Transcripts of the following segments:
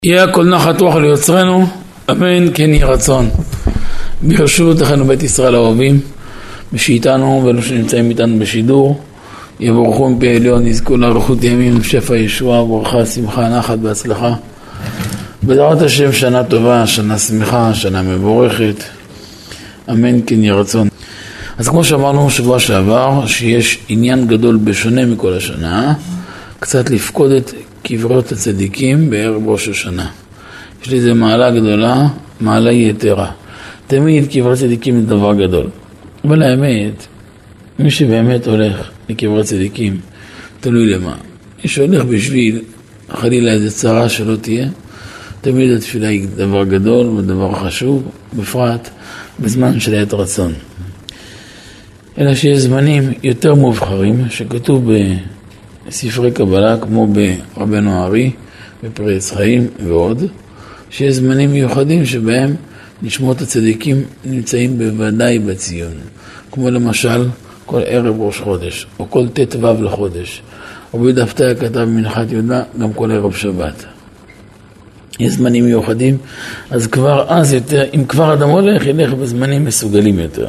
יהיה כל נחת רוח ליוצרנו, אמן כן יהיה רצון. ברשות אחינו בית ישראל האוהבים, שאיתנו ואלו שנמצאים איתנו בשידור, יבורכו מפי עליון, יזכו לאריכות ימים, שפע ישועה, ברכה, שמחה, נחת והצלחה. בעזרת השם שנה טובה, שנה שמחה, שנה מבורכת, אמן כן יהיה רצון. אז כמו שאמרנו שבוע שעבר, שיש עניין גדול בשונה מכל השנה, קצת לפקוד את קברות הצדיקים בערב ראש השנה. יש לי איזה מעלה גדולה, מעלה יתרה. תמיד קברות צדיקים זה דבר גדול. אבל האמת, מי שבאמת הולך לקברות צדיקים, תלוי למה. מי שהולך בשביל חלילה איזה צרה שלא תהיה, תמיד התפילה היא דבר גדול ודבר חשוב, בפרט בזמן של עת רצון. אלא שיש זמנים יותר מובחרים, שכתוב בספרי קבלה, כמו ברבנו הארי, בפרי עץ חיים ועוד, שיש זמנים מיוחדים שבהם נשמות הצדיקים נמצאים בוודאי בציון. כמו למשל, כל ערב ראש חודש, או כל ט"ו לחודש, או בדפתיה כתב במנחת יהודה, גם כל ערב שבת. יש זמנים מיוחדים, אז כבר אז יותר, אם כבר אדם הולך, ילך בזמנים מסוגלים יותר.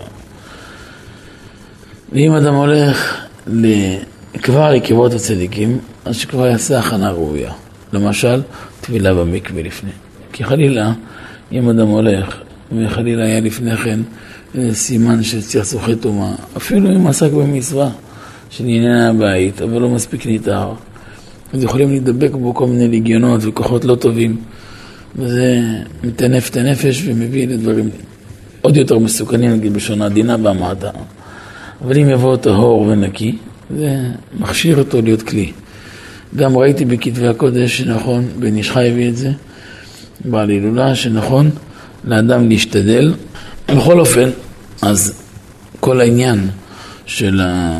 ואם אדם הולך כבר לקברות הצדיקים, אז שכבר יעשה הכנה ראויה. למשל, טבילה במקווה לפני. כי חלילה, אם אדם הולך, וחלילה היה לפני כן סימן של צחצוחי טומאה, אפילו אם עסק במצווה של עניין הבית, אבל לא מספיק ניתר, אז יכולים להידבק בו כל מיני לגיונות וכוחות לא טובים, וזה מטנף את הנפש ומביא לדברים עוד יותר מסוכנים, נגיד בשונה עדינה בהמעטה. אבל אם יבוא טהור ונקי, זה מכשיר אותו להיות כלי. גם ראיתי בכתבי הקודש שנכון, בן איש חי הביא את זה, בעל הילולה, שנכון לאדם להשתדל. בכל אופן, אז כל העניין של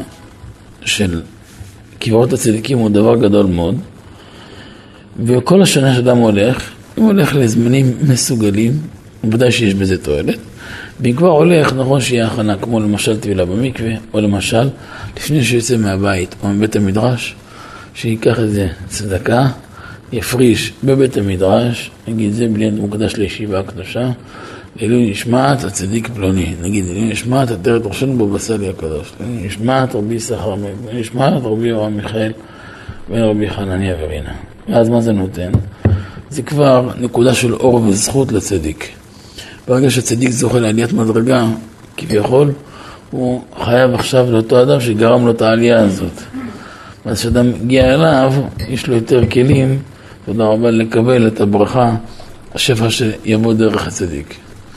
קברות הצדיקים הוא דבר גדול מאוד, וכל השנה שאדם הולך, הוא הולך לזמנים מסוגלים, ודאי שיש בזה תועלת, ואם כבר הולך, נכון שיהיה הכנה, כמו למשל טבילה במקווה, או למשל, לפני שיוצא מהבית או מבית המדרש, שיקח איזה צדקה, יפריש בבית המדרש, נגיד זה בלי מוקדש לישיבה הקדושה, לעילוי נשמת הצדיק פלוני, נגיד לעילוי נשמת עטרת ראשנו בבשרי הקדוש, לעילוי נשמת רבי יששכר, לעילוי נשמת רבי יורם מיכאל ורבי חנניה ורינה. ואז מה זה נותן? זה כבר נקודה של אור וזכות לצדיק. ברגע שצדיק זוכה לעליית מדרגה, כביכול, הוא חייב עכשיו לאותו אדם שגרם לו את העלייה הזאת. אז כשאדם מגיע אליו, יש לו יותר כלים, תודה רבה, לקבל את הברכה, השפע שיבוא דרך הצדיק.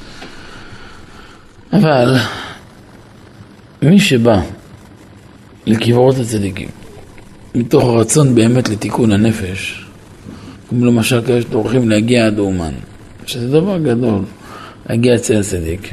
אבל מי שבא לקברות הצדיקים, מתוך הרצון באמת לתיקון הנפש, כמו למשל כאלה שטורחים להגיע עד אומן, שזה דבר גדול, להגיע אצל הצדיק.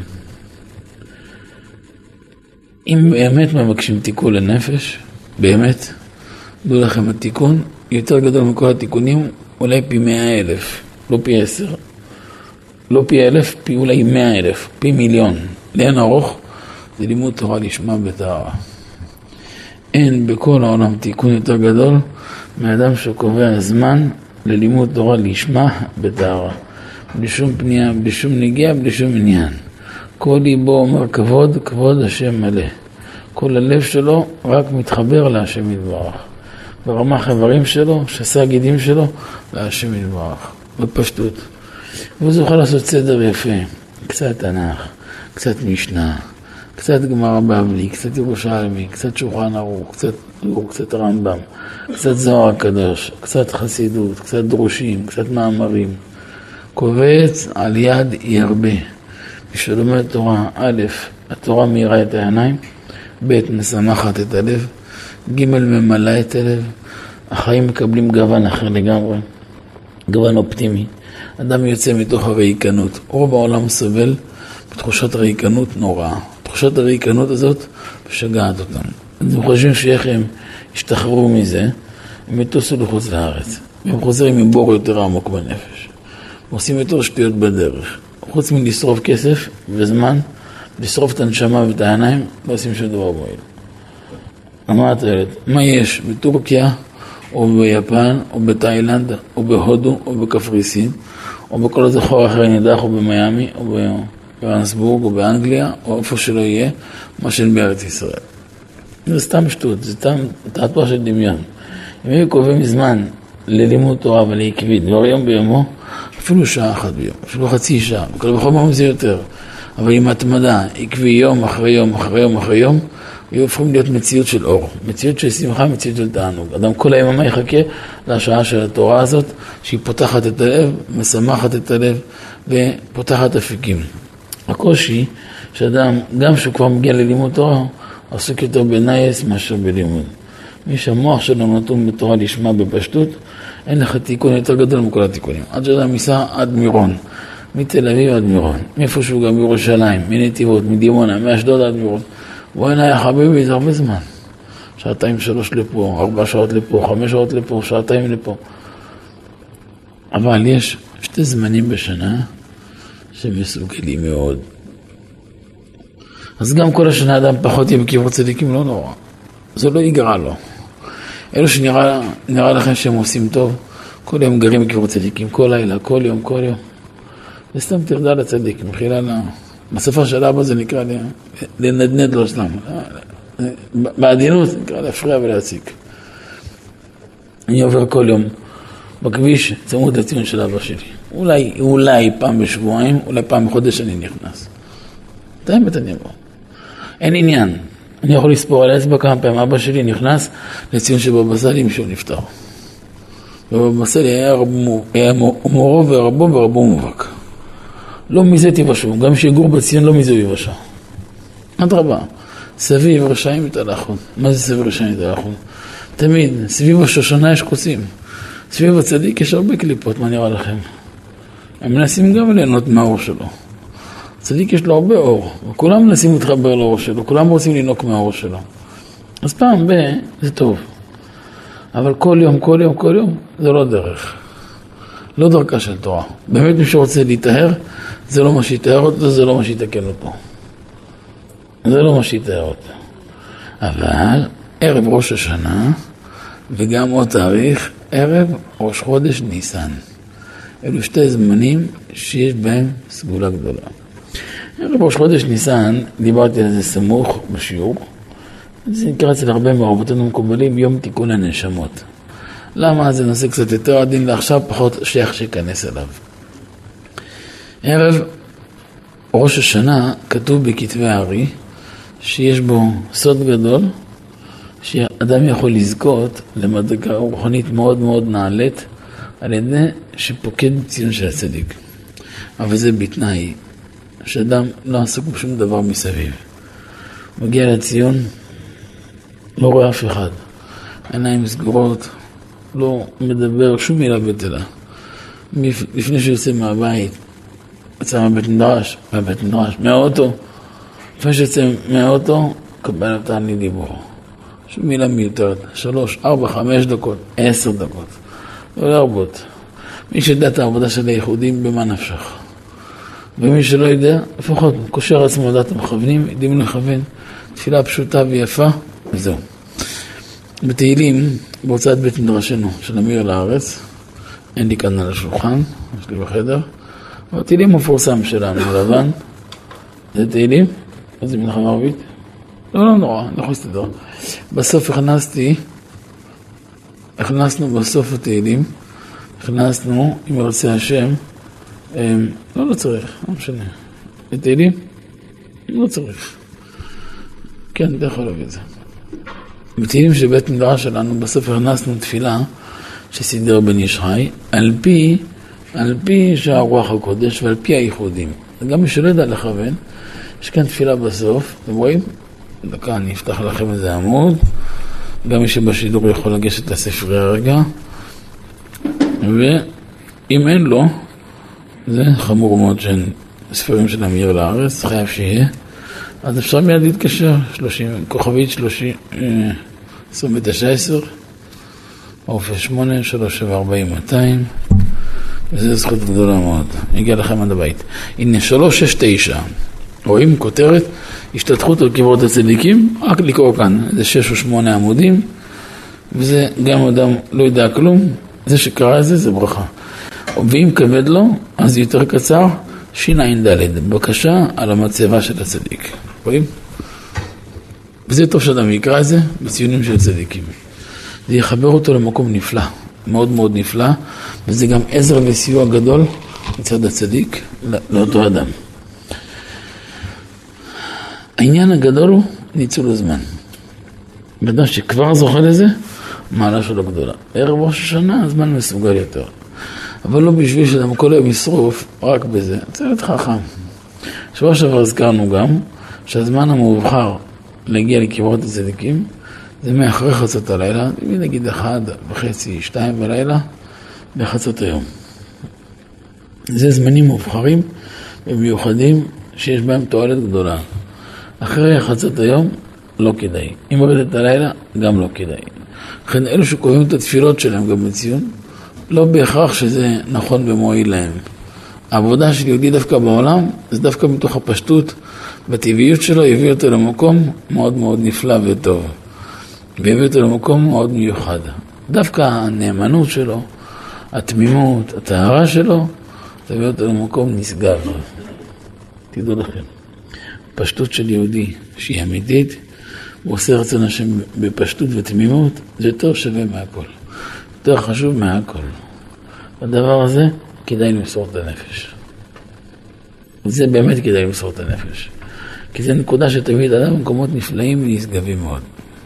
אם באמת מבקשים תיקון לנפש, באמת, דעו לכם, התיקון יותר גדול מכל התיקונים, אולי פי 100,000, לא פי 10, לא פי 1,000, פי אולי 100,000, פי מיליון. לאין ארוך, זה לימוד תורה לשמה בטהרה. אין בכל העולם תיקון יותר גדול, מאדם שקובע זמן ללימוד תורה לשמה בטהרה. בלי שום פנייה, בלי שום נגיעה, בלי שום עניין. כל ליבו אומר כבוד, כבוד השם מלא. כל הלב שלו רק מתחבר להשם יתברך. ברמ"ח איברים שלו, שס"ה הגידים שלו, להשם יתברך. בפשטות. והוא זוכה לעשות סדר יפה. קצת תנ"ך, קצת משנה, קצת גמרא בבלי, קצת ירושלמי, קצת שולחן ערוך, קצת רמב"ם, קצת זוהר הקדוש, קצת חסידות, קצת דרושים, קצת מאמרים. קובץ על יד ירבה. כשלומד תורה, א', התורה מאירה את העיניים, ב', משמחת את הלב, ג', ממלא את הלב, החיים מקבלים גוון אחר לגמרי, גוון אופטימי. אדם יוצא מתוך הרעיקנות. רוב העולם סובל בתחושת רעיקנות נוראה. תחושת הרעיקנות הזאת משגעת אותם. הם חושבים שאיך הם השתחררו מזה, הם יטוסו לחוץ לארץ. והם חוזרים עם בור יותר עמוק בנפש. עושים יותר שטויות בדרך. חוץ מלשרוף כסף וזמן, לשרוף את הנשמה ואת העיניים, לא עושים שום דבר מועיל. אמרת ילד, מה יש בטורקיה או ביפן, או בתאילנד, או בהודו, או בקפריסין, או בכל הזכור אחרי נידח, או במיימי, או ביואנסבורג, או באנגליה, או איפה שלא יהיה, מה שאין בארץ ישראל. זה סתם שטות, זה סתם תעתוע של דמיון. אם היו קובעים זמן ללימוד תורה ולעקבית, לא יום ביומו, אפילו שעה אחת ביום, אפילו חצי שעה, כל בכל פעם זה יותר. אבל עם התמדה, עקבי יום אחרי יום אחרי יום אחרי יום, היו הופכים להיות מציאות של אור, מציאות של שמחה, מציאות של תענוג. אדם כל היממה יחכה לשעה של התורה הזאת, שהיא פותחת את הלב, משמחת את הלב ופותחת אפיקים. הקושי שאדם, גם שהוא כבר מגיע ללימוד תורה, עסוק יותר בנייס מאשר בלימוד. מי שהמוח שלו נתון בתורה לשמה בפשטות, אין לך תיקון יותר גדול מכל התיקונים. עד שאדם ייסע עד מירון, מתל אביב עד מירון, מאיפה שהוא גם בירושלים, מנתיבות, מדימונה, מאשדוד עד מירון. בואי נהיה חביבי, זה הרבה זמן. 2-3 לפה, 4 שעות לפה, 5 שעות לפה, 2 שעות לפה. אבל יש 2 זמנים בשנה שמסוגלים מאוד. אז גם כל השנה אדם פחות יהיה בקבר צדיקים, לא נורא. זה לא יגרע לו. אלו שנראה לכם שהם עושים טוב, כל יום גרים בקבר צדיקים, כל לילה, כל יום, כל יום. זה סתם תרדה לצדיק, מחילה בשפה של אבא זה נקרא לנדנד לו סתם. בעדינות זה נקרא להפריע ולהציק. אני עובר כל יום בכביש צמוד לציון של אבא שלי. אולי פעם בשבועיים, אולי פעם בחודש אני נכנס. אתה האמת אני אבוא. אין עניין. אני יכול לספור על האצבע כמה פעמים אבא שלי נכנס לציון של בבא סאלי משהו נפטר. ובבא סאלי היה מורו ורבו ורבו מובהק. לא מזה תיוושעו, גם שיגור בציון לא מזה יוושע. אדרבה, סביב רשעים יתהלכון. מה זה סביב רשעים יתהלכון? תמיד, סביב השושנה יש קוצים. סביב הצדיק יש הרבה קליפות, מה נראה לכם? הם מנסים גם ליהנות מהאור שלו. הצדיק יש לו הרבה אור, וכולם מנסים להתחבר לאור שלו, כולם רוצים לנוק מהאור שלו. אז פעם זה טוב. אבל כל יום, זה לא דרך. לא דרכה של תורה. באמת מי שרוצה להתאהר, זה לא מה שיתאהר אותו, זה לא מה שיתקן אותו. זה לא מה שיתאהר אותו. אבל ערב ראש השנה, וגם עוד תאריך, ערב ראש חודש ניסן. אלו 2 זמנים שיש בהם סגולה גדולה. ערב ראש חודש ניסן, דיברתי על זה סמוך בשיעור, זה נקרא אצל הרבה מהרבותינו מקובלים יום תיקון הנשמות. למה? זה נושא קצת יותר עדין לעכשיו, פחות שייך שיכנס אליו. ערב ראש השנה כתוב בכתבי הארי, שיש בו סוד גדול, שאדם יכול לזכות למדרגה רוחנית מאוד מאוד נעלית, על ידי שפוקד ציון של הצדיק. אבל זה בתנאי, שאדם לא עסוק בשום דבר מסביב. מגיע לציון, לא רואה אף אחד. עיניים סגורות, לא מדבר שום מילה בטלה. לפני שיוצא מהבית, יצא מהבית מדרש, מהאוטו. לפני שיוצא מהאוטו, קבל נתן לי דיבור. שום מילה מיותרת. 3, 4, 5 דקות, 10 דקות. לא להרבות. מי שידע את העבודה של הייחודים, במה נפשך. ומי שלא יודע, לפחות קושר עצמו לדעת המכוונים, יודעים לכוון, תפילה פשוטה ויפה, וזהו. בתהילים, בהוצאת בית מדרשנו של אמיר לארץ, אין לי כאן על השולחן, יש לי בחדר, והתהילים מפורסם שלנו, לבן, זה תהילים, איזה מלחמה ערבית? לא נורא, אני יכול להסתדר. בסוף הכנסנו בסוף התהילים, הכנסנו, אם ירצה השם, לא צריך, לא משנה. בתהילים? לא צריך. כן, אתה יכול להביא את זה. בתהילים של בית מדרש שלנו, בסוף הכנסנו תפילה שסידר בן ישחי, על פי שהרוח הקודש ועל פי הייחודים. גם מי שלא ידע לכוון, יש כאן תפילה בסוף, אתם רואים? דקה, אני אפתח לכם איזה עמוד, גם מי שבשידור יכול לגשת לספרי הרגע, ואם אין לו, זה חמור מאוד שאין ספרים של אמיר לארץ, חייב שיהיה, אז אפשר מיד להתקשר, כוכבית 2910, אופי 8, 3740, 200, וזו זכות גדולה מאוד, הגיע לכם עד הבית. הנה 369, רואים כותרת, השתתחות על קברות הצדיקים, רק לקרוא כאן, זה 6 או 8 עמודים, וזה גם אדם לא יודע כלום, זה שקרא את זה, זה ברכה. ואם כבד לו, אז יותר קצר, ש"ד, בקשה על המצבה של הצדיק. רואים? וזה טוב שאדם יקרא את זה בציונים של צדיקים. זה יחבר אותו למקום נפלא, מאוד מאוד נפלא, וזה גם עזר וסיוע גדול מצד הצדיק לאותו אדם. העניין הגדול הוא ניצול הזמן. בדם שכבר זוכה לזה, מעלה שלו גדולה. ערב ראש השנה, הזמן מסוגל יותר. אבל לא בשביל שאדם כל היום ישרוף, רק בזה. צריך להיות חכם. שבוע שעבר הזכרנו גם, שהזמן המאובחר להגיע לקברות הצדיקים, זה מאחרי חצות הלילה, נגיד 1:30, 2 בלילה, בחצות היום. זה זמנים מאובחרים ומיוחדים שיש בהם תועלת גדולה. אחרי חצות היום, לא כדאי. אם יורדת הלילה, גם לא כדאי. לכן אלו שקובעים את התפילות שלהם גם בציון, לא בהכרח שזה נכון ומועיל להם. העבודה של יהודי דווקא בעולם, זה דווקא מתוך הפשטות, בטבעיות שלו יביא אותו למקום מאוד מאוד נפלא וטוב. ויביא אותו למקום מאוד מיוחד. דווקא הנאמנות שלו, התמימות, הטהרה שלו, תביא אותו למקום נשגב. תדעו לכם. פשטות של יהודי שהיא אמיתית, הוא עושה רצון השם בפשטות ותמימות, זה יותר שווה מהכל. יותר חשוב מהכל. הדבר הזה כדאי למסור את הנפש. זה באמת כדאי למסור את הנפש. כי זה נקודה שתביא את האדם במקומות נפלאים ונשגבים מאוד.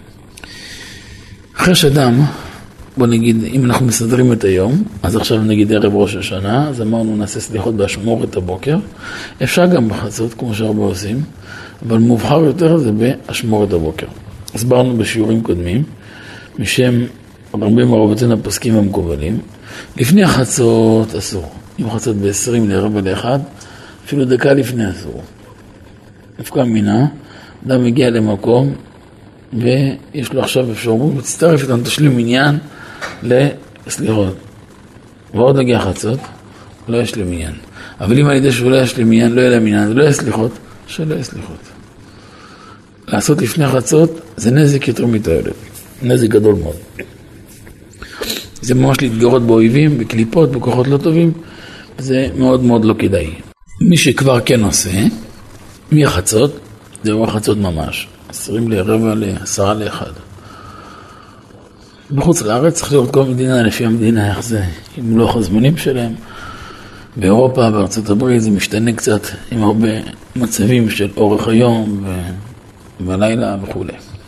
אחרי שאדם, בוא נגיד, אם אנחנו מסדרים את היום, אז עכשיו נגיד ערב ראש השנה, אז אמרנו נעשה סליחות באשמורת הבוקר. אפשר גם בחצות, כמו שהרבה עושים, אבל מובחר יותר זה באשמורת הבוקר. הסברנו בשיעורים קודמים, משם הרבה מרובתנו הפוסקים המקובלים, לפני החצות אסור. אם חצות ב-20 ל-10:45, אפילו דקה לפני אסור. דווקא מינה, אדם מגיע למקום, ויש לו עכשיו אפשרות, מצטרף איתנו תשלים עניין לסליחות. ועוד הגיע חצות, לא יש להם עניין. אבל אם על ידי שהוא לא יש להם עניין, לא יהיה להם עניין, לא יהיה סליחות, שלא יהיה סליחות. לעשות לפני חצות, זה נזק יותר מתועלת. נזק גדול מאוד. זה ממש להתגרות באויבים, בקליפות, בכוחות לא טובים, זה מאוד מאוד לא כדאי. מי שכבר כן עושה, מהחצות, זהו החצות ממש. 20 ל-10 ל-1. בחוץ לארץ צריך לראות כל מדינה לפי המדינה איך זה, עם לוח הזמנים שלהם. באירופה, בארצות הברית זה משתנה קצת עם הרבה מצבים של אורך היום ובלילה וכו'.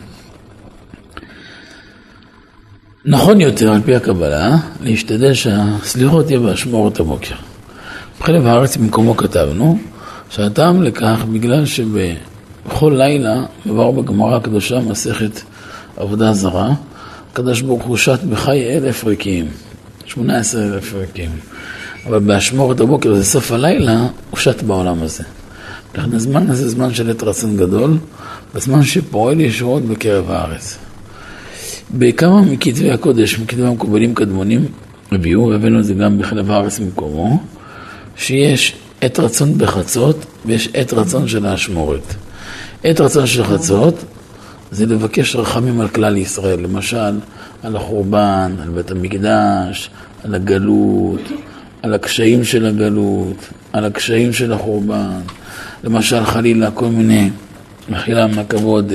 נכון יותר על פי הקבלה להשתדל שהסליחות תהיה באשמורת הבוקר. בחלק הארץ במקומו כתבנו שהטעם לכך בגלל שבכל לילה מבואר בגמרא הקדושה מסכת עבודה זרה, הקדוש ברוך הוא שט בחי 1,000 ריקים, 18,000 ריקים. אבל באשמורת הבוקר, זה סוף הלילה, הוא שט בעולם הזה. לכן הזמן הזה זמן של עת רצון גדול, בזמן שפועל ישועות בקרב הארץ. בכמה מכתבי הקודש, מכתבי המקובלים קדמונים, הביאו, הבאנו את זה גם בחלב הארץ במקומו, שיש עת רצון בחצות, ויש עת רצון של האשמורת. עת רצון של חצות, זה לבקש רחמים על כלל ישראל, למשל, על החורבן, על בית המקדש, על הגלות, על הקשיים של הגלות, על הקשיים של החורבן, למשל חלילה כל מיני, מחילה מהכבוד,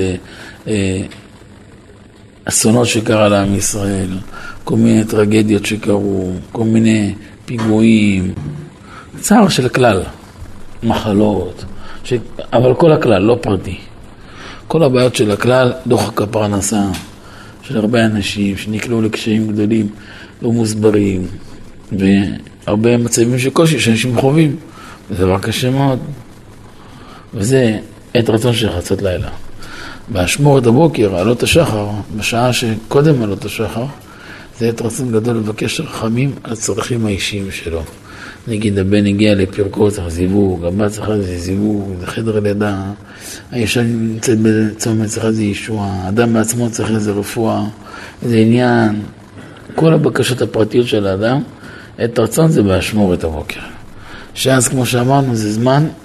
אסונות שקרה לעם ישראל, כל מיני טרגדיות שקרו, כל מיני פיגועים, צער של הכלל, מחלות, אבל כל הכלל, לא פרטי. כל הבעיות של הכלל, דוחק הפרנסה של הרבה אנשים שנקלעו לקשיים גדולים, לא מוסברים, והרבה מצבים של קושי שאנשים חווים. זה דבר קשה מאוד. וזה עת רצון של חצות לילה. באשמורת הבוקר, עלות השחר, בשעה שקודם עלות השחר, זה עת רצון גדול לבקש רחמים על הצרכים האישיים שלו. נגיד הבן הגיע לפרקו, צריך זיווג, הבת צריכה זה זיווג, זה חדר לידה, האישה נמצאת בצומת, צריכה זה ישועה, האדם בעצמו צריך איזה רפואה, איזה עניין, כל הבקשות הפרטיות של האדם, עת רצון זה באשמורת הבוקר. שאז כמו שאמרנו,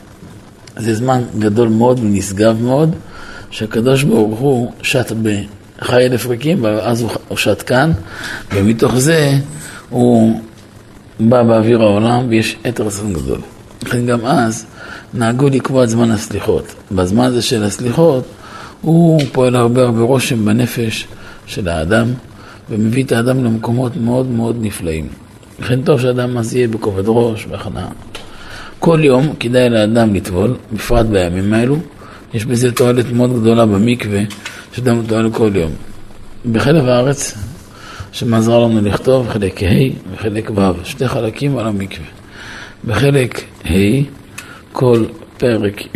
זה זמן גדול מאוד ונשגב מאוד, שהקדוש ברוך הוא שט חי 1,000 ריקים, ואז הוא שתקן, ומתוך זה הוא בא באוויר העולם, ויש עת רצון גדול. לכן גם אז נהגו לקבוע את זמן הסליחות. בזמן הזה של הסליחות, הוא פועל הרבה רושם בנפש של האדם, ומביא את האדם למקומות מאוד מאוד נפלאים. לכן טוב שאדם אז יהיה בכובד ראש, בהכנעה. כל יום כדאי לאדם לטבול, בפרט בימים האלו. יש בזה תועלת מאוד גדולה במקווה, שאדם מטועל כל יום. בחלק הארץ, שמעזר לנו לכתוב חלק ה' וחלק ו', 2 חלקים על המקווה. בחלק ה', כל פרק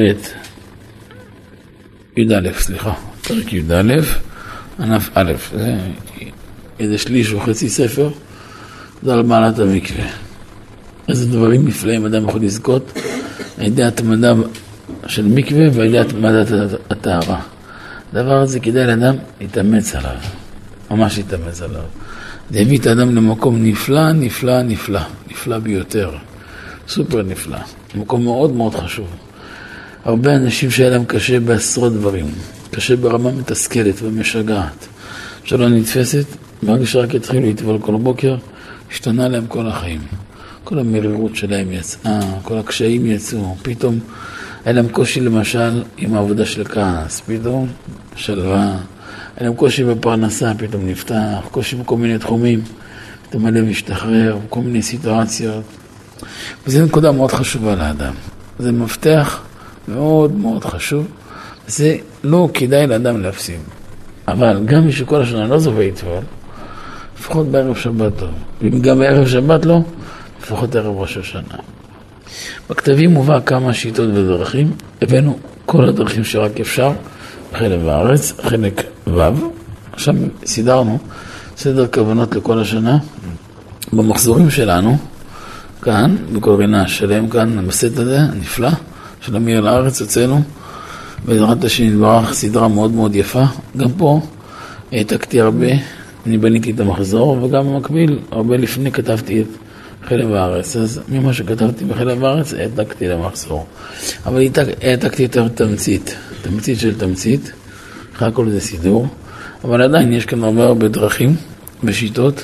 פרק י"א, ענף א', זה איזה שליש או חצי ספר, זה על מעלת המקווה. איזה דברים נפלאים אדם יכול לזכות, על ידי התמדה של מקווה ועל ידי התמדת הטהרה. הדבר הזה כדאי לאדם להתאמץ עליו, ממש להתאמץ עליו. זה הביא את האדם למקום נפלא, נפלא, נפלא, נפלא ביותר, סופר נפלא, מקום מאוד מאוד חשוב. הרבה אנשים שהיה להם קשה בעשרות דברים, קשה ברמה מתסכלת ומשגעת, שלא נתפסת, ברגע שרק התחילו לטבול כל בוקר, השתנה להם כל החיים. כל המרירות שלהם יצאה, כל הקשיים יצאו, פתאום היה להם קושי למשל עם העבודה של כעס, פתאום שלווה, היה להם קושי בפרנסה, פתאום נפתח, קושי בכל מיני תחומים, פתאום הלב השתחרר, בכל מיני סיטואציות. וזו נקודה מאוד חשובה לאדם. זה מפתח מאוד מאוד חשוב, וזה לא כדאי לאדם להפסיד. אבל גם מי שכל השנה לא זוכה לטבול, לפחות בערב שבת טוב. ואם גם בערב שבת לא, לפחות ערב ראש השנה. בכתבים מובא כמה שיטות ודרכים, הבאנו כל הדרכים שרק אפשר, בחלק בארץ, חלק ו'. עכשיו סידרנו סדר כוונות לכל השנה, במחזורים שלנו, כאן, בכל רינה שלהם כאן, בסט הזה, הנפלא, של אמיר לארץ אצלנו, בעזרת השם יתברך, סדרה מאוד מאוד יפה. גם פה העתקתי הרבה, אני בניתי את המחזור, וגם במקביל, הרבה לפני כתבתי את חלק בארץ. אז ממה שכתבתי בחלק בארץ, העתקתי למחזור. אבל העתקתי יותר תמצית של תמצית, אחרי הכל זה סידור, אבל עדיין יש כאן הרבה דרכים ושיטות,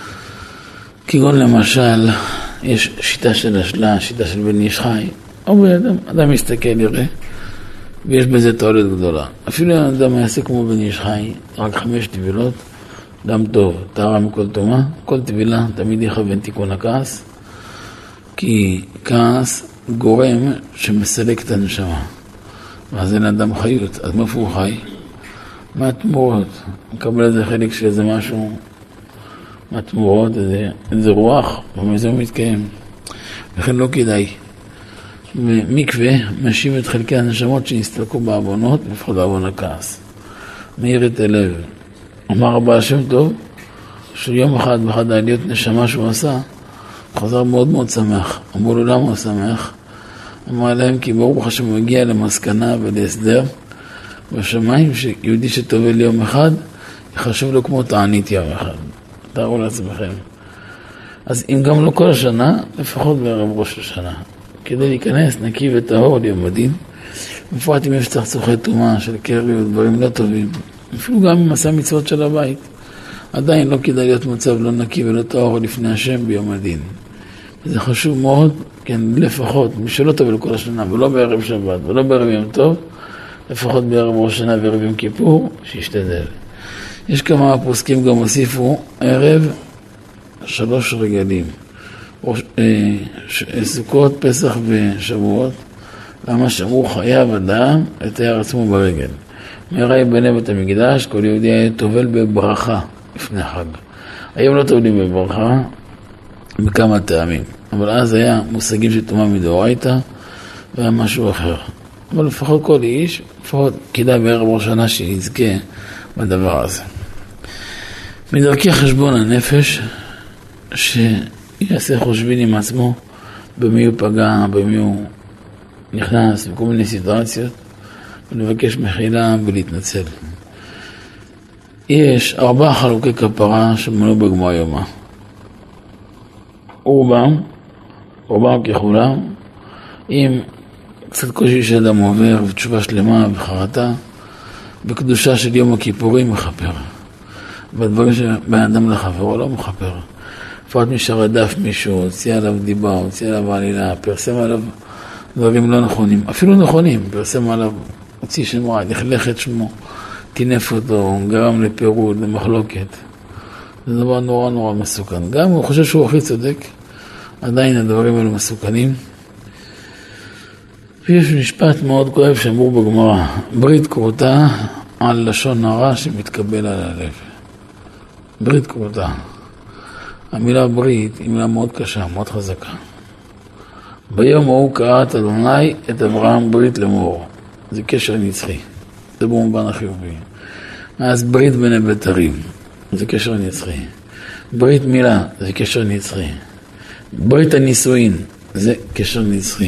כגון למשל, יש שיטה של השלה, שיטה של בן איש חי, אדם מסתכל יראה, ויש בזה תועלת גדולה. אפילו אדם יעשה כמו בן איש חי, רק 5 טבילות, גם טוב, טהרה מכל תומה, כל טבילה תמיד יכוון תיקון הכעס, כי כעס גורם שמסלק את הנשמה, ואז אין אדם חיות. אז מאיפה הוא חי? מהתמורות, מקבל איזה חלק של איזה משהו, מהתמורות, איזה רוח, ומזה הוא מתקיים. לכן לא כדאי. מקווה משיב את חלקי הנשמות שהסתלקו בעוונות, לפחות בעוון הכעס. מאיר את הלב. אמר הבעל שם טוב, שיום אחד באחד העליות נשמה שהוא עשה, חזר מאוד מאוד שמח. אמרו לו למה הוא שמח? אמר להם כי ברוך השם הוא הגיע למסקנה ולהסדר בשמיים שיהודי שטובל יום אחד יחשב לו כמו תענית יום אחד. תארו לעצמכם. אז אם גם לא כל השנה, לפחות בערב ראש השנה, כדי להיכנס נקי וטהור ליום הדין, בפרט אם יש צחצוחי טומאה של קרי ודברים לא טובים, אפילו גם עם עשה מצוות של הבית, עדיין לא כדאי להיות מצב לא נקי ולא טהור לפני השם ביום הדין. זה חשוב מאוד, כן, לפחות, מי שלא טוב לכל השנה, ולא בערב שבת, ולא בערב יום טוב, לפחות בערב ראש השנה וערב יום כיפור, שישתדל. יש כמה פוסקים גם הוסיפו ערב 3 רגלים, סוכות, פסח ושבועות, למה שאמרו חייב אדם לתאר עצמו ברגל. מהרה יבנה בית המקדש, כל יהודי היה טובל בברכה לפני חג. היום לא טובלים בברכה בכמה טעמים, אבל אז היה מושגים של טומאה מדאורייתא והיה משהו אחר. אבל לפחות כל איש, לפחות כדאי בערב ראש השנה שיזכה בדבר הזה. מדרכי חשבון הנפש, שיעשה חושבין עם עצמו במי הוא פגע, במי הוא נכנס, בכל מיני סיטואציות, ולבקש מחילה ולהתנצל. יש 4 חלוקי כפרה שמנו בגמרא יומא. רובם ככולם, עם קצת קושי שאדם עובר ותשובה שלמה וחרטה, בקדושה של יום הכיפורים מחפר. בדברים שבן אדם לחברו לא מחפר. לפחות מי שרדף מישהו, הוציא עליו דיבה, הוציא עליו עלילה, פרסם עליו דברים לא נכונים, אפילו נכונים, פרסם עליו, הוציא שם רע, לכלך את שמו, טינף אותו, גרם לפירוד, למחלוקת. זה דבר נורא נורא מסוכן. גם הוא חושב שהוא הכי צודק, עדיין הדברים האלו מסוכנים. ויש משפט מאוד כואב שאמרו בגמרא, ברית כרותה על לשון הרע שמתקבל על הלב. ברית כרותה. המילה ברית היא מילה מאוד קשה, מאוד חזקה. ביום ההוא קראת אדוני את אברהם ברית לאמור. זה קשר נצחי. זה במובן החיובי. אז ברית בין הבתרים. זה קשר נצחי. ברית מילה. זה קשר נצחי. ברית הנישואין. זה קשר נצחי.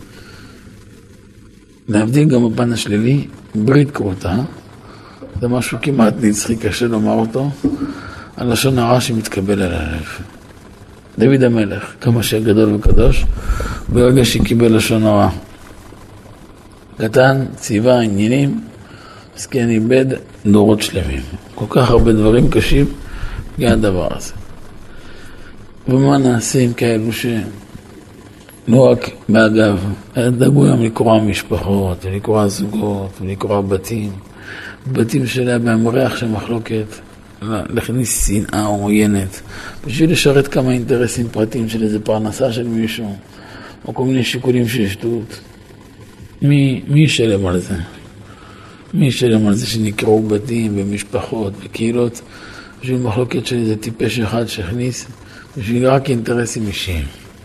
להבדיל גם בפן השלילי, ברית כרותה. זה משהו כמעט נצחי, קשה לומר אותו. הלשון הרע שמתקבל על הלב. דוד המלך, כמה שגדול וקדוש, ברגע שקיבל לשון הרע. קטן, ציווה, עניינים, אז כן איבד דורות שלמים. כל כך הרבה דברים קשים, בגלל הדבר הזה. ומה נעשה עם כאלו שלא רק באגב, דאגו גם לקרוא משפחות, ולקרוא זוגות, ולקרוא בתים, בתים שלה בהמריח של מחלוקת, להכניס שנאה עוינת, בשביל לשרת כמה אינטרסים פרטיים של איזה פרנסה של מישהו, או כל מיני שיקולים של שטות. מי ישלם על זה? מי ישלם על זה שנקראו בתים ומשפחות וקהילות, בשביל מחלוקת של איזה טיפש אחד שהכניס, בשביל רק אינטרסים אישיים.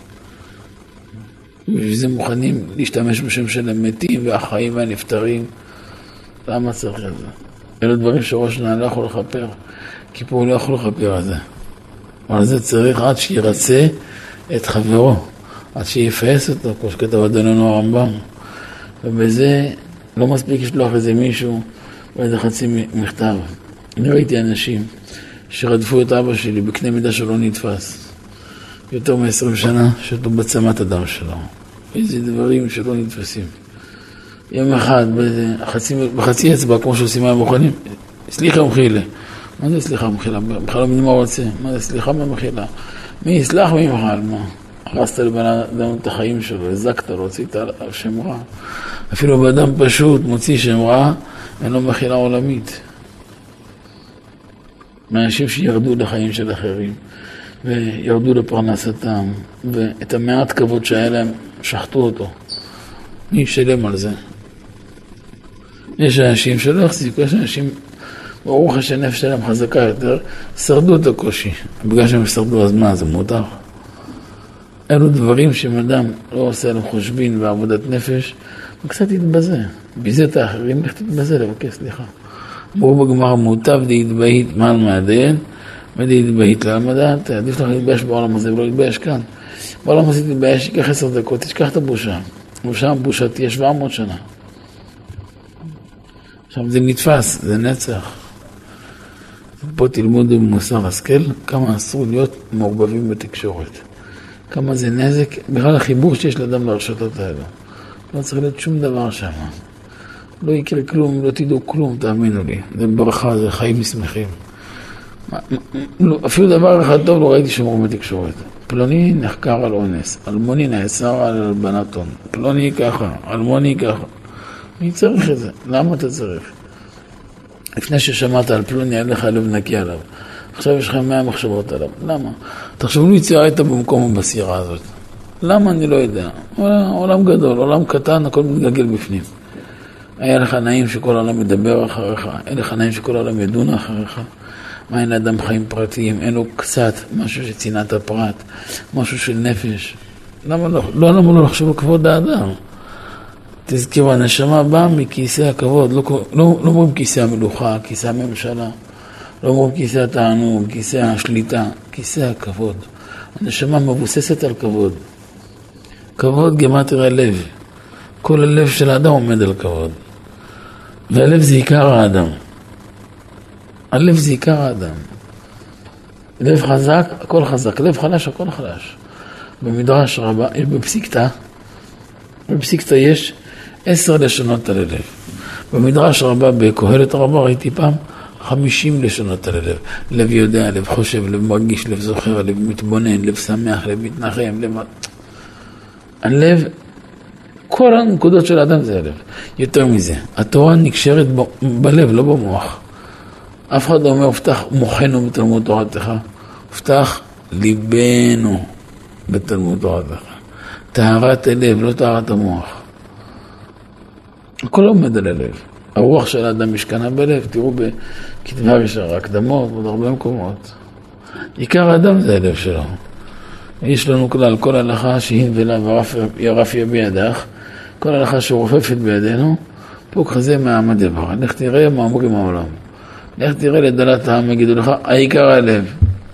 בשביל זה מוכנים להשתמש בשם של המתים והחיים והנפטרים. למה צריך את זה? אלו דברים שראש שנה לא יכול לכפר, כיפור לא יכול לכפר על זה. אבל זה צריך עד שירצה את חברו, עד שיפעס אותו, כמו שכתב אדוננו הרמב"ם. ובזה לא מספיק לשלוח איזה מישהו ואיזה חצי מכתב. אני ראיתי אנשים שרדפו את אבא שלי בקנה מידה שלא נתפס. יותר מ-20 שנה שתו בצמת הדם שלו. איזה דברים שלא נתפסים. יום אחד, בחצי אצבע, כמו שעושים מים מוכנים, סליחה ומחילה. מה זה סליחה ומחילה? בכלל לא מבין מה הוא רוצה. מה זה סליחה ומחילה? מי יסלח מי מחל? מה? הרסת לבן אדם את החיים שלו, הזקת לו, הוצאת עליו שם רע. אפילו באדם פשוט מוציא שם רע, אין לו מחילה עולמית. מאנשים שירדו לחיים של אחרים, וירדו לפרנסתם, ואת המעט כבוד שהיה להם, שחטו אותו. מי ישלם על זה? יש אנשים שלא החזיקו, יש אנשים, ברוך השנפש שלהם חזקה יותר, שרדו את הקושי. בגלל שהם שרדו, אז מה, זה מותר? אלו דברים שמאדם לא עושה עליהם חושבין ועבודת נפש, וקצת יתבזה. ביזה את האחרים, איך תתבזה לבקש סליחה. אמרו בגמרא, מוטב דהתבהית מעל מהדיין, ודהתבהית לעמדת, עדיף לך להתבייש בעולם הזה ולא להתבייש כאן. בעולם הזה תתבייש, ייקח 10 דקות, תשכח את הבושה. הבושה תהיה 700 שנה. עכשיו זה נתפס, זה נצח. פה תלמודו במוסר השכל, כמה אסור להיות מעורבבים בתקשורת. כמה זה נזק, בכלל החיבור שיש לאדם לרשתות האלה. לא צריך להיות שום דבר שם. לא יקרה כלום, לא תדעו כלום, תאמינו לי. זה ברכה, זה חיים משמחים. אפילו דבר אחד טוב לא ראיתי שמור בתקשורת. פלוני נחקר על אונס, אלמוני נאסר על הלבנת הון. פלוני ככה, אלמוני ככה. מי צריך את זה? למה אתה צריך? לפני ששמעת על פלוני, אין לך לב נקי עליו. עכשיו יש לך 100 מחשבות עליו. למה? תחשבו לי יצירה הייתה במקום בסירה הזאת. למה? אני לא יודע. עולם גדול, עולם קטן, הכל מתגלגל בפנים. היה לך נעים שכל העולם מדבר אחריך, אין לך נעים שכל העולם ידון אחריך. מה אין לאדם חיים פרטיים? אין לו קצת משהו שצנעת הפרט, משהו של נפש. למה לא לחשוב על כבוד האדם? תזכרו, הנשמה באה מכיסא הכבוד, לא אומרים כיסא המלוכה, כיסא הממשלה, לא אומרים כיסא התענוג, כיסא השליטה, כיסא הכבוד. הנשמה מבוססת על כבוד. כבוד גמטריה לב. כל הלב של האדם עומד על כבוד. והלב זה עיקר האדם. הלב זה עיקר האדם. לב חזק, הכל חזק. לב חלש, הכל חלש. במדרש רבה, בפסיקתא יש 10 לשונות על הלב. במדרש רבה, בקהלת רבה, ראיתי פעם 50 לשונות על הלב. לב יודע, לב חושב, לב מרגיש, לב זוכר, לב מתבונן, לב שמח, לב מתנחם, לב... הלב, כל הנקודות של האדם זה הלב. יותר מזה, התורה נקשרת בלב, לא במוח. אף אחד לא אומר, הובטח מוחנו בתלמוד תורתך, הובטח ליבנו בתלמוד תורתך. טהרת הלב, לא טהרת המוח. הכל עומד על הלב. הרוח של האדם משכנה בלב, תראו בכתבי הישר, הקדמות, עוד הרבה מקומות. עיקר האדם זה הלב שלו. יש לנו כלל, כל הלכה שהיא ולה ורפיה בידך, כל הלכה שרופפת בידינו, פה כזה מעמד דבר. לך תראה מה אומרים העולם. לך תראה לדלת העם, יגידו לך, העיקר הלב.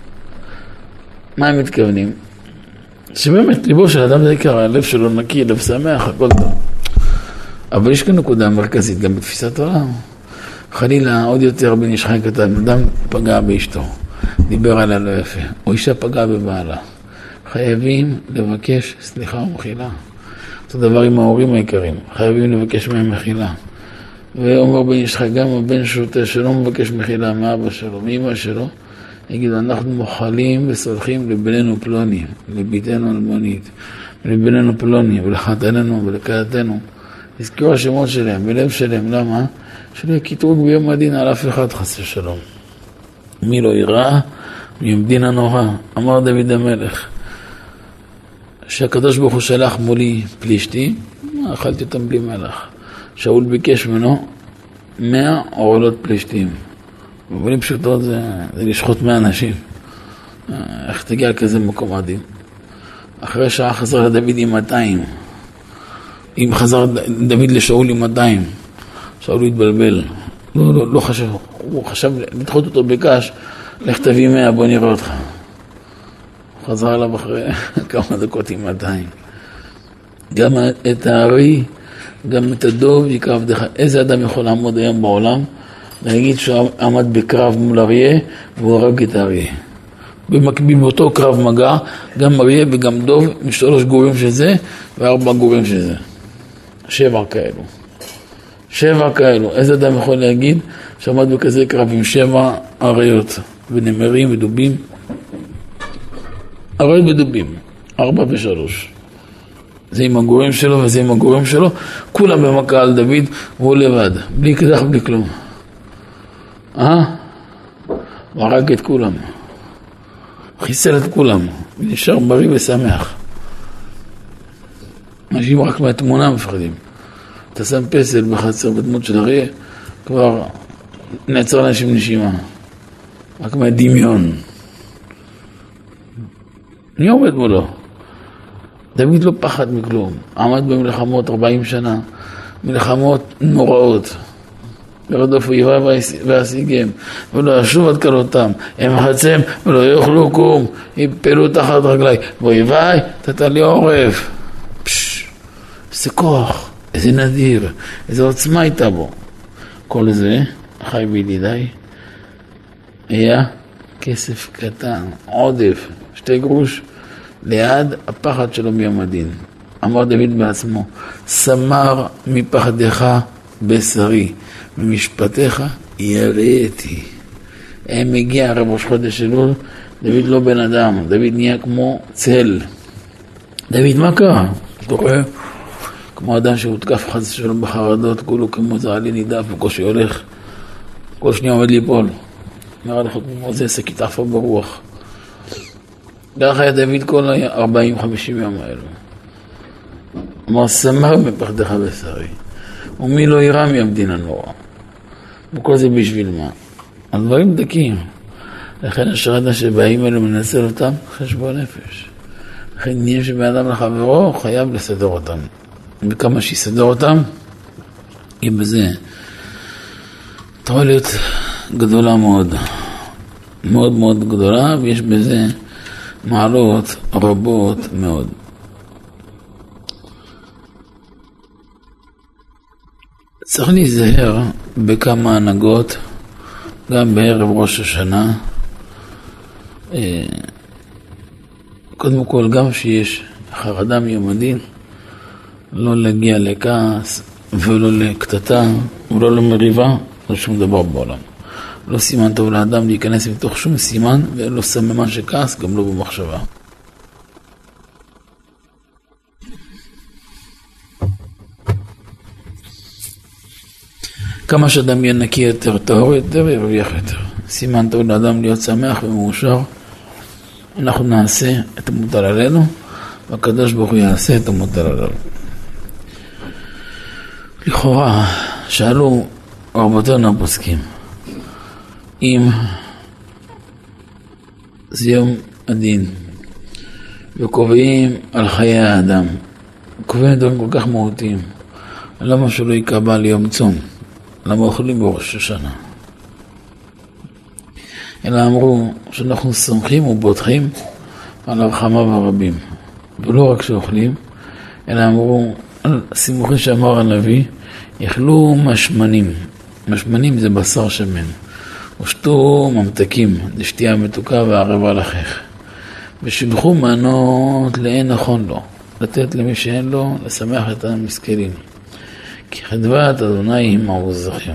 מה הם מתכוונים? שבאמת ליבו של האדם זה עיקר, הלב שלו נקי, לב שמח, הכל טוב. אבל יש כאן נקודה מרכזית, גם בתפיסת העולם. חלילה, עוד יותר בן איש חי כתב, אדם פגע באשתו, דיבר עליה לא יפה, או אישה פגעה בבעלה. חייבים לבקש סליחה ומחילה. אותו דבר עם ההורים העיקרים, חייבים לבקש מהם מחילה. ואומר בן איש חי, גם הבן שוטה שלא מבקש מחילה מאבא שלו, מאמא שלו, יגיד, אנחנו מוחלים וסולחים לבננו פלוני, לביתנו אלמונית, לבננו פלוני, ולחתננו ולקהתנו. תזכרו השמות שלהם, בלב שלהם, למה? שלא יקטרוג ביום הדין על אף אחד חס ושלום. מי לא יראה, מיום דין הנורא, אמר דוד המלך, שהקדוש ברוך הוא שלח מולי פלישתי, אכלתי אותם בלי מלח. שאול ביקש ממנו 100 עורלות פלישתים. במילים פשוטות זה לשחוט 100 אנשים. איך תגיע לכזה מקום עדין? אחרי שעה חזר לדוד עם 200. אם חזר דוד לשאול עם 200, שאול התבלבל. לא חשב, הוא חשב לדחות אותו בקש, לך תביא 100, בוא נראה אותך. הוא חזר עליו אחרי כמה דקות עם 200. גם את הארי, גם את הדוב יקרא עבדך. איזה אדם יכול לעמוד היום בעולם להגיד שהוא עמד בקרב מול אריה והוא הרג את האריה. במקביל באותו קרב מגע, גם אריה וגם דוב, מ3 גורים של זה ו4 גורים של זה. 7 כאלו. 7 כאלו. איזה אדם יכול להגיד שעמד בכזה קרב עם 7 אריות ונמרים ודובים? אריות ודובים. 4 ו3. זה עם הגורים שלו וזה עם הגורים שלו. כולם במכה על דוד והוא לבד. בלי קדח, בלי כלום. הוא הרג את כולם. חיסל את כולם. נשאר בריא ושמח. אנשים רק מהתמונה מפחדים. אתה שם פסל בחצר בדמות של אריה, כבר נעצר לאנשים נשימה. רק מהדמיון. מי עומד מולו? דוד לא פחד מכלום. עמד במלחמות 40 שנה. מלחמות נוראות. ורדוף אויביו והשיגם, ולא ישוב עד כלותם, הם חצם ולא יאכלו קום, יפלו תחת רגלי, ואויביי תתה לי עורף. איזה כוח, איזה נדיר, איזה עוצמה הייתה בו. כל זה, חי בידידיי, היה כסף קטן, עודף, 2 גרוש, ליד הפחד שלו מיום הדין. אמר דוד בעצמו, סמר מפחדך בשרי, ממשפטיך יראתי. הם מגיע ראש חודש אלול, דוד לא בן אדם, דוד נהיה כמו צל. דוד מה קרה? אתה רואה? כמו אדם שהותקף חס ושלום בחרדות, כולו כמו זעלי נידף, בקושי הולך, כל שניה עומד ליפול. נראה לך כמו זה, שקית עפה ברוח. ככה היה דוד כל 40-50 יום האלו. אמר, סמר מפחדך בשרי. ומי לא יראה מיום הנורא. וכל זה בשביל מה? הדברים דקים. לכן השרדה שבאים אלו מנצל אותם, חשבון נפש. לכן נהיה שבאדם לחברו חייב לסדר אותם. וכמה שיסדר אותם, יהיה בזה תועלת גדולה מאוד. מאוד מאוד גדולה, ויש בזה מעלות רבות מאוד. צריך להיזהר בכמה הנהגות, גם בערב ראש השנה. קודם כל, גם שיש חרדה מיום הדין, לא להגיע לכעס, ולא לקטטה, ולא למריבה, לא שום דבר בעולם. לא סימן טוב לאדם להיכנס מתוך שום סימן, ולא סממן שכעס, גם לא במחשבה. כמה שאדם יהיה נקי יותר, טהור יותר, ירוויח יותר. סימן טוב לאדם להיות שמח ומאושר. אנחנו נעשה את המוטל עלינו, והקדוש ברוך הוא יעשה את המוטל עלינו. לכאורה, שאלו רבותינו הפוסקים, אם זה יום הדין, וקובעים על חיי האדם, קובעים דברים כל כך מהותיים, למה שלא יקבע ליום צום? למה אוכלים בראש השנה? אלא אמרו שאנחנו סומכים ובוטחים על הרחמה והרבים. ולא רק שאוכלים, אלא אמרו על סימוכי שאמר הנביא, יאכלו משמנים. משמנים זה בשר שמן. ושתו ממתקים, לשתייה מתוקה וערבה לחך. ושילחו מנות לאין נכון לו. לתת למי שאין לו, לשמח את המסכנים. כי חדוות אדוני מעוזכם.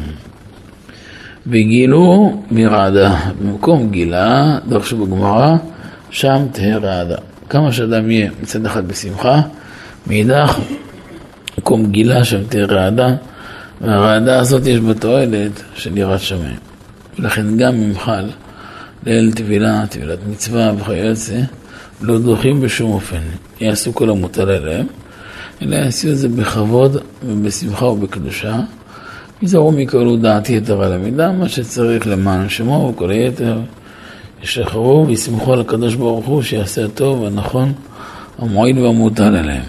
וגילו מרעדה. במקום גילה, דרשו בגמרא, שם תהיה רעדה. כמה שאדם יהיה מצד אחד בשמחה, מאידך, מקום גילה שם תהיה רעדה, והרעדה הזאת יש בתועלת של יראת שמיים. ולכן גם ממחל, ליל תבילה, תבילת מצווה וכיוצא, לא דוחים בשום אופן. יעשו כל המוטל עליהם, אלא יעשו את זה בכבוד ובשמחה ובקדושה. יזהרו מקבלו דעתי יתר על המידה, מה שצריך למען שמו וכל היתר ישחררו ויסמכו על הקדוש ברוך הוא שיעשה טוב ונכון המועיל והמוטל עליהם.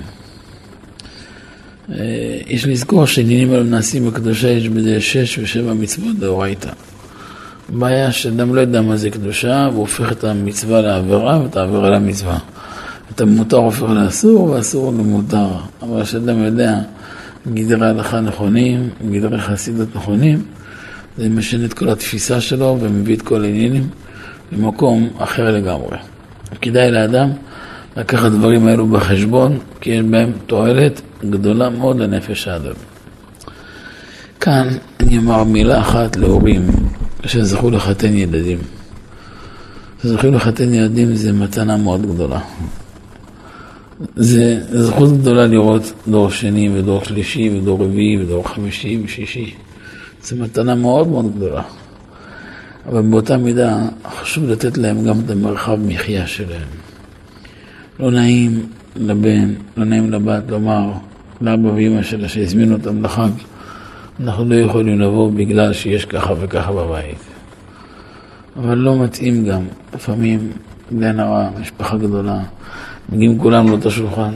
יש לזכור שדינים האלה נעשים בקדושה, יש בזה 6 ו7 מצוות דאורייתא. הבעיה שאדם לא יודע מה זה קדושה, והוא הופך את המצווה לעבירה ואת העבירה למצווה. את המותר הופך לאסור והאסור למותר. אבל שאדם יודע גדרי הלכה נכונים, גדרי חסידות נכונים, זה משנה את כל התפיסה שלו ומביא את כל העניינים למקום אחר לגמרי. כדאי לאדם לקחת דברים האלו בחשבון, כי יש בהם תועלת גדולה מאוד לנפש האדם. כאן אני אומר מילה אחת להורים שזכו לחתן ילדים. שזכו לחתן ילדים זה מתנה מאוד גדולה. זה זכות גדולה לראות דור שני ודור שלישי ודור רביעי ודור חמישי ושישי. זה מתנה מאוד מאוד גדולה. אבל באותה מידה חשוב לתת להם גם את המרחב מחיה שלהם. לא נעים לבן, לא נעים לבת לומר לאבא ואמא שלה שהזמינו אותם לחג, אנחנו לא יכולים לבוא בגלל שיש ככה וככה בבית. אבל לא מתאים גם, לפעמים בן הרע, משפחה גדולה, מגיעים כולם לאותו שולחן.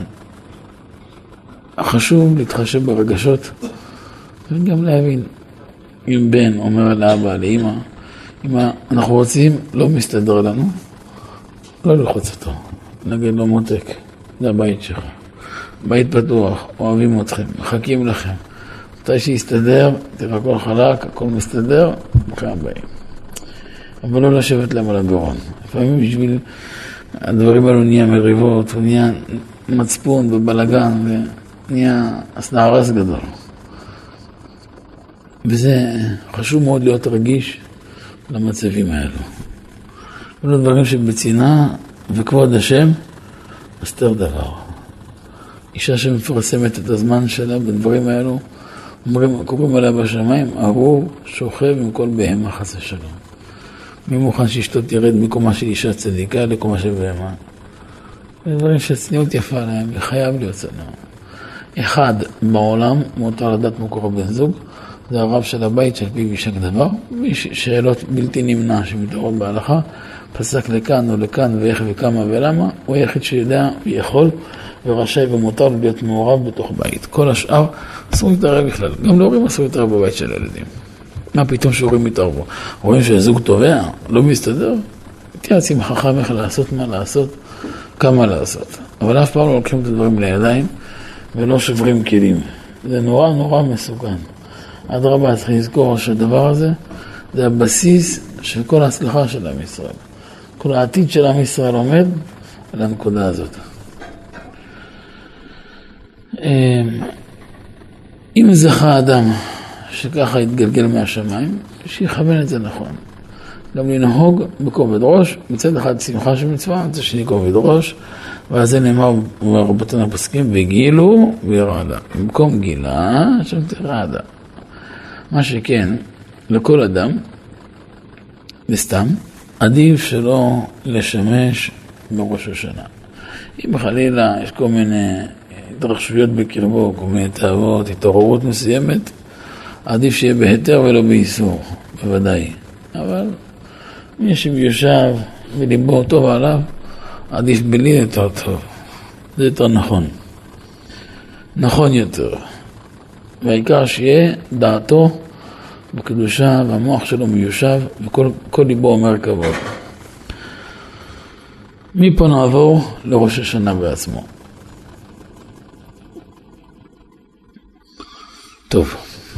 חשוב להתחשב ברגשות וגם להבין. אם בן אומר לאבא, לאמא, אמא, אנחנו רוצים, לא מסתדר לנו, לא ללחוץ אותו. נגיד לו מותק, זה הבית שלך. בית פתוח, אוהבים אתכם, מחכים לכם. מתי שיסתדר, תראה הכל חלק, הכל מסתדר, אחרי הבאים. אבל לא לשבת להם על הגרון. לפעמים בשביל הדברים האלו נהיה מריבות, הוא נהיה מצפון ובלגן, ונהיה הסנערס גדול. וזה חשוב מאוד להיות רגיש למצבים האלו. כל הדברים שבצינה וכבוד השם, מסתר דבר. אישה שמפרסמת את הזמן שלה בדברים האלו, קוראים עליה בשמיים, ארור שוכב עם כל בהמה חס ושלום. מי מוכן שאשתו תרד מקומה של אישה צדיקה לקומה של בהמה? זה דברים שהצניעות יפה להם, וחייב להיות צנוע. אחד בעולם, מותר לדעת מקור הבן זוג, זה הרב של הבית של פיו יישק דבר, שאלות בלתי נמנע שמתערות בהלכה, פסק לכאן או לכאן ואיך וכמה ולמה, הוא היחיד שיודע ויכול ורשאי ומותר להיות מעורב בתוך בית. כל השאר אסור להתערב בכלל, גם להורים אסור להתערב בבית של הילדים. מה פתאום שהורים מתערבו? רואים שהזוג תובע, לא מסתדר, תיעץ עם חכם איך לעשות, מה לעשות, כמה לעשות. אבל אף פעם לא לוקחים את הדברים לידיים ולא שוברים כלים. זה נורא נורא מסוכן. עד רבה צריך לזכור שהדבר הזה זה הבסיס של כל ההצלחה של עם ישראל. כל העתיד של עם ישראל עומד על הנקודה הזאת. אם זכה אדם שככה יתגלגל מהשמיים, שיכוון את זה נכון. גם לנהוג בכובד ראש, מצד אחד שמחה של מצווה, מצד שני כובד ראש, ואז זה נאמר ברבותינו הפוסקים, וגילו וירעדה. במקום גילה, שם תרעדה. מה שכן, לכל אדם, וסתם, עדיף שלא לשמש בראש השנה. אם חלילה יש כל מיני התרחשויות בקרבו, כל מיני תאוות, התעוררות מסוימת, עדיף שיהיה בהיתר ולא באיסור, בוודאי. אבל מי שמיושב וליבו טוב עליו, עדיף בלי יותר טוב. זה יותר נכון. נכון יותר. והעיקר שיהיה דעתו בקדושה והמוח שלו מיושב וכל ליבו אומר כבוד. מפה נעבור לראש השנה בעצמו. טוב.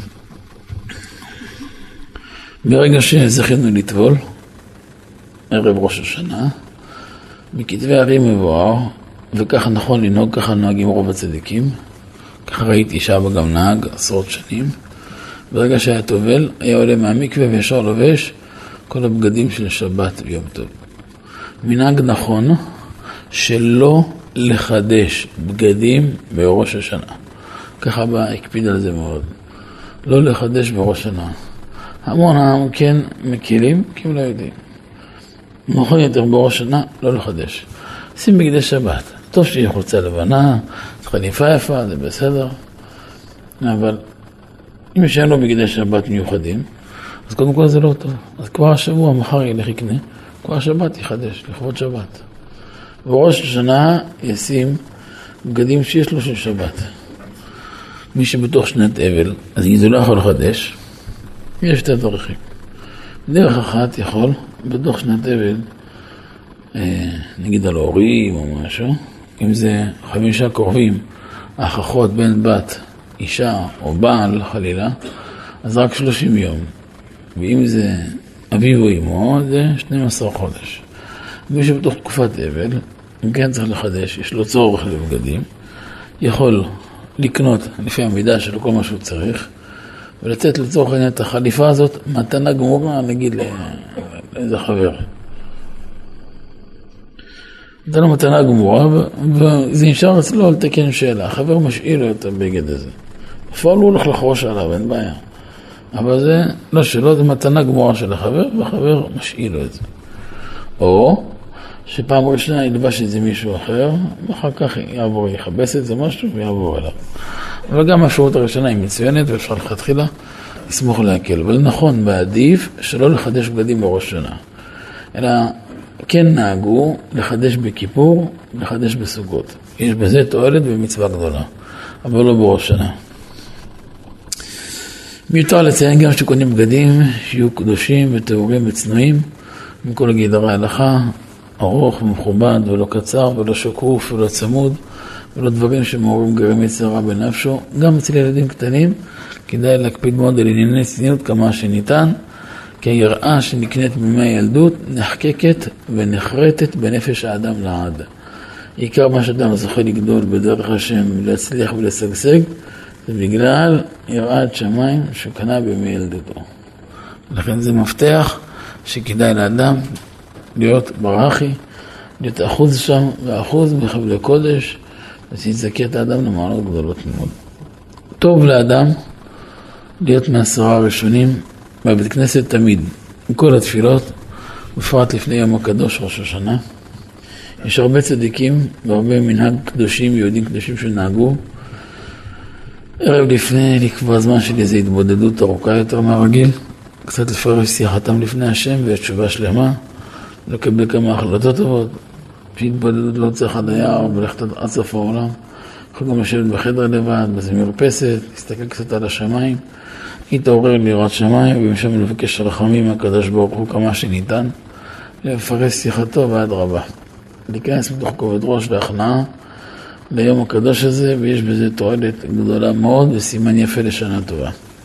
ברגע שזכינו לטבול, ערב ראש השנה, מכתבי הרים מבואר, וככה נכון לנהוג, ככה נוהגים רוב הצדיקים, ככה ראיתי שאבא גם נהג עשרות שנים, ברגע שהיה טובל, היה עולה מהמקווה וישר לובש כל הבגדים של שבת ביום טוב. מנהג נכון שלא לחדש בגדים בראש השנה. ככה אבא הקפיד על זה מאוד. לא לחדש בראש השנה. המון העם כן מקילים, כי הם לא יודעים. נכון יותר בראש השנה, לא לחדש. שים בגדי שבת. טוב שיהיה חולצה לבנה, חליפה יפה, זה בסדר. אבל אם יש לו בגדי שבת מיוחדים, אז קודם כל זה לא טוב. אז כבר השבוע, מחר ילך יקנה, כבר השבת יחדש, לכבוד שבת. בראש השנה ישים בגדים שיש לו של שבת. מי שבתוך שנת אבל, אז יגידו לא יכול לחדש, יש שתי דרכים. דרך אחת יכול, בתוך שנת אבל, נגיד על הורים או משהו, אם זה 5 קרובים, אח, בן, בת, אישה או בעל חלילה, אז רק 30 יום. ואם זה אביו או אמו, זה 12 חודש. מי שבתוך תקופת אבל, אם כן צריך לחדש, יש לו צורך לבגדים, יכול לקנות לפי המידה שלו כל מה שהוא צריך, ולתת לצורך העניין את החליפה הזאת, מתנה גמורה, נגיד לאיזה חבר. נתן לו מתנה גמורה, וזה נשאר אצלו לתקן שאלה. החבר משאיר לו את הבגד הזה. בפועל הוא הולך לחרוש עליו, אין בעיה. אבל זה לא שלו, זה מתנה גמורה של החבר, והחבר משאיר לו את זה. או שפעם ראשונה ילבש את זה מישהו אחר, ואחר כך יעבור, יחבס את זה משהו ויעבור אליו. אבל גם האפשרות הראשונה היא מצוינת, ואפשר לכתחילה לסמוך להקל. אבל נכון, בעדיף שלא לחדש בגדים בראש שנה. אלא כן נהגו לחדש בכיפור, לחדש בסוגות. יש בזה תועלת ומצווה גדולה, אבל לא בראש שנה. מיותר לציין גם שקונים בגדים שיהיו קדושים וטהורים וצנועים, מכל גדרי ההלכה, ארוך ומכובד ולא קצר ולא שקוף ולא צמוד, ולא דברים שמעוררים גרמי צרה בנפשו. גם אצל ילדים קטנים כדאי להקפיד מאוד על ענייני צניעות כמה שניתן, כי היראה שנקנית בימי הילדות נחקקת ונחרטת בנפש האדם לעד. עיקר מה שאדם זוכה לגדול בדרך השם, להצליח ולשגשג, זה בגלל יראת שמיים שקנה בימי ילדותו. לכן זה מפתח שכדאי לאדם להיות ברחי, להיות אחוז שם ואחוז בחבלי קודש, ושיזכה את האדם למעלות גדולות מאוד. טוב לאדם להיות מ10 הראשונים בבית כנסת תמיד, עם כל התפילות, בפרט לפני יום הקדוש ראש השנה. יש הרבה צדיקים והרבה מנהג קדושים, יהודים קדושים שנהגו. ערב לפני לקבוע זמן של איזו התבודדות ארוכה יותר מהרגיל, קצת לפרש שיחתם לפני השם ותשובה שלמה, לקבל כמה החלטות טובות, שהתבודדות לא צריך עד היער ולכת עד סוף העולם. יכול גם לשבת בחדר לבד, באיזה מרפסת, להסתכל קצת על השמיים, להתעורר ליראת שמיים, ומשם לבקש רחמים מהקדוש ברוך הוא כמה שניתן, לפרש שיחתו ועד רבה. להיכנס מתוך כובד ראש להכנעה ליום הקדוש הזה, ויש בזה תועלת גדולה מאוד וסימן יפה לשנה טובה.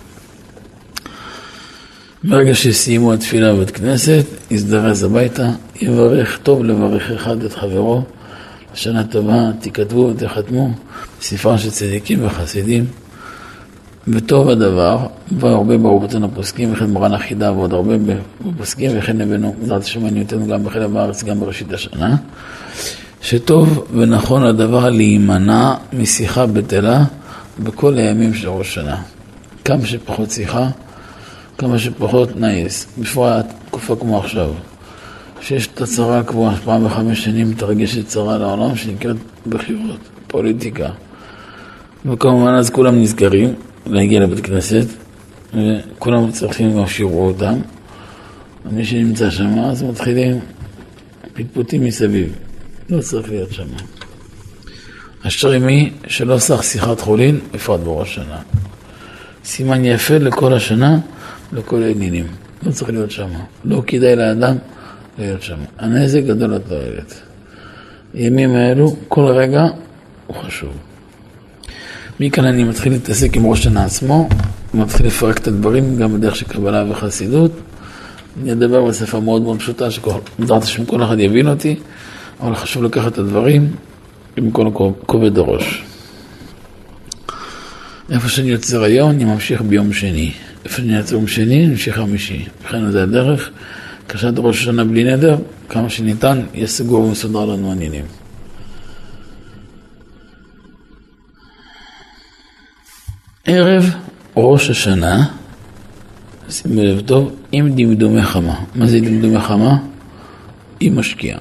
ברגע שסיימו התפילה בבית כנסת, יזדרז הביתה, יברך, טוב לברך אחד את חברו, לשנה טובה, תכתבו ותחתמו, ספר של צדיקים וחסידים, וטוב הדבר, והרבה ברוך אותנו הפוסקים, וכן מורן החידה ועוד הרבה בפוסקים, וכן נבנו, בעזרת השם עניותנו גם בחלב הארץ, גם בראשית השנה, שטוב ונכון הדבר להימנע משיחה בטלה בכל הימים של ראש שנה. כמה שפחות שיחה, כמה שפחות נייס, בפרט תקופה כמו עכשיו, שיש את הצרה כמו פעם ב5 שנים מתרגשת צרה לעולם שנקראת בחירות, פוליטיקה. וכמובן אז כולם נזכרים להגיע לבית כנסת, וכולם צריכים להשירו אותם. ומי שנמצא שם, אז מתחילים פטפוטים מסביב. לא צריך להיות שם. השרימי שלא סך שיחת חולין, בפרט בראש שנה. סימן יפה לכל השנה, לכל העניינים. לא צריך להיות שם. לא כדאי לאדם להיות שם. הנזק גדול לתועלת. הימים האלו, כל רגע הוא חשוב. מכאן אני מתחיל להתעסק עם ראש שנה עצמו, ומתחיל לפרק את הדברים גם בדרך של קבלה וחסידות. אני אדבר בשפה מאוד מאוד פשוטה, שבעזרת השם כל אחד יבין אותי, אבל חשוב לקחת את הדברים עם כל כובד הראש. איפה שאני יוצר היום, אני ממשיך ביום שני. איפה שאני יוצר ביום שני, אני ממשיך חמישי. וכן זה הדרך, קשת ראש שנה בלי נדר, כמה שניתן, יהיה סגור ומסודר לנו עניינים. ערב ראש השנה, שימו לב טוב, עם דמדומי חמה. מה זה דמדומי חמה? היא משקיעה.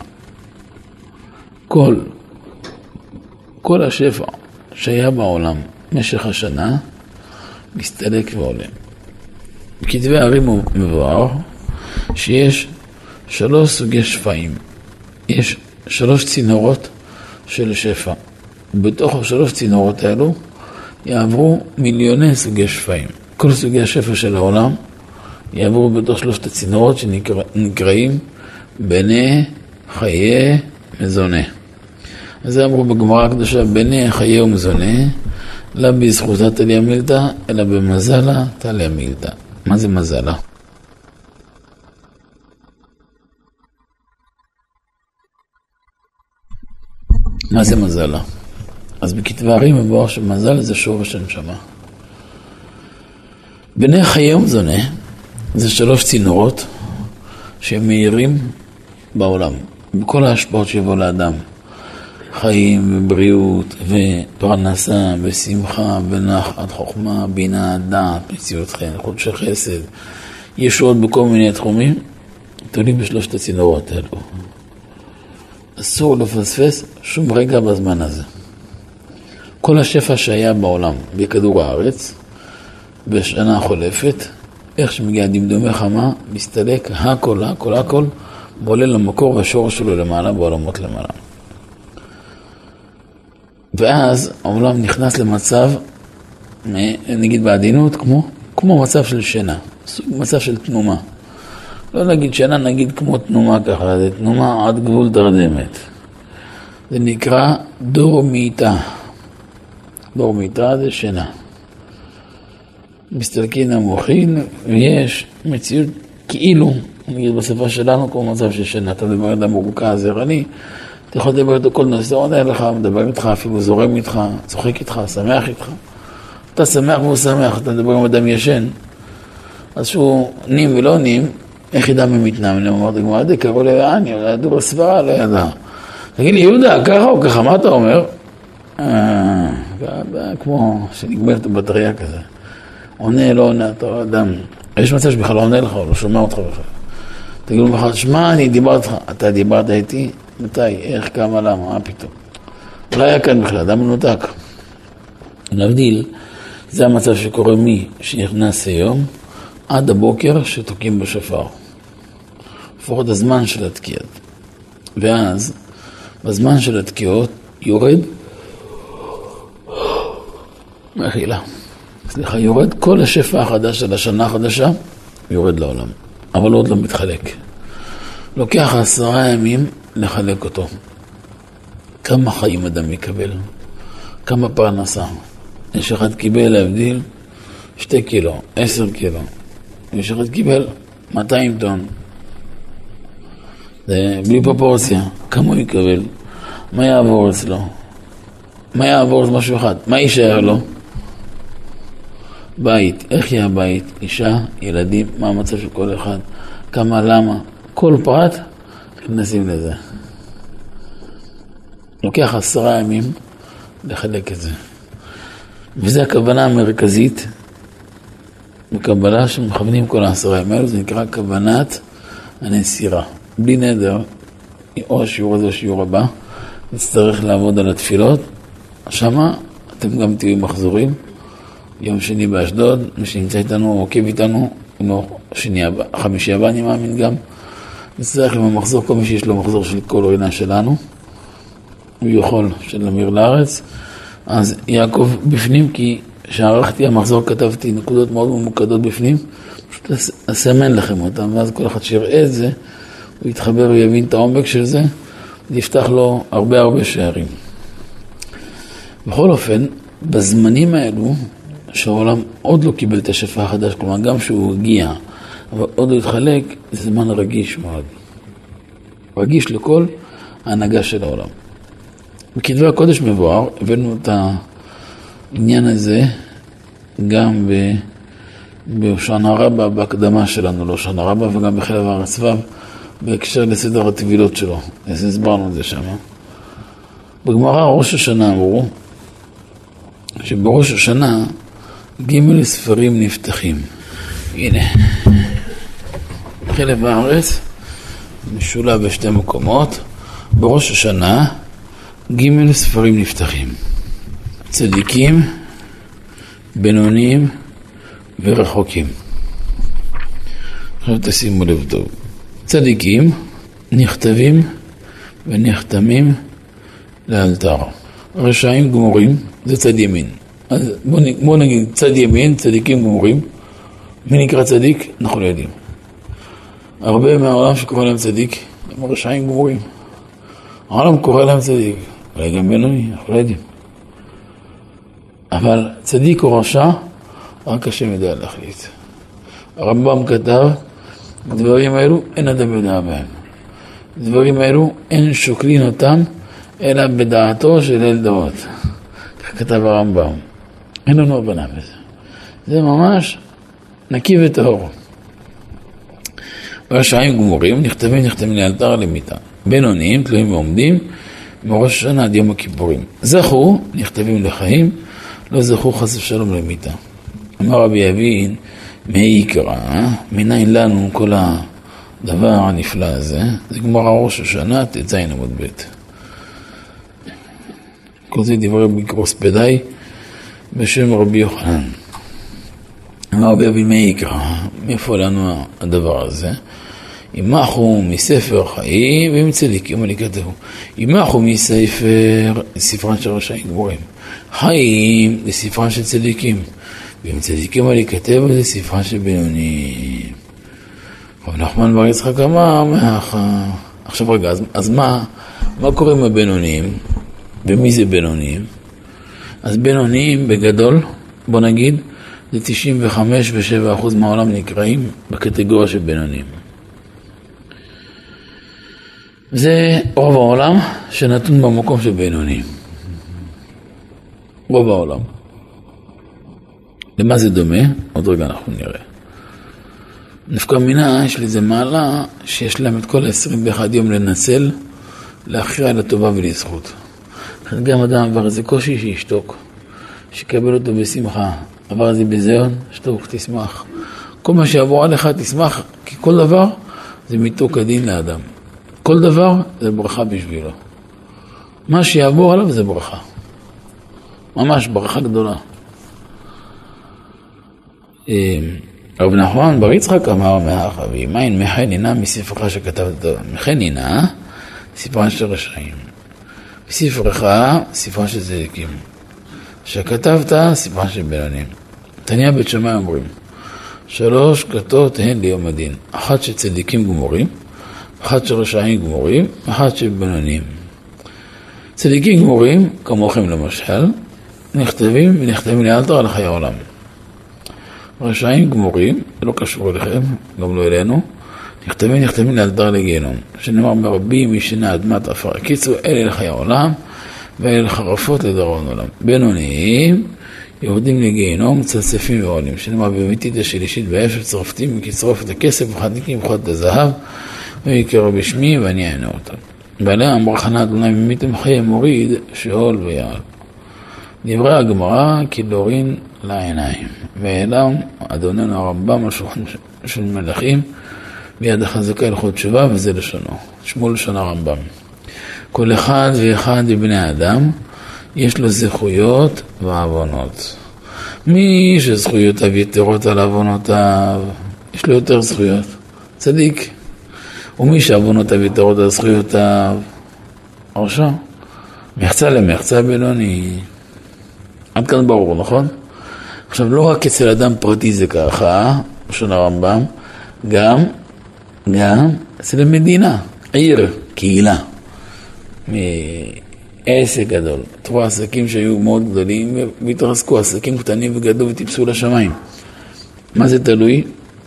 כל השפע שהיה בעולם משך השנה, מסתלק ועולה. בכתבי הרים הוא מבואר שיש 3 סוגי שפעים. יש 3 צינורות של שפע. בתוך 3 צינורות האלו, יעברו מיליוני סוגי שפעים. כל סוגי השפע של העולם יעברו בתוך 3 הצינורות שנקראים בני חיי מזונה. אז זה אמרו בגמרא הקדושה, בני חיי ומזונה, לא בזכותה תליה מילתא, אלא במזלה תליה מילתא. מה זה מזלה? מה זה מזלה? אז בכתבי הרים מבואר שמזל זה שורש הנשמה. בני חיי ומזונה זה 3 צינורות שהם מהירים בעולם. בכל ההשפעות שיבוא לאדם. חיים ובריאות ופרנסה ושמחה ונחת, חוכמה, בינה, דעת, מציאות חן, חודשי חסד. ישועות בכל מיני תחומים, תולים ב3 הצינורות האלו. אסור לפספס שום רגע בזמן הזה. כל השפע שהיה בעולם בכדור הארץ, בשנה החולפת, איך שמגיע דמדומי חמה, מסתלק הכל, ועולה למקור והשורש שלו למעלה בעולמות למעלה. ואז העולם נכנס למצב, נגיד בעדינות, כמו מצב של שינה, מצב של תנומה. לא נגיד שינה, נגיד כמו תנומה ככה, זה תנומה עד גבול תרדמת. זה נקרא דורמיתה. דורמיתה זה שינה. מסתלקין המוחין, ויש מציאות כאילו, נגיד בשפה שלנו, כמו מצב של שינה. אתה מדבר אדם מרוכז, זרעני, אתה יכול לדבר איתו כל נושא, עונה לך, מדבר איתך, אפילו זורם איתך, צוחק איתך, שמח איתך. אתה שמח והוא שמח, אתה מדבר עם אדם ישן. אז שהוא נים ולא נים, איך ידע ממתנם? אני אמרתי, כמו עדי, קראו ליעני, ידעו בסברה, לא ידע. תגיד לי, יהודה, ככה או ככה, מה אתה אומר? כמו שנגמרת בטריה כזה. עונה, לא עונה, אתה אדם. יש מצב שבכלל לא עונה לך, הוא לא שומע אותך בכלל. תגידו בכלל, שמע, אני דיברתי לך, אתה דיברת איתי? מתי? איך, כמה, למה? מה פתאום? לא היה כאן בכלל, אדם מנותק. נבדיל, זה המצב שקורה מי שנכנס היום, עד הבוקר שתוקים בשופר. לפחות הזמן של התקיעות. ואז, בזמן של התקיעות, יורד, מחילה. סליחה, יורד כל השפע החדש של השנה החדשה, יורד לעולם. אבל עוד לא מתחלק. לוקח 10 ימים לחלק אותו. כמה חיים אדם יקבל? כמה פרנסה? יש אחד קיבל להבדיל 2 קילו, 10 קילו. יש אחד קיבל 200 טון. זה בלי פרופורציה. כמה הוא יקבל? מה יעבור אצלו? מה יעבור את משהו אחד? מה יישאר לו? בית, איך יהיה הבית, אישה, ילדים, מה המצב של כל אחד, כמה, למה, כל פרט, נשים לזה. לוקח 10 ימים לחלק את זה. וזו הכוונה המרכזית בקבלה שמכוונים כל 10 ימים האלו, זה נקרא כוונת הנסירה. בלי נדר, או השיעור הזה או השיעור הבא, נצטרך לעבוד על התפילות. שמה אתם גם תהיו מחזורים. יום שני באשדוד, מי שנמצא איתנו עוקב איתנו, חמישי הבא אני מאמין גם. נצטרך עם המחזור, כל מי שיש לו מחזור של כל רינה שלנו, הוא יכול של אמיר לארץ. אז יעקב בפנים, כי שערכתי המחזור כתבתי נקודות מאוד ממוקדות בפנים, פשוט אסמן לכם אותם, ואז כל אחד שיראה את זה, הוא יתחבר ויבין את העומק של זה, ויפתח לו הרבה שערים. בכל אופן, בזמנים האלו, שהעולם עוד לא קיבל את השפע החדש, כלומר גם שהוא הגיע, אבל עוד לא התחלק, זה זמן רגיש מאוד. רגיש לכל ההנהגה של העולם. בכתבי הקודש מבואר, הבאנו את העניין הזה גם בהושענא רבה, בהקדמה שלנו להושענא רבה, וגם בחלק הארץ ו' בהקשר לסדר הטבילות שלו. אז הסברנו את זה שם. בגמרא ראש השנה אמרו, שבראש השנה ג' ספרים נפתחים. הנה, חלב הארץ משולב בשתי מקומות. בראש השנה ג' ספרים נפתחים. צדיקים, בינוניים ורחוקים. עכשיו תשימו לב טוב. צדיקים נכתבים ונחתמים לאלתר. רשעים גמורים זה צד ימין. אז בוא נגיד צד ימין, צדיקים גמורים. מי נקרא צדיק? אנחנו לא יודעים. הרבה מהעולם שקורא להם צדיק הם רשעים גמורים. העולם קורא להם צדיק, אולי גם בינוני, אנחנו לא יודעים. אבל צדיק או רשע, רק השם יודע להחליט. הרמב"ם כתב, דברים האלו אין אדם יודע בהם. דברים האלו אין שוקלין אותם, אלא בדעתו של אל דעות. כך כתב הרמב"ם. אין לנו הבנה בזה. זה ממש נקי וטהור. רשעים גמורים נכתבים לאלתר למיתה. בינוניים תלויים ועומדים מראש השנה עד יום הכיפורים. זכו נכתבים לחיים, לא זכו חס ושלום למיתה. אמר רבי אבין, מעיקרא, מניין לנו כל הדבר הנפלא הזה, זה גמרא ראש השנה, ט"ז עמוד ב'. כל זה דברי בקרוספדאי בשם רבי יוחנן. אמר רבי אבין מעיקרא, מאיפה לנו הדבר הזה? ימחו מספר חיים והם צדיקים, אני כתבו. ימחו ספרן של רשעים גמורים. חיים זה ספרן של צדיקים. והם צדיקים, אני כתב, זה ספרן של בינונים. רבי נחמן בר יצחק אמר, עכשיו רגע, אז מה קורה עם הבינונים? ומי זה בינונים? אז בינונים בגדול, בוא נגיד, זה 95% מהעולם נקראים בקטגוריה של בינונים. זה רוב העולם שנתון במקום של בינונים. רוב העולם. למה זה דומה? עוד רגע אנחנו נראה. נפקא מינה, יש לזה מעלה שיש להם את כל 21 יום לנצל, להכריע לטובה ולזכות. גם אדם עבר איזה קושי שישתוק, שיקבל אותו בשמחה. עבר איזה בזיון, שתוק, תשמח. כל מה שיעבור עליך תשמח, כי כל דבר זה מיתוק הדין לאדם. כל דבר זה ברכה בשבילו. מה שיעבור עליו זה ברכה. ממש ברכה גדולה. רבי נחמן בר יצחק אמר מהחבי, מיין מחנינה מספרך שכתבת, מחנינה ספרן של רשעים. בספרך ספרן של צדיקים. שכתבת ספרן של בינונים. תניא בית שמאי אומרים, 3 כתות הן ליום הדין. 1 של צדיקים גמורים, 1 של רשעים גמורים, 1 של בינונים. צדיקים גמורים, כמוכם למשל, נכתבים לאלתר על חיי העולם. רשעים גמורים, לא קשור אליכם, גם לא אלינו, נכתבים לאלתר לגיהנום, שנאמר מרבים משנה אדמת עפר. קיצור, אלה לחיי העולם, ואלה לחרפות לדרון עולם. בינוניים, יורדים לגיהנום, מצלצפים ועולים, שנאמר בביתית השלישית באש, וצרפתים, וכצרוף את הכסף, וחדניקים, וחד את הזהב, ויקראו בשמי, ואני אענה אותם. ועליה אמרה חנה אדוני ממיתם חיי מוריד, שאול ויעל. דברי הגמרא כדורין לעיניים. ואלם אדוננו הרמב"ם על שולחן של מלכים, ביד החזקה הלכות תשובה, וזה לשונו. שמו לשון הרמב"ם. כל אחד ואחד מבני האדם, יש לו זכויות ועוונות. מי שזכויותיו יתרות על עוונותיו, יש לו יותר זכויות. צדיק. ומי שעוונותיו יתרות על זכויותיו, רשע. מחצה למחצה בינוני. עד כאן ברור, נכון? עכשיו, לא רק אצל אדם פרטי זה ככה, לשון הרמב"ם, גם אצל המדינה, עיר, קהילה. עסק גדול. תראו, עסקים שהיו מאוד גדולים והתרסקו, עסקים קטנים וגדלו וטיפסו לשמיים. מה זה תלוי?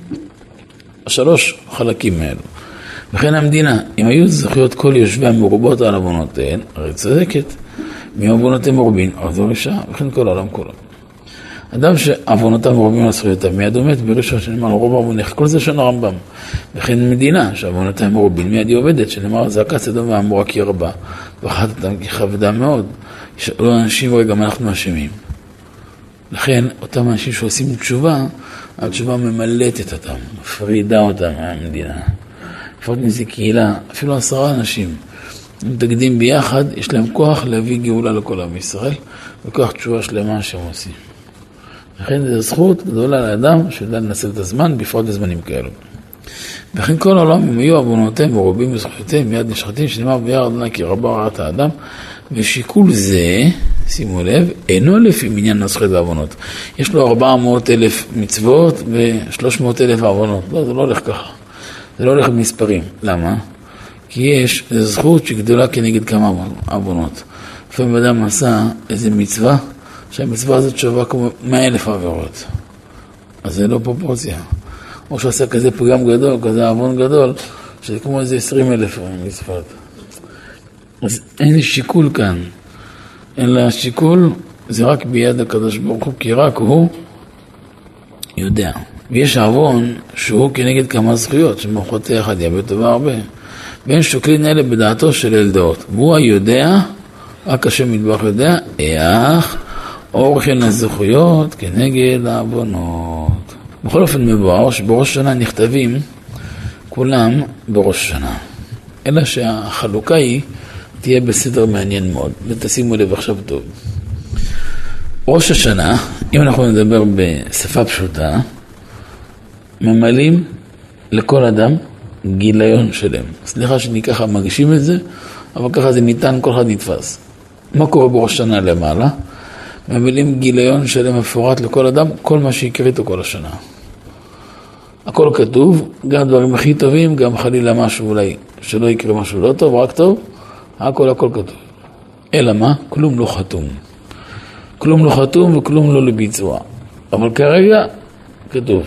3 חלקים האלו. וכן המדינה, אם היו זכויות כל יושביה מרובות על עוונותיהן, הרי צדקת. מי עוונותיהם מרובין, אז הוא רשע, וכן כל העולם כולו. אדם שעוונותיו מרובים על זכויותיו, מיד עומד בראשון שנאמר רוב עוונך, כל זה שון הרמב"ם. וכן מדינה שעוונותיהם מרובין, מיד היא עובדת, שנאמר זעקת סדום ועמורה כי רבה, וחטאתם כי כבדה מאוד. ישאלו אנשים רגע מה אנחנו אשמים. לכן אותם אנשים שעושים תשובה, התשובה ממלטת אותם, מפרידה אותם מהמדינה. לפחות מזה קהילה, אפילו 10 אנשים, הם תקדים ביחד, יש להם כוח להביא גאולה לכל עם ישראל, וכוח תשובה שלמה שהם עושים. לכן זו זכות גדולה לאדם שיודע לנצל את הזמן, בפרט בזמנים כאלו. וכן כל העולם, אם היו עוונותיהם ורובים וזכויותיהם, מיד נשחטים, שנאמר ביער אדוני כי רבה רעת האדם, ושיקול זה, שימו לב, אינו לפי מניין הזכויות והעוונות. יש לו 400,000 מצוות ו300,000 עוונות. לא, זה לא הולך ככה. זה לא הולך במספרים. למה? כי יש זכות שגדולה כנגד כמה עוונות. לפעמים אדם עשה איזה מצווה, שהמצווה הזאת שווה כמו 100,000 עבירות. אז זה לא פרופורציה. או שעשה כזה פגם גדול, כזה עוון גדול, שזה כמו איזה 20,000 מצוות. אז אין שיקול כאן. אין לה שיקול, זה רק ביד הקדוש ברוך הוא, כי רק הוא יודע. ויש עוון שהוא כנגד כמה זכויות, שמוחותי אחד יאבד טובה הרבה. ואין שוקלין אלה בדעתו של אלדאות. והוא היודע, רק השם מטבח יודע, איך אורכן הזכויות כנגד העוונות. בכל אופן מבואר שבראש שנה נכתבים כולם בראש שנה. אלא שהחלוקה היא תהיה בסדר מעניין מאוד. ותשימו לב עכשיו טוב. ראש השנה, אם אנחנו נדבר בשפה פשוטה, ממלאים לכל אדם גיליון שלם. סליחה שאני ככה מגשים את זה, אבל ככה זה ניתן, כל אחד נתפס. מה קורה בראש שנה למעלה? ממלאים גיליון שלם מפורט לכל אדם, כל מה שיקריתו כל השנה. הכל כתוב, גם דברים הכי טובים, גם חלילה משהו אולי שלא יקרה משהו לא טוב, רק טוב, הכל כתוב. אלא מה? כלום לא חתום. כלום לא חתום וכלום לא לביצוע. אבל כרגע כתוב.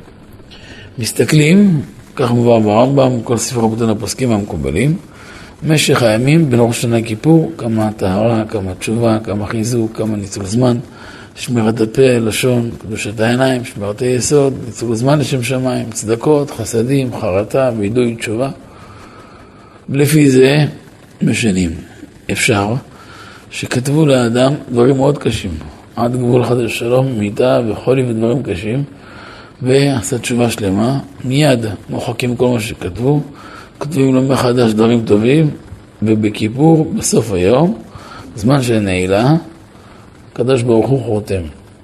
מסתכלים, כך מובא ברמב"ם, כל ספר רבותינו הפוסקים המקובלים, משך הימים בין ראש שנה כיפור, כמה טהרה, כמה תשובה, כמה חיזוק, כמה ניצול זמן, שמירת הפה, לשון, קדושת העיניים, שמירת היסוד, ניצול זמן לשם שמיים, צדקות, חסדים, חרטה, וידוי, תשובה. ולפי זה משנים. אפשר שכתבו לאדם דברים מאוד קשים, עד גבול חדש שלום, מיטה וחולי ודברים קשים, ועשה תשובה שלמה, מיד מוחקים כל מה שכתבו, כותבים לו מחדש דברים טובים, ובכיפור, בסוף היום, זמן של נעילה, הקדוש ברוך הוא חותם.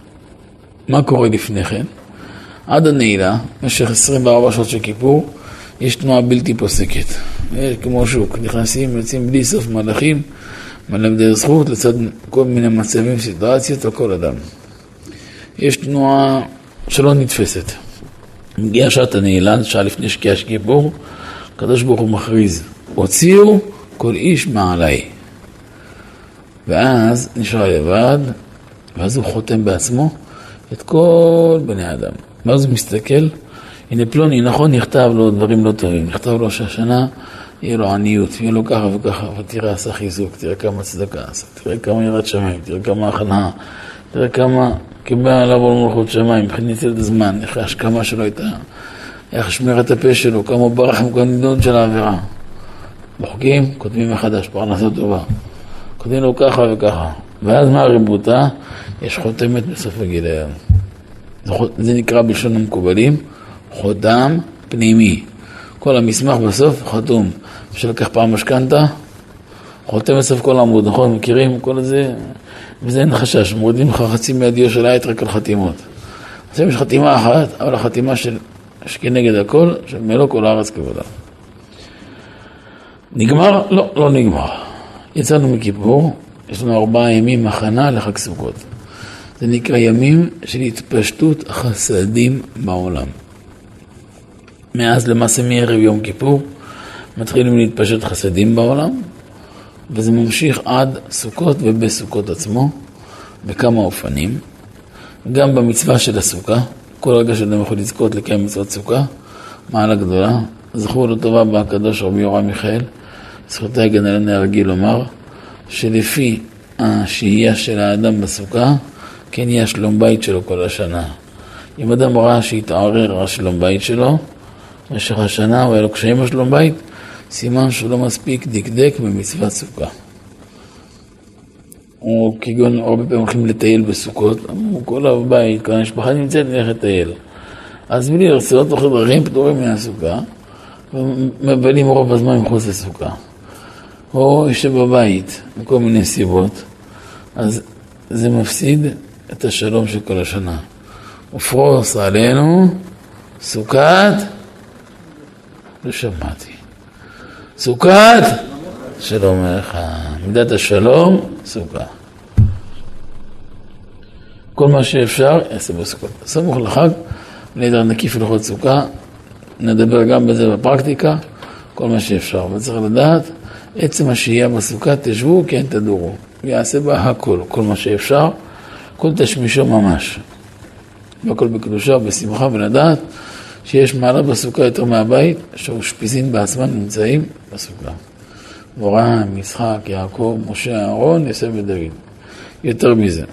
מה קורה לפני כן? עד הנעילה, במשך 24 שעות של כיפור, יש תנועה בלתי פוסקת. כמו שוק, נכנסים, יוצאים בלי סוף מלאכים, מלמדי זכות לצד כל מיני מצבים, סיטואציות, לכל אדם. יש תנועה שלא נתפסת. מגיעה שעת הנעילה, שעה לפני שקיעה של כיפור, הקדוש ברוך הוא מכריז, הוציאו כל איש מעלי. ואז נשאר לבד, ואז הוא חותם בעצמו את כל בני אדם. ואז הוא מסתכל, הנה פלוני, נכון, נכתב לו דברים לא טובים, נכתב לו שהשנה יהיה לו עניות, יהיה לו ככה וככה, ותראה עשה חיזוק, תראה כמה צדקה עשה, תראה כמה ירד שמיים, תראה כמה הכנעה, תראה כמה קיבל עליו עול מלכות שמיים, מבחינת את הזמן, איך ההשכמה שלו הייתה, איך שמירת את הפה שלו, כמה ברח עם כל נידון של העבירה. מוחקים, כותבים מחדש, פרנסה טובה. כותבים לו ככה וככה. ואז מה הריבותה? יש חותמת בסוף הגיליון. זה נקרא בלשון המקובלים, חותם פנימי. כל המסמך בסוף חתום. אפשר לקח פעם משכנתה, חותם בסוף כל העמוד, נכון? מכירים? כל זה, וזה אין חשש. מורידים לך חצי מהדיו של העט רק על חתימות. אז יש חתימה אחת, אבל החתימה שכנגד הכל, שמלוא כל הארץ כבודה. נגמר? לא, לא נגמר. יצאנו מכיפור, יש לנו 4 ימים הכנה לחג סוכות. זה נקרא ימים של התפשטות החסדים בעולם. מאז למעשה מערב יום כיפור, מתחילים להתפשט חסדים בעולם, וזה ממשיך עד סוכות ובסוכות עצמו, בכמה אופנים. גם במצווה של הסוכה, כל רגע שאדם יכול לזכות לקיים מצוות סוכה, מעלה גדולה. זכור לטובה בקדוש רבי יורם מיכאל, זכותי הגן עלינו הרגיל לומר, שלפי השהייה של האדם בסוכה, כן יהיה שלום בית שלו כל השנה. אם אדם ראה שהתעורר על שלום בית שלו, במשך השנה הוא היה לו קשיים על שלום בית, סימן שהוא לא מספיק דקדק במצוות סוכה. או כגון הרבה פעמים הולכים לטייל בסוכות, אמרו כל הבית, כל המשפחה נמצאת נלך לטייל. אז בלי לרצות אוכל דרכים פטורים מהסוכה, ומבלים רוב הזמן מחוץ לסוכה. או יושב בבית, מכל מיני סיבות, אז זה מפסיד את השלום של כל השנה. ופרוס עלינו סוכת, לא שמעתי. סוכת, שלום לך. מידת השלום, סוכה. כל מה שאפשר, יעשה בסוכות. סמוך לחג, לידר נקיף לוחות סוכה, נדבר גם בזה בפרקטיקה, כל מה שאפשר. וצריך לדעת, עצם השהייה בסוכה תשבו, כן תדורו. יעשה בה הכל, כל מה שאפשר, כל תשמישו ממש. והכל בקדושה ובשמחה, ולדעת שיש מעלה בסוכה יותר מהבית, שהאושפיזין בעצמם נמצאים בסוכה. אברהם, יצחק, יעקב, משה, אהרון, יוסף ודוד. יותר מזה.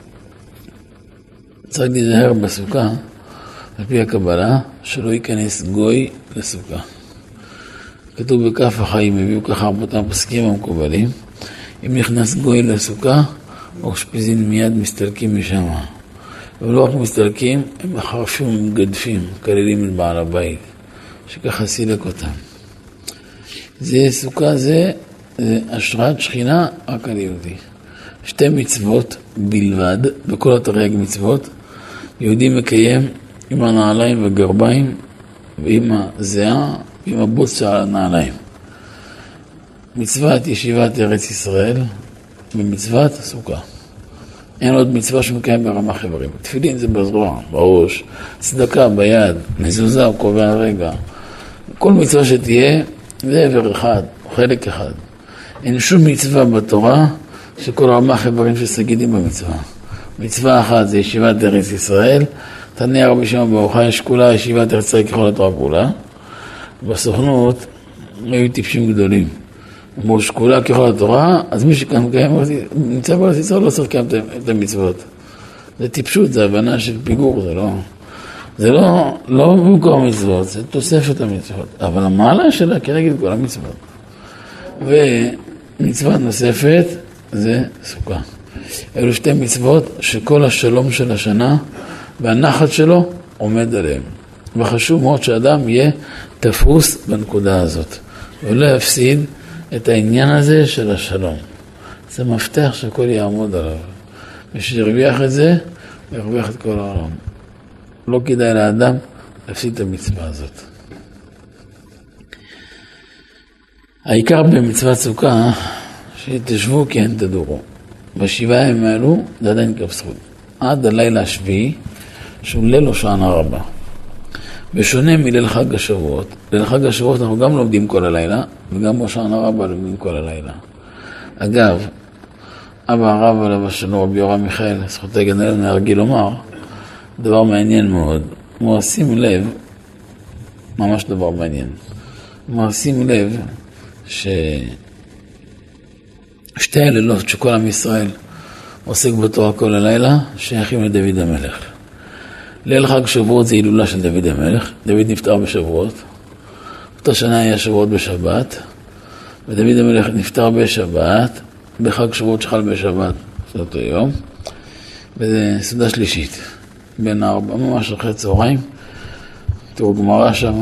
צריך להיזהר בסוכה, על פי הקבלה, שלא ייכנס גוי לסוכה. כתוב בכף החיים, הביאו ככה רבותם הפסקים המקובלים, אם נכנס גוי לסוכה, האושפיזין מיד מסתלקים משם. ולא רק מסתלקים, הם מחרפים גדפים, כללים את בעל הבית, שככה סילק אותם. זה סוכה, זה השראת שכינה רק על יהודי. 2 מצוות בלבד, בכל התרי"ג מצוות, יהודי מקיים עם הנעליים וגרביים, ועם הזיעה, ועם הבוץ של הנעליים. מצוות ישיבת ארץ ישראל, ומצוות סוכה. אין עוד מצווה שמקיים ברמה חברים. תפילין זה בזרוע, בראש, צדקה ביד, מזוזה או קובע רגע. כל מצווה שתהיה, זה עבר אחד, חלק אחד. אין שום מצווה בתורה שכל רמה חברים שסגידים במצווה. מצווה אחת זה ישיבת ארץ ישראל, תניא רבי שמעון בר יוחאי שקולה ישיבת ארץ ישראל ככל התורה כולה. בסוכנות היו טיפשים גדולים. אמרו שקולה ככל התורה, אז מי שכאן מקיים, נמצא בארץ ישראל לא צריך לקיים את המצוות. זה טיפשות, זה הבנה של פיגור, זה לא במקום המצוות, זה תוספת המצוות. אבל המעלה שלה כנגד כל המצוות. ומצוות נוספת זה סוכה. אלו 2 מצוות שכל השלום של השנה והנחת שלו עומד עליהם. וחשוב מאוד שאדם יהיה תפוס בנקודה הזאת. ולא יפסיד את העניין הזה של השלום. זה מפתח שהכל יעמוד עליו. מי שירוויח את זה, ירוויח את כל העולם. לא כדאי לאדם להפסיד את המצווה הזאת. העיקר במצוות סוכה, שתשבו כי אין תדורו. ב7 ימים האלו, זה עדיין כבסרות. עד הלילה השביעי, שהוא ליל הושענא רבה. בשונה מליל חג השבועות. ליל חג השבועות אנחנו גם לומדים כל הלילה, וגם הושענא רבה לומדים כל הלילה. אגב, אבא הרב עליו השלום רבי יורם מיכאל, זכותי הגן עלינו הרגיל לומר, דבר מעניין מאוד. הוא שים לב, ממש דבר מעניין. הוא שים לב ששתי הלילות שכל עם ישראל עוסק בתורה כל הלילה, שייכים לדוד המלך. ליל חג שבועות זה הילולה של דוד המלך. דוד נפטר בשבועות. אותה שנה היה שבועות בשבת, ודוד המלך נפטר בשבת, בחג שבועות שחל בשבת, זה אותו יום, וזה סעודה שלישית, בין 4, ממש אחרי צהריים, תראו גמרא שם,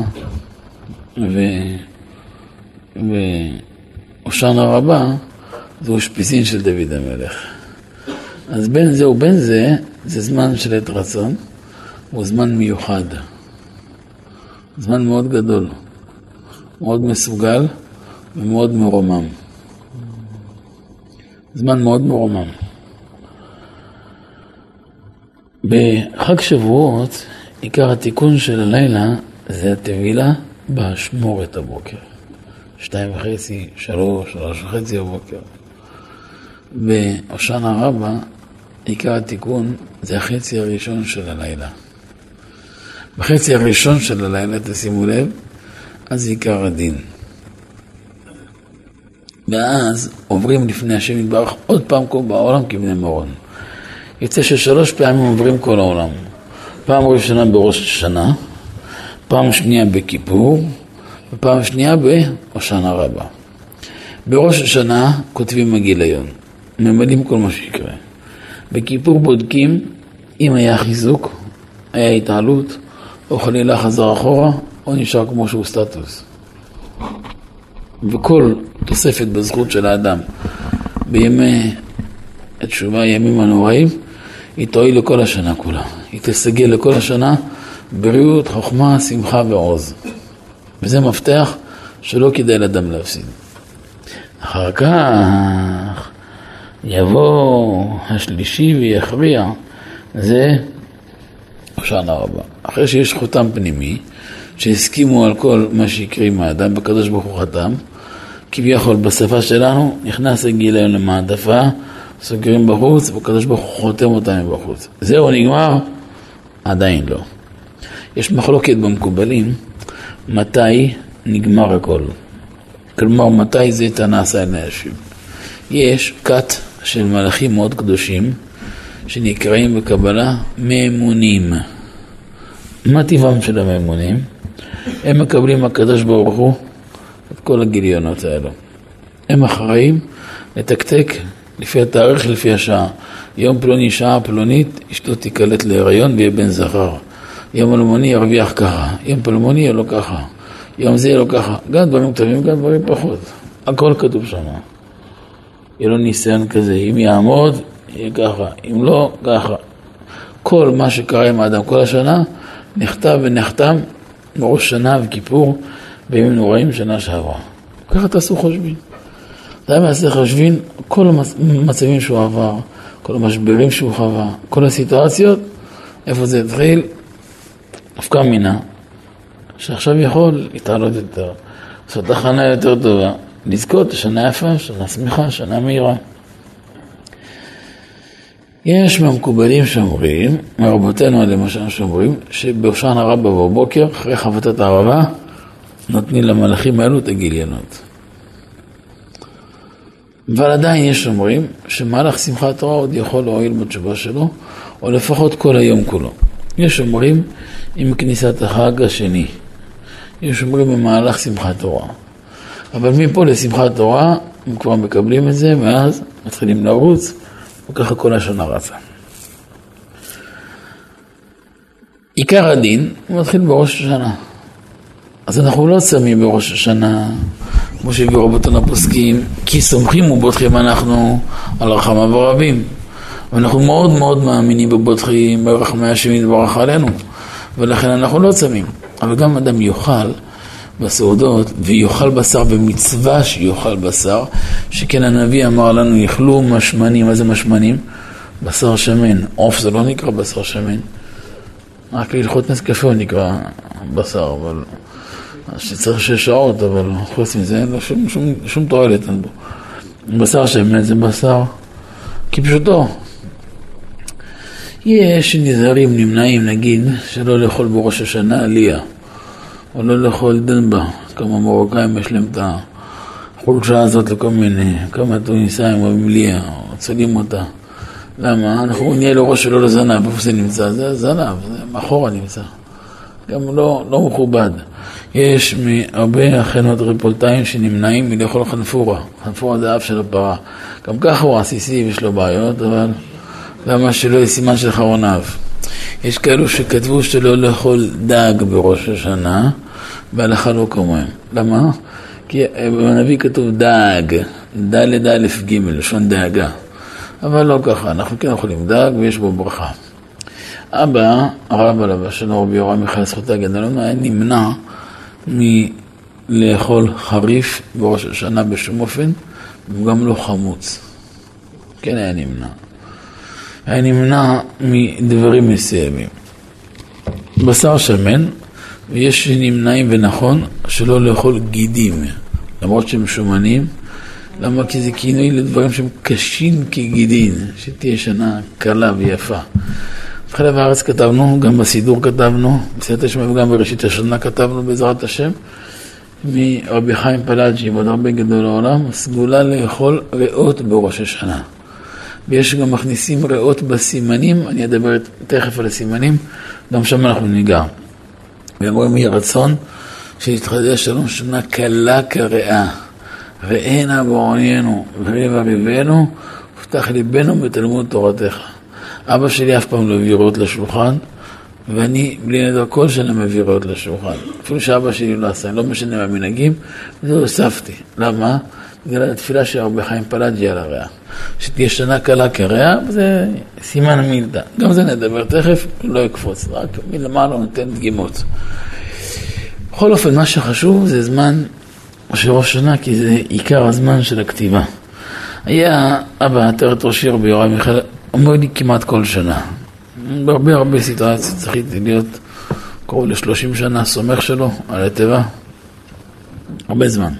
והושענא רבה, זהו שפיסין של דוד המלך. אז בין זה ובין זה, זה זמן של עת רצון, הוא זמן מיוחד, זמן מאוד גדול, מאוד מסוגל ומאוד מרומם. זמן מאוד מרומם. בחג שבועות, עיקר התיקון של הלילה זה הטבילה באשמורת הבוקר. 2:30, 3, 3:30 הבוקר. בהושענא רבה, עיקר התיקון זה החצי הראשון של הלילה. בחצי הראשון של הלילה, תשימו לב, אז עיקר הדין. ואז עוברים לפני השם יתברך עוד פעם כל בעולם כבני מרון. יוצא ש3 פעמים עוברים כל העולם. פעם ראשונה בראש השנה, פעם שנייה בכיפור, ופעם שנייה בהושענא רבה. בראש השנה כותבים הגיליון, ממלאים כל מה שיקרה. בכיפור בודקים אם היה חיזוק, היה התעלות, או חלילה חזר אחורה, או נשאר כמו שהוא סטטוס. וכל תוספת בזכות של האדם בימי התשובה, ימים הנוראים, היא תועיל לכל השנה כולה. היא תסגל לכל השנה בריאות, חוכמה, שמחה ועוז. וזה מפתח שלא כדאי לאדם להפסיד. אחר כך יבוא השלישי ויכריע, זה הושענא רבה. אחרי שיש חותם פנימי, שהסכימו על כל מה שיקרה עם האדם, בקדוש ברוך הוא חתם, כביכול בשפה שלנו נכנס הגיליון למעטפה, סוגרים בחוץ, בקדוש ברוך הוא חותם אותם בחוץ. זהו נגמר? עדיין לא. יש מחלוקת במקובלים, מתי נגמר הכל. כלומר, מתי זה נעשה לאנשים. יש כת של מלאכים מאוד קדושים, שנקראים בקבלה מאמונים. מה טבעם של המאמונים? הם מקבלים הקדוש ברוך הוא את כל הגיליונות האלו. הם אחראים לתקתק לפי התאריך, לפי השעה. יום פלוני, שעה פלונית, אשתו תיקלט להיריון ויהיה בן זכר. יום אלמוני ירוויח ככה, יום פלמוני יהיה לו ככה, יום זה יהיה לו ככה. גם דברים טובים, גם דברים פחות. הכל כתוב שם. יהיה לו ניסיון כזה, אם יעמוד, יהיה ככה, אם לא, ככה. כל מה שקרה עם האדם כל השנה, נכתב ונחתם בראש שנה וכיפור, בימים נוראים שנה שעברה. ככה תעשו חושבים. די מעשה חושבים, כל המצבים שהוא עבר, כל המשברים שהוא חווה, כל הסיטואציות, איפה זה התחיל, דווקא מינה, שעכשיו יכול להתעלות יותר, לעשות הכנה יותר טובה, לזכות שנה יפה, שנה שמחה, שנה מהירה. יש מהמקובלים שאומרים, מרבותינו למשל שאומרים, שבהושענא רבה בבוקר, אחרי חבטת הערבה, נותנים למלאכים האלו את הגיליונות. אבל עדיין יש אומרים שמהלך שמחת תורה עוד יכול להועיל בתשובה שלו, או לפחות כל היום כולו. יש אומרים עם כניסת החג השני. יש אומרים במהלך שמחת תורה. אבל מפה לשמחת תורה, הם כבר מקבלים את זה, ואז מתחילים לרוץ, וככה כל השנה רצה. עיקר הדין, הוא מתחיל בראש השנה. אז אנחנו לא צמים בראש השנה, כמו שהביאו רבותינו הפוסקים, כי סומכים ובוטחים אנחנו על רחמיו הרבים. ואנחנו מאוד מאוד מאמינים בבוטחים, ברחמי השם יתברך עלינו, ולכן אנחנו לא צמים. אבל גם אדם יאכל בסעודות, ויאכל בשר במצווה שיאכל בשר, שכן הנביא אמר לנו, יאכלו משמנים. מה זה משמנים? בשר שמן. עוף זה לא נקרא בשר שמן. רק להלכות נס קפה נקרא בשר, אבל שצריך 6 שעות, אבל חוץ מזה אין לו שום תועלת. בשר שמן זה בשר כפשוטו. יש נזהרים נמנעים, נגיד, שלא לאכול בראש השנה עלייה, או לא לאכול דנבה, כמה מרוקאים יש להם את החולשה הזאת לכל מיני, כמה תוניסאים אוהבים ליה, או צולים אותה. למה? אנחנו נהיה לו ראש שלו לזנב, איפה זה נמצא? זה זנב, זה מאחורה נמצא. גם לא מכובד. יש מהרבה אחינו הטריפולטאים שנמנעים מלאכול חנפורה. חנפורה זה האף של הפרה. גם ככה הוא עסיסי ויש לו בעיות, אבל למה שלא יהיה סימן של חרון האף? יש כאלו שכתבו שלא לאכול דג בראש השנה, בהלכה לא כמוהם. למה? כי בנביא כתוב דג, ד' א' ג', לשון דאגה. אבל לא ככה, אנחנו כן אוכלים דג ויש בו ברכה. אבא, הרב עליו שלנו, רבי יורם מיכאל זכותו הגן עלינו, היה נמנע מלאכול חריף בראש השנה בשום אופן, וגם לא חמוץ. כן היה נמנע. היה נמנע מדברים מסוימים. בשר שמן, ויש שנמנעים ונכון שלא לאכול גידים, למרות שהם שומנים. למה? כי זה כינוי לדברים שהם קשים כגידין, שתהיה שנה קלה ויפה. בחלב הארץ כתבנו, גם בסידור כתבנו, בסייעתא שמע וגם בראשית השנה כתבנו בעזרת השם, מרבי חיים פלאג'י ועוד הרבה גדול לעולם, סגולה לאכול ריאות בראש השנה. ויש גם מכניסים ריאות בסימנים, אני אדבר תכף על הסימנים, גם שם אנחנו ניגע. ואומרים יהי רצון שיתחדש שלום שנה קלה כריאה. ראינה בעוניינו ורבע ריבנו, ופתח ליבנו בתלמוד תורתך. אבא שלי אף פעם לא הביא ריאות לשולחן, ואני בלי נדר כל שנה מביא ריאות לשולחן. אפילו שאבא שלי לא עשה, לא משנה מהמנהגים, וזה הוספתי. למה? בגלל התפילה של רבי חיים פלאג'י על הריאה. שתהיה שנה קלה כריאה, זה סימן המילתא. גם זה נדבר תכף, לא יקפוץ, רק מלמעלה נותן דגימות. בכל אופן, מה שחשוב זה זמן של ראש שנה, כי זה עיקר הזמן של הכתיבה. היה אבא עטרת ראשי רבי יורם מיכאל, אומר לי כמעט כל שנה. בהרבה סיטואציות צריכתי להיות קרוב ל-30 שנה סומך שלו על הטבע. הרבה זמן.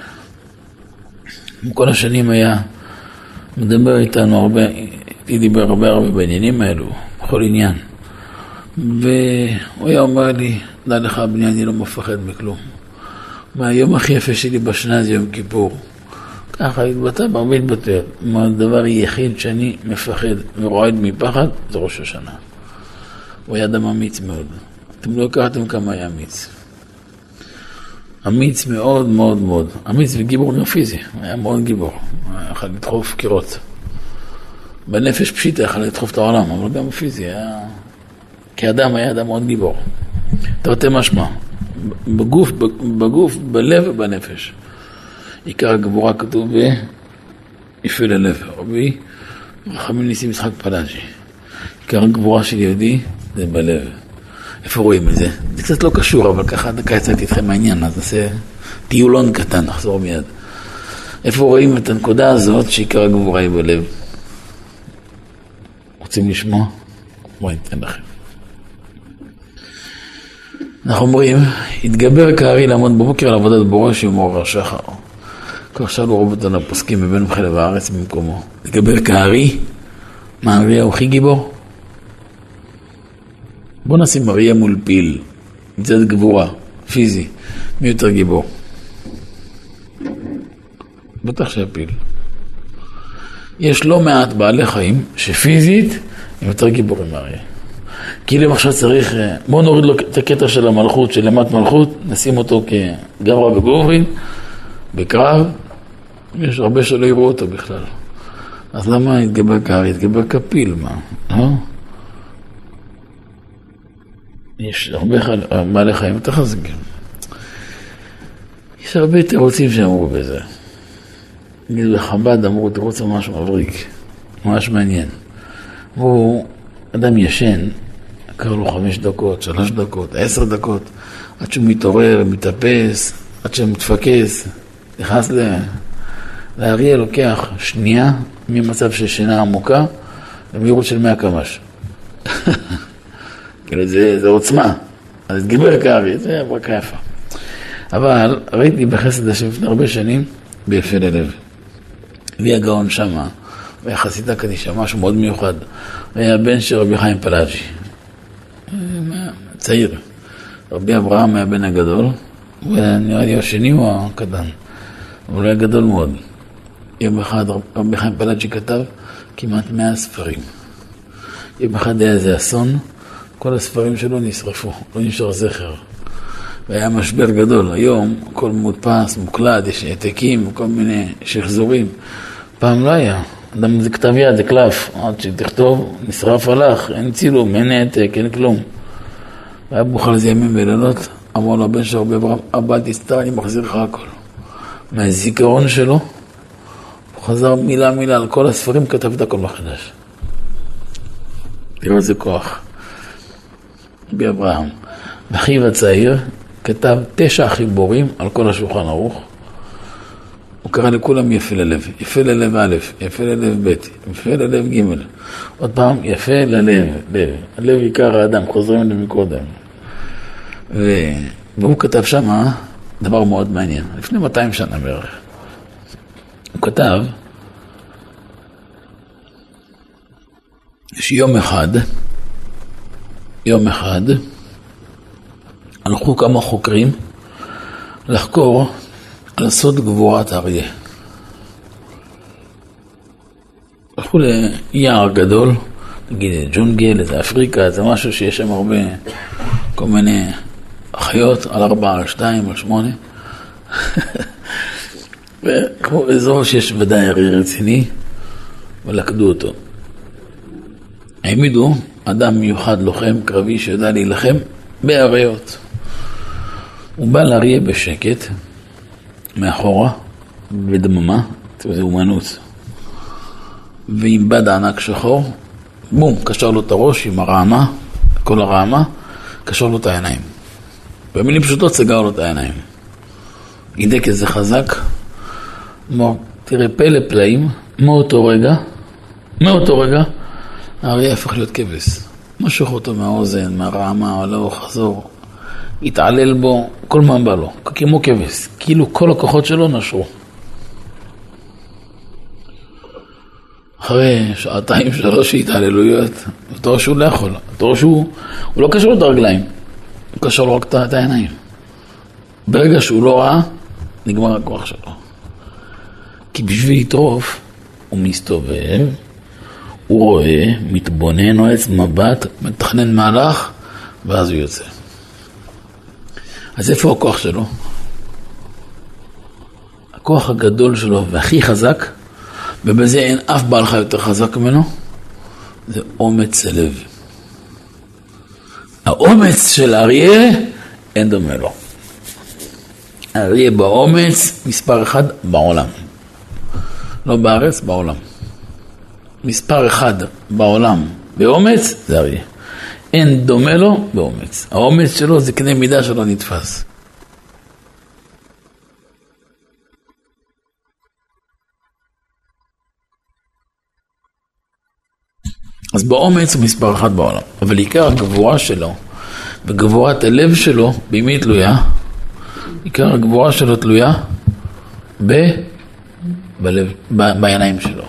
כל השנים היה מדבר איתנו הרבה, דיבר הרבה בעניינים האלו, בכל עניין. והוא היה אומר לי, דע לך בני, אני לא מפחד מכלום. מהיום הכי יפה שלי בשנה זה יום כיפור. ככה התבטא בהרבה התבטאויות. הדבר היחיד שאני מפחד ורועד מפחד זה ראש השנה. הוא היה אדם אמיץ מאוד. אתם לא הכרתם כמה היה אמיץ. אמיץ מאוד מאוד מאוד. אמיץ וגיבור גם פיזי. היה מאוד גיבור. היה יכול לדחוף קירות. בנפש פשיטה יכול לדחוף את העולם, אבל גם פיזי. כאדם היה אדם מאוד גיבור. תרתי משמע. בגוף, בלב ובנפש. עיקר הגבורה כתוב ביפי ללב. רבי רחמים ניסים יצחק פלאג'י. עיקר הגבורה של יהודי זה בלב. איפה רואים את זה? זה קצת לא קשור, אבל ככה דקה יצאתי איתכם מהעניין, אז נעשה טיולון קטן, נחזור מיד. איפה רואים את הנקודה הזאת שעיקר הגבורה היא בלב? רוצים לשמוע? בואי ניתן לכם. אנחנו אומרים, התגבר כארי לעמוד בבוקר על עבודת בורא שהוא מעורר שחר. כך שאלו רבותינו הפוסקים מבין בחלב הארץ במקומו. התגבר כארי, מה אריה הוא הכי גיבור? בוא נשים אריה מול פיל, מצד גבורה, פיזי, מי יותר גיבור? בטח שהפיל. יש לא מעט בעלי חיים שפיזית הם יותר גיבורים מאריה. כי למשל צריך, בואו נוריד לו את הקטע של המלכות, של למט מלכות, נשים אותו כגברא בגוברין, בקרב, יש הרבה שלא יראו אותו בכלל. אז למה התגבר כארי? התגבר כפיל, מה? יש הרבה בעלי חיים יותר חזקים. יש הרבה תירוצים שאמרו בזה. נגיד בחב"ד אמרו תירוץ ממש מבריק, ממש מעניין. והוא אדם ישן, קרא לו 5 דקות, 3 דקות, 10 דקות, עד שהוא מתעורר, מתאפס, עד שהוא מתפקס, נכנס לאריה לוקח שנייה ממצב של שינה עמוקה למהירות של 100 קמ"ש. כאילו זה עוצמה, אז התגבר כארי, זה ברכה יפה. אבל ראיתי בחסד השם לפני הרבה שנים ביפה ללב. והיא הגאון שמה, והיה חסידה קדישה, משהו מאוד מיוחד. והיה הבן של רבי חיים פלאג'י. צעיר. רבי אברהם היה בן הגדול, ונראה לי השני הוא הקטן. אבל הוא היה גדול מאוד. יום אחד רבי חיים פלאג'י כתב כמעט 100 ספרים. יום אחד היה איזה אסון, כל הספרים שלו נשרפו, לא נשאר זכר. והיה משבר גדול. היום הכל מודפס, מוקלד, יש העתקים, כל מיני שחזורים. פעם לא היה. אדם זה כתב יד, זה קלף. עד שתכתוב, נשרף הלך, אין צילום, אין העתק, אין כלום. והיה בוכה לזה ימים ולילות, אמר לו הבן שלו באברהם, אבא תסתר, אני מחזיר לך הכל. מהזיכרון שלו, הוא חזר מילה מילה על כל הספרים, כתב את הכל מחדש. תראו איזה כוח. באברהם. ואחיו הצעיר כתב 9 חיבורים על כל השולחן ערוך. הוא קרא לכולם יפה ללב. יפה ללב א', יפה ללב ב', יפה ללב ג'. עוד פעם, יפה ללב, לב. הלב עיקר האדם, חוזרים אליו מקודם. והוא כתב שם דבר מאוד מעניין. לפני 200 שנה בערך. הוא כתב שיום אחד, הלכו כמה חוקרים לחקור על סוד גבורת האריה. הלכו ליער גדול, נגיד ג'ונגל, איזה אפריקה, זה משהו שיש שם הרבה, כל מיני חיות, על 4, על 2, על 8. וכמו אזור שיש ודאי אריה רציני, ולכדו אותו. העמידו אדם מיוחד לוחם, קרבי, שיודע להילחם באריות. הוא בא לאריה בשקט, מאחורה, בדממה, זה אומנות. ועם בד ענק שחור, בום, קשר לו את הראש עם הרעמה, כל הרעמה, קשר לו את העיניים. במילים פשוטות סגר לו את העיניים. הידק איזה חזק, אמר, תראה פלא פלאים, מאותו רגע, האריה הפך להיות כבש. משוך אותו מהאוזן, מהרעמה, עלו, חזור. התעלל בו, כל מה בא לו, כמו כבש. כאילו כל הכוחות שלו נשרו. אחרי 2-3 התעללויות, התואר שהוא לא יכול. התואר שהוא לא קשר לו את הרגליים, הוא קשר לו רק את העיניים. ברגע שהוא לא ראה, נגמר הכוח שלו. כי בשביל לטרוף, הוא מסתובב, הוא רואה, מתבונן, נועץ מבט, מתכנן מהלך, ואז הוא יוצא. אז איפה הכוח שלו? הכוח הגדול שלו והכי חזק, ובזה אין אף בעל חי יותר חזק ממנו, זה אומץ הלב. האומץ של האריה אין דומה לו. האריה באומץ מספר 1 בעולם. לא בארץ, בעולם. מספר 1 בעולם באומץ זה אריה. אין דומה לו באומץ. האומץ שלו זה קנה מידה שלא נתפס. אז באומץ הוא מספר 1 בעולם. אבל עיקר הגבורה שלו וגבורת הלב שלו במי תלויה? עיקר הגבורה שלו תלויה בלב, בעיניים שלו.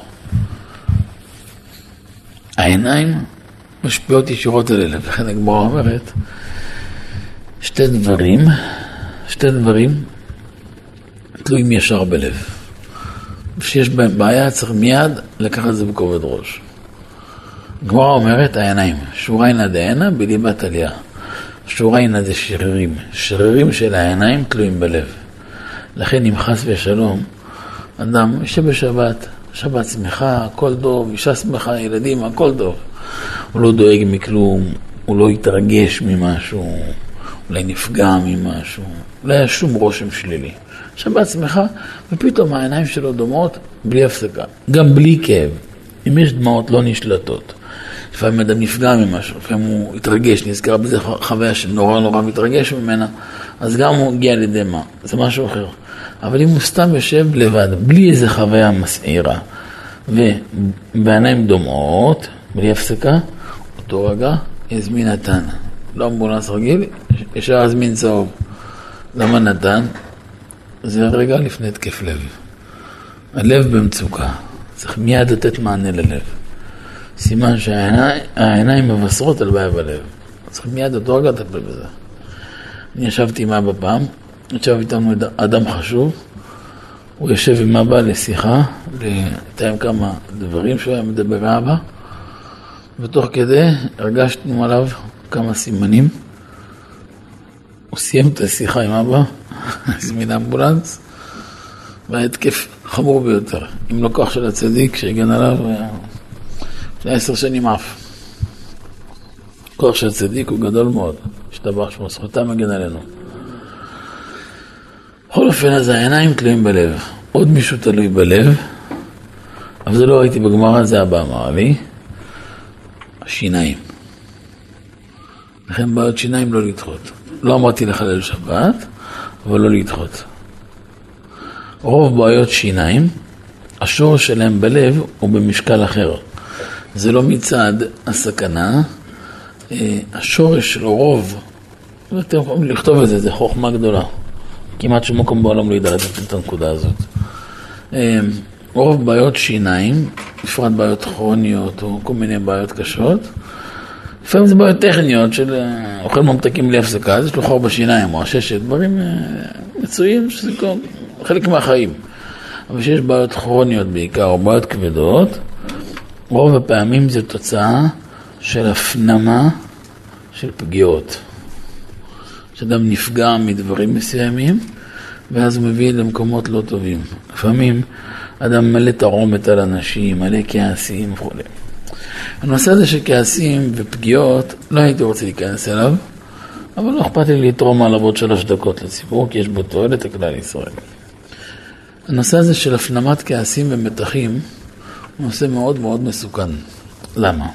העיניים משפיעות ישירות על הלב. לכן הגמרא אומרת שתי דברים תלויים ישר בלב. כשיש בהם בעיה צריך מיד לקחת את זה בכובד ראש. הגמרא אומרת העיניים, שוריינה דעינה בליבת עלייה. שוריינה זה שרירים של העיניים תלויים בלב. לכן אם חס ושלום אדם שבשבת, שבת שמחה, הכל טוב, אישה שמחה, ילדים, הכל טוב. הוא לא דואג מכלום, הוא לא יתרגש ממשהו, אולי נפגע ממשהו, לא היה שום רושם שלילי. שבת שמחה, ופתאום העיניים שלו דומעות בלי הפסקה, גם בלי כאב. אם יש דמעות לא נשלטות, לפעמים אדם נפגע ממשהו, לפעמים הוא יתרגש, נזכר בזה חוויה שנורא מתרגש ממנה, אז גם הוא הגיע לידי מה, זה משהו אחר. אבל אם הוא סתם יושב לבד, בלי איזה חוויה מסעירה, ובעיניים דומעות, בלי הפסקה, אותו רגע יזמין נתן. לא אמבולנס רגיל, ישר יזמין צהוב. למה נתן? זה רגע לפני התקף לב. הלב במצוקה. צריך מיד לתת מענה ללב. סימן שהעיניים מבשרות על בעיה בלב. צריך מיד אותו רגע לטפל בזה. אני ישבתי עם אבא פעם, ישב איתנו אדם חשוב, הוא יושב עם אבא לשיחה, לתאם כמה דברים שהוא היה מדבר עם אבא, ותוך כדי הרגשנו עליו כמה סימנים. הוא סיים את השיחה עם אבא, הזמין אמבולנס, וההתקף חמור ביותר. עם לקוח של הצדיק שהגן עליו, לפני 10 שנים אף. כוח של הצדיק הוא גדול מאוד, השתבח שמו, זכותם מגן עלינו. בכל אופן, אז העיניים תלויים בלב. עוד מישהו תלוי בלב, אבל זה לא ראיתי בגמרא, זה אבא אמר לי, השיניים. לכן בעיות שיניים לא לדחות. לא אמרתי לחלל שבת, אבל לא לדחות. רוב בעיות שיניים, השורש שלהם בלב הוא במשקל אחר. זה לא מצד הסכנה, השורש של רוב, ואתם יכולים לכתוב את זה, זה חוכמה גדולה. כמעט שום מקום בעולם לא ידע לתת את הנקודה הזאת. רוב בעיות שיניים, בפרט בעיות כרוניות או כל מיני בעיות קשות, לפעמים זה בעיות טכניות של אוכל ממתקים בלי הפסקה, אז יש לו חור בשיניים או הששת, דברים מצויים שזה חלק מהחיים. אבל שיש בעיות כרוניות בעיקר או בעיות כבדות, רוב הפעמים זה תוצאה של הפנמה של פגיעות. שאדם נפגע מדברים מסוימים, ואז הוא מביא למקומות לא טובים. לפעמים אדם מלא תרומת על אנשים, מלא כעסים וכו'. הנושא הזה של כעסים ופגיעות, לא הייתי רוצה להיכנס אליו, אבל לא אכפת לי לתרום עליו עוד 3 דקות לציבור, כי יש בו תועלת לכלל ישראל. הנושא הזה של הפנמת כעסים ומתחים, הוא נושא מאוד מאוד מסוכן. למה?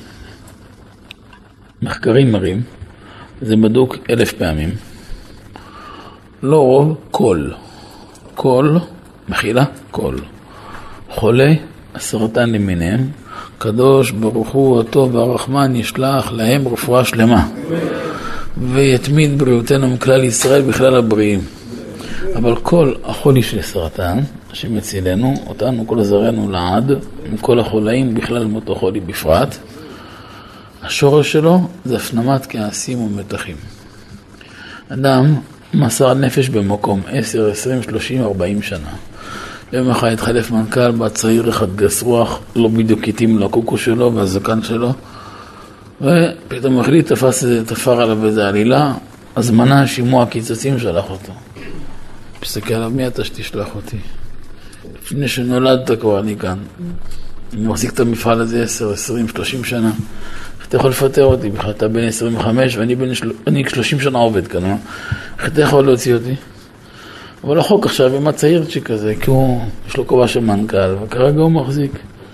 מחקרים מראים, זה בדוק 1000 פעמים, לא רוב, כל, מחילה, כל. חולי, הסרטן למיניהם, קדוש ברוך הוא הטוב והרחמן ישלח להם רפואה שלמה. ויתמיד בריאותנו מכלל ישראל בכלל הבריאים. אבל כל החולי של סרטן, שמצילנו, אותנו כל עזרנו לעד, עם כל החולאים בכלל מאותו חולי בפרט, השורש שלו זה הפנמת כעסים ומתחים. אדם מסר נפש במקום 10, 20, 30, 40 שנה. יום אחד התחלף מנכ"ל, בצעיר אחד גס רוח, לא בדיוק התאים לקוקו שלו והזקן שלו, ופתאום החליט, תפר עליו איזה עלילה, הזמנה, שימוע, קיצוצים, שלח אותו. פסקי עליו, מי אתה שתשלח אותי? לפני שנולדת כבר אני כאן. אני מחזיק את המפעל הזה 10, 20, 30 שנה. אתה יכול לפטר אותי, בכלל אתה בן 25 ואני 30 שנה עובד כאן, איך אתה יכול להוציא אותי? אבל החוק עכשיו עם הצעירצ'י כזה, כי יש לו כובע של מנכ"ל, וכרגע הוא מחזיק.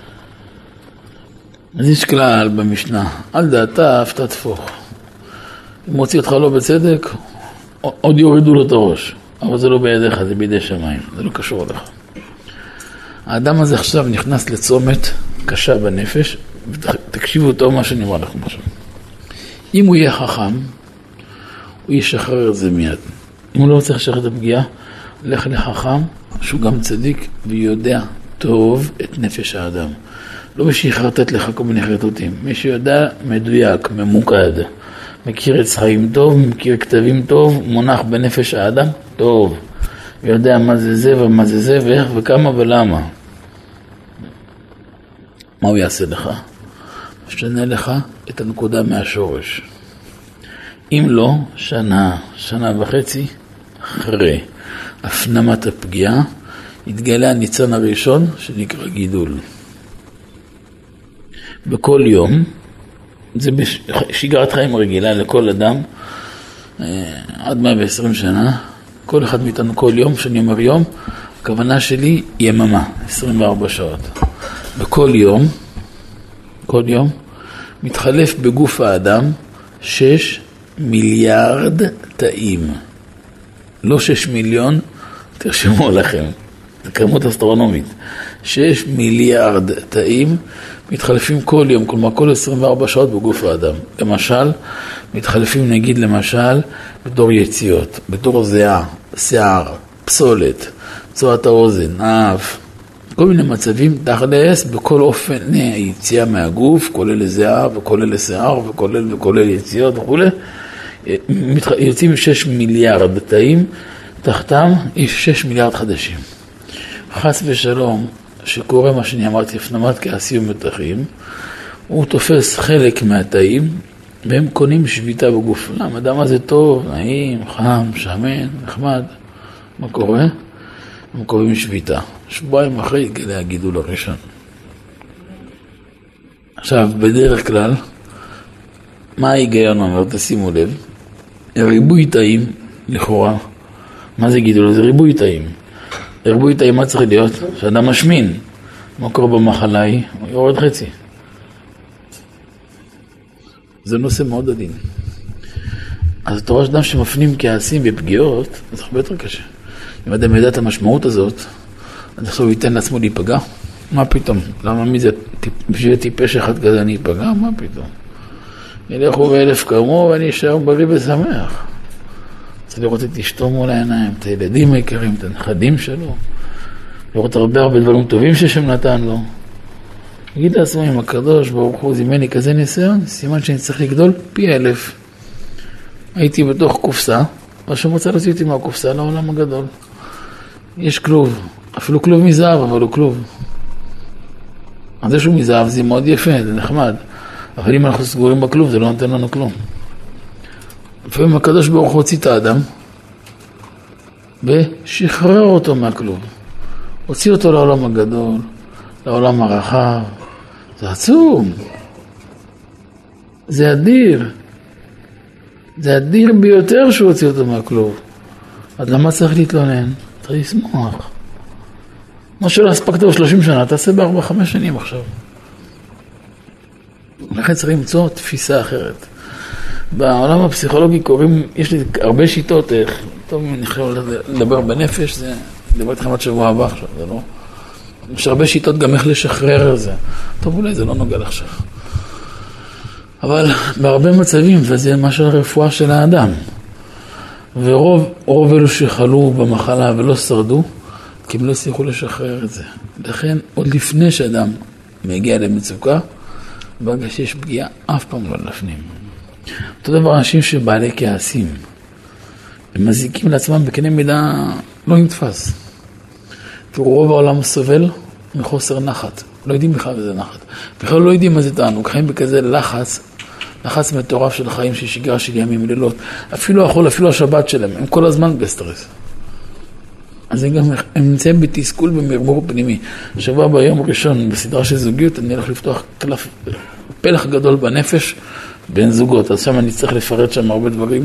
אז יש כלל במשנה, על דעתה אף תתפוך. אם מוציא אותך לא בצדק, עוד יורידו לו את הראש. אבל זה לא בידיך, זה בידי שמיים, זה לא קשור אליך. האדם הזה עכשיו נכנס לצומת קשה בנפש, ותקשיבו אותו מה שאני אומר לכם עכשיו. אם הוא יהיה חכם, הוא ישחרר את זה מיד. אם הוא לא רוצה לשחרר את הפגיעה, לך לחכם, שהוא גם צדיק, ויודע טוב את נפש האדם. לא מי שיחרטט לך כל מיני חרטוטים. מי שיודע מדויק, ממוקד, מכיר את חיים טוב, מכיר כתבים טוב, מונח בנפש האדם טוב. יודע מה זה זה ומה זה זה ואיך וכמה ולמה. מה הוא יעשה לך? משנה לך את הנקודה מהשורש. אם לא, שנה וחצי אחרי הפנמת הפגיעה, יתגלה הניצן הראשון שנקרא גידול. בכל יום, זה בשגרת חיים רגילה לכל אדם, עד 120 שנה, כל אחד מאיתנו כל יום, שאני אומר יום, הכוונה שלי יממה, 24 שעות. בכל יום, כל יום, מתחלף בגוף האדם 6 מיליארד תאים. לא 6 מיליון, תרשמו לכם, זה כמות אסטרונומית. 6 מיליארד תאים מתחלפים כל יום, כלומר כל 24 שעות בגוף האדם. למשל, מתחלפים נגיד למשל בתור יציאות, בתור זיעה, שיער, פסולת, צורת האוזן, האף, כל מיני מצבים תכלס בכל אופן היציאה מהגוף, כולל לזיעה וכולל לשיער וכולל יציאות וכו'. יוצאים 6 מיליארד תאים, תחתם יש 6 מיליארד חדשים. חס ושלום, שקורה מה שאני אמרתי, הפנמת כעסים ומתחים, הוא תופס חלק מהתאים, והם קונים שביטה בגוף. למה? אדם הזה טוב, נעים, חם, שמן, נחמד. מה קורה? הם קובעים שביטה. שבועיים אחרי יתגלה הגידול הראשון. עכשיו, בדרך כלל, מה ההיגיון אומר? תשימו לב. ריבוי תאים, לכאורה. מה זה גידול? זה ריבוי תאים. ריבוי תאים מה צריך להיות? שאדם משמין. מה קורה במחלה היא? הוא יורד חצי. זה נושא מאוד עדין. אז אתה רואה שאדם שמפנים כעסים ופגיעות, זה הרבה יותר קשה. אם אדם ידע את המשמעות הזאת, אז עכשיו הוא ייתן לעצמו להיפגע. מה פתאום? למה מי זה? בשביל טיפש אחד כזה אני ייפגע? מה פתאום? ילכו ואלף כמוהו ואני אשאר בריא ושמח. צריך לראות את אשתו מול העיניים, את הילדים היקרים, את הנכדים שלו. לראות הרבה דברים טובים ששם נתן לו. תגיד לעצמו, אם הקדוש ברוך הוא זימן לי כזה ניסיון, סימן שאני צריך לגדול פי 1000. הייתי בתוך קופסה, והשם רוצה להוציא אותי מהקופסה לעולם הגדול. יש כלוב, אפילו כלוב מזהב, אבל הוא כלוב. אז זה שהוא מזהב, זה מאוד יפה, זה נחמד. אבל אם אנחנו סגורים בכלוב, זה לא נותן לנו כלום. לפעמים הקדוש ברוך הוא הוציא את האדם, ושחרר אותו מהכלוב. הוציא אותו לעולם הגדול, לעולם הרחב. זה עצום. זה אדיר. זה אדיר ביותר שהוא הוציא אותו מהכלוב. אז למה צריך להתלונן? צריך לשמוח. מה שלא הספקת ב-30 שנה, תעשה ב-4-5 שנים עכשיו. לכן צריך למצוא תפיסה אחרת. בעולם הפסיכולוגי קוראים, יש לי הרבה שיטות איך, טוב אם אני יכול לדבר בנפש, זה לדבר איתכם עד שבוע הבא עכשיו, זה לא... יש הרבה שיטות גם איך לשחרר את זה. טוב, אולי זה לא נוגע עכשיו. אבל בהרבה מצבים, וזה מה של הרפואה של האדם, ורוב אלו שחלו במחלה ולא שרדו, כי הם לא הצליחו לשחרר את זה. לכן, עוד לפני שאדם מגיע למצוקה, ברגע שיש פגיעה, אף פעם לא לפנים. אותו דבר אנשים שבעלי כעסים, הם מזיקים לעצמם בקנה מידה לא נתפס. תראו, רוב העולם סובל מחוסר נחת. לא יודעים בכלל איזה נחת. בכלל לא יודעים מה זה תענוג. חיים בכזה לחץ מטורף של חיים של שגרה של ימים ולילות. אפילו החול, אפילו השבת שלהם, הם כל הזמן בסטרס. אז הם נמצאים בתסכול במרמור פנימי. השבוע ביום ראשון בסדרה של זוגיות, אני הולך לפתוח פלח גדול בנפש בין זוגות. אז שם אני צריך לפרט שם הרבה דברים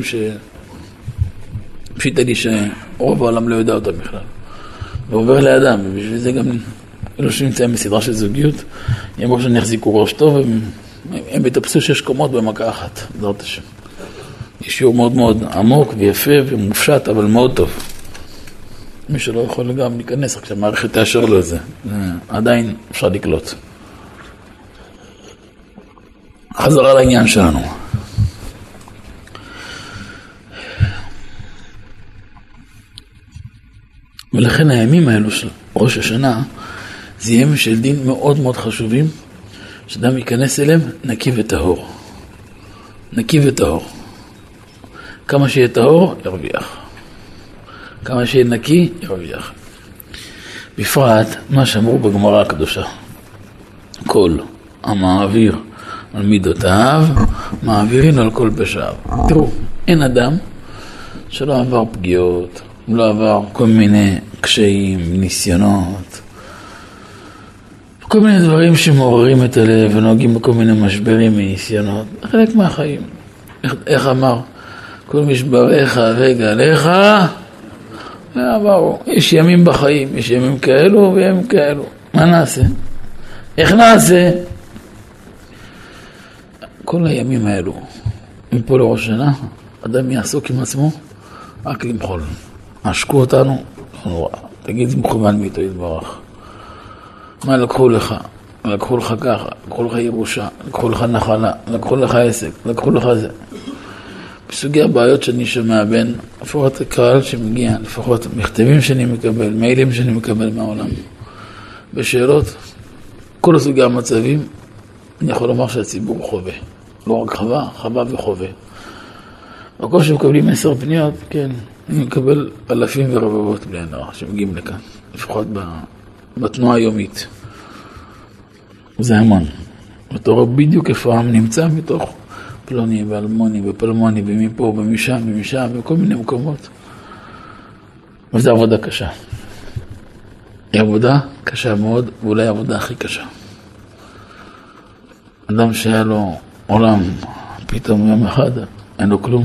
פשיט לי שרוב העולם לא יודע אותם בכלל. ועובר לאדם, ובשביל זה גם אלו שנמצאים בסדרה של זוגיות, יאמרו שאני יחזיקו ראש טוב, הם יתפסו 6 קומות במכה אחת, בעזרת השם. יש שיעור מאוד מאוד עמוק ויפה ומופשט, אבל מאוד טוב. מי שלא יכול גם להיכנס, רק שהמערכת תאשר לו את זה. עדיין אפשר לקלוט. חזרה לעניין שלנו. ולכן הימים האלו של ראש השנה, זה ימים של דין מאוד מאוד חשובים, שאדם ייכנס אליהם נקי וטהור. נקי וטהור. כמה שיהיה טהור, ירוויח. כמה שיהיה נקי, ירוויח. בפרט, מה שאמרו בגמרא הקדושה. כל המעביר על מידותיו, מעבירים על כל פשעיו. תראו, אין אדם שלא עבר פגיעות, לא עבר כל מיני קשיים, ניסיונות, כל מיני דברים שמעוררים את הלב ונוהגים בכל מיני משברים וניסיונות. חלק מהחיים. איך אמר? כל משבריך וגליך עברו. יש ימים בחיים, יש ימים כאלו וימים כאלו. מה נעשה? איך נעשה? כל הימים האלו, מפה לראש שנה, אדם יעסוק עם עצמו רק למחול. עשקו אותנו, לא נורא. תגיד, זה מכוון מאיתו יתברך. מה לקחו לך? לקחו לך ככה, לקחו לך ירושה, לקחו לך נחלה, לקחו לך עסק, לקחו לך זה. בסוגי הבעיות שאני שומע בין, לפחות הקהל שמגיע, לפחות מכתבים שאני מקבל, מיילים שאני מקבל מהעולם. בשאלות, כל סוגי המצבים, אני יכול לומר שהציבור חווה. לא רק חווה וחווה. בכל שמקבלים 10 פניות, כן, אני מקבל אלפים ורבבות בני נוער שמגיעים לכאן, לפחות בתנועה היומית. זה המון. אתה רואה בדיוק איפה העם נמצא מתוך פלוני ואלמוני ופלמוני ומפה ומשם ומשם וכל מיני מקומות. וזו עבודה קשה. היא עבודה קשה מאוד, ואולי העבודה הכי קשה. אדם שהיה לו עולם, פתאום יום אחד, אין לו כלום.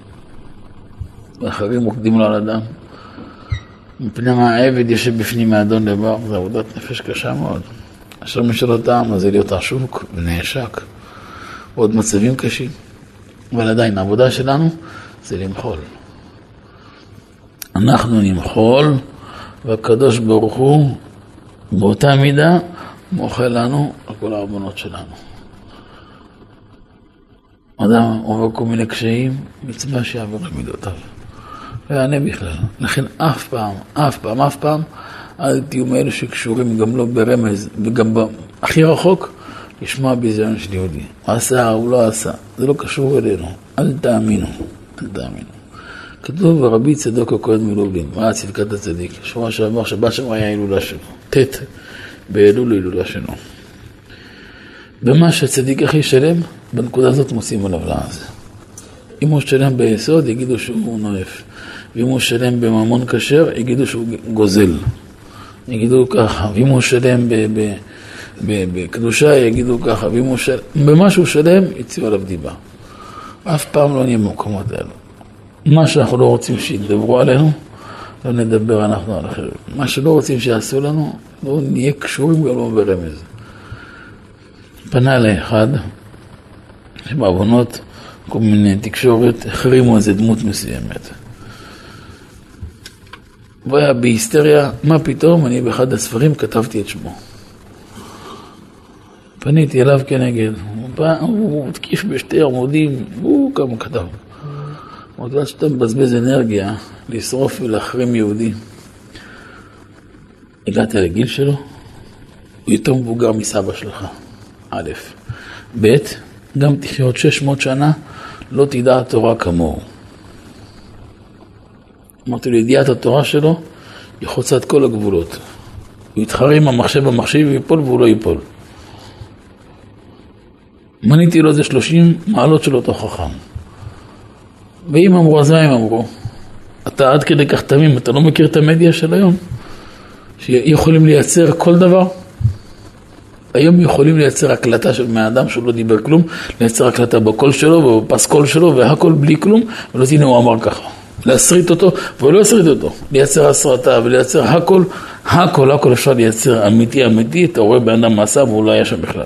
ואחרים רוקדים לו על אדם. מפני מה העבד יושב בפנים מהאדון לבר, זו עבודת נפש קשה מאוד. אשר משל אותם, אז זה להיות עשוק ונעשק. עוד מצבים קשים. אבל עדיין, העבודה שלנו זה למחול. אנחנו נמחול, והקדוש ברוך הוא באותה מידה מוחל לנו על כל העוונות שלנו. אדם עובר כל מיני קשיים, מצווה שיעבור למידותיו. לא יענה בכלל. לכן אף פעם, אל תהיו מאלה שקשורים גם לא ברמז, וגם הכי רחוק, לשמוע ביזיון של יהודי. הוא עשה, הוא לא עשה. זה לא קשור אלינו. אל תאמינו. כתוב ברבי צדוק הכהן מלובלין, מה צדקת הצדיק? שבוע שעבר, שבת שם היה הילולה שלו. באלול הילולה שלו. במה שהצדיק הכי שלם, בנקודה הזאת מוצאים עליו לעז. אם הוא שלם ביסוד, יגידו שהוא נואף. ואם הוא שלם בממון כשר, יגידו שהוא גוזל. יגידו ככה. ואם הוא שלם בקדושה, יגידו ככה. ואם הוא שלם, במה שהוא שלם, יציעו עליו דיבה. אף פעם לא נהיה במקומות האלו. מה שאנחנו לא רוצים שידברו עלינו, לא נדבר אנחנו על אחרים. מה שלא רוצים שיעשו לנו, לא נהיה קשורים גם לא ברמז. פנה לאחד, שבעוונות, כל מיני תקשורת, החרימו איזה דמות מסוימת. והיה בהיסטריה, מה פתאום? אני באחד הספרים כתבתי את שמו. פניתי אליו כנגד. הוא תקיף בשתי עמודים, הוא כמה כתב. הוא יודע שאתה מבזבז אנרגיה לשרוף ולהחרים יהודי. הגעת לגיל שלו, הוא יותר מבוגר מסבא שלך. א', ב', גם תחיות 600 שנה, לא תדע התורה כמוהו. אמרתי לו, ידיעת התורה שלו, היא חוצה את כל הגבולות. הוא יתחרה עם המחשב ויפול והוא לא ייפול. מניתי לו זה 30 מעלות של אותו חכם. ואם אמרו, אז מה הם אמרו? אתה עד כדי כך תמים, אתה לא מכיר את המדיה של היום? שיכולים לייצר כל דבר? היום יכולים לייצר הקלטה של מהאדם שהוא לא דיבר כלום, לייצר הקלטה בקול שלו ובפסקול שלו והכל בלי כלום, ולא הנה הוא אמר ככה. להסריט אותו, ולא להסריט אותו. לייצר הסרטה ולייצר הכל אפשר לייצר אמיתי, אתה רואה באדם מעשה והוא לא היה שם בכלל.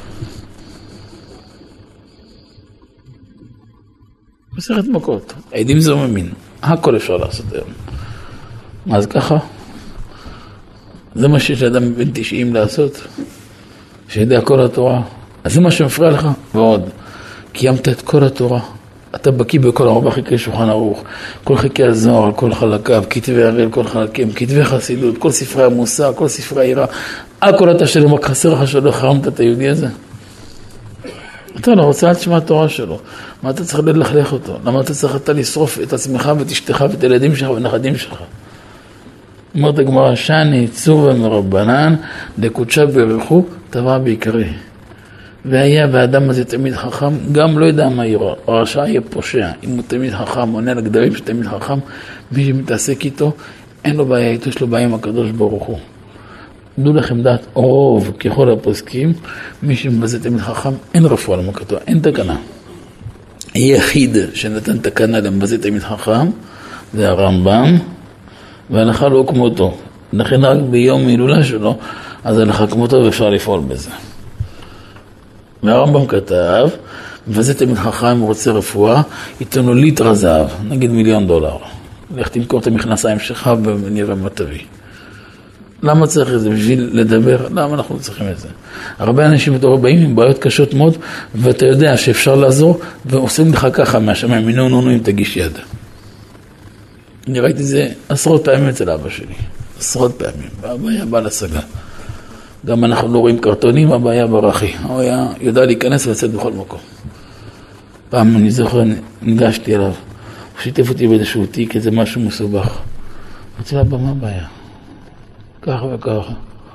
מסכת מכות, עדים זוממים, הכל אפשר לעשות היום. מה אז ככה? זה מה שיש לאדם בן 90 לעשות, שידע כל התורה. אז זה מה שמפריע לך, ועוד, קיימת את כל התורה. אתה בקיא בכל 4 חלקי שולחן ערוך, כל חלקי הזוהר, כל חלקיו, כתבי הראל, כל חלקים, כתבי חסידות, כל ספרי המוסר, כל ספרי העירה, הכל אתה שלם, רק חסר לך שלא חרמת את היהודי הזה. אתה לא רוצה לשמוע התורה שלו. מה אתה צריך ללכלך אותו? למה אתה צריך לשרוף את עצמך ואת אשתך ואת הילדים שלך ונכדים שלך? אומרת הגמרא, שאני צובה מרבנן, לקודשה ברכו, טבע בעיקרי. והיה באדם הזה תמיד חכם, גם לא יודע מה יראה. הרשע יהיה פושע. אם הוא תמיד חכם, עונה לגדרים שתמיד חכם, מי שמתעסק איתו, אין לו בעיה איתו, יש לו בעיה עם הקדוש ברוך הוא. דעו לכם דעת רוב ככל הפוסקים, מי שמבזה תמיד חכם, אין רפואה למכתו, אין תקנה. היחיד שנתן תקנה למבזה תמיד חכם, זה הרמב"ם, והלכה לא כמותו. לכן רק ביום הילולה שלו, אז הלכה כמותו ואפשר לפעול בזה. והרמב"ם כתב, מבזה תמיד חכם, הוא רוצה רפואה, ייתן לו ליטר זהב, נגיד $1,000,000. לך תמכור את המכנסיים שלך ונראה מה תביא. למה צריך את זה? בשביל לדבר? למה אנחנו צריכים את זה? הרבה אנשים באים עם בעיות קשות מאוד, ואתה יודע שאפשר לעזור, ועושים לך ככה מהשמיים, נו, אם תגיש יד. אני ראיתי את זה 10 פעמים אצל אבא שלי. 10 פעמים. ואבא היה בעל השגה. גם אנחנו לא רואים קרטונים, אבא היה ברחי. הוא היה יודע להיכנס ולצאת בכל מקום. פעם אני זוכר, ניגשתי אליו. הוא שיתף אותי באיזשהו תיק, איזה משהו מסובך. אמרתי לה, מה הבעיה? ככה וככה.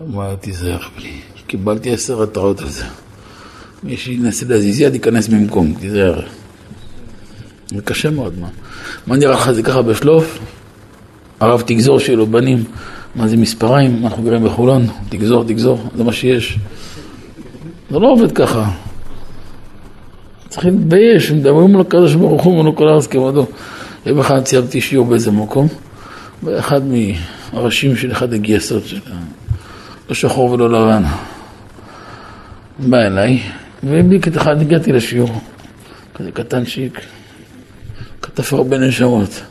מה תיזהר בלי? קיבלתי 10 התראות על זה. מי שינסה להזיז יד ייכנס במקום, תיזהר. זה קשה מאוד, מה נראה לך זה ככה בשלוף? הרב תגזור שלו, בנים, מה זה מספריים? אנחנו גרים בחולון, תגזור, זה מה שיש. זה לא עובד ככה. צריך להתבייש, מדברים על הקדוש ברוך הוא ולכל הארץ כבודו. יום אחד ציירתי שיעור באיזה מקום, באחד מהראשים של אחד הגייסות של לא שחור ולא לבן. בא אליי, ובלי אחד הגעתי לשיעור, כזה קטן שיק, כתף הרבה נשמות.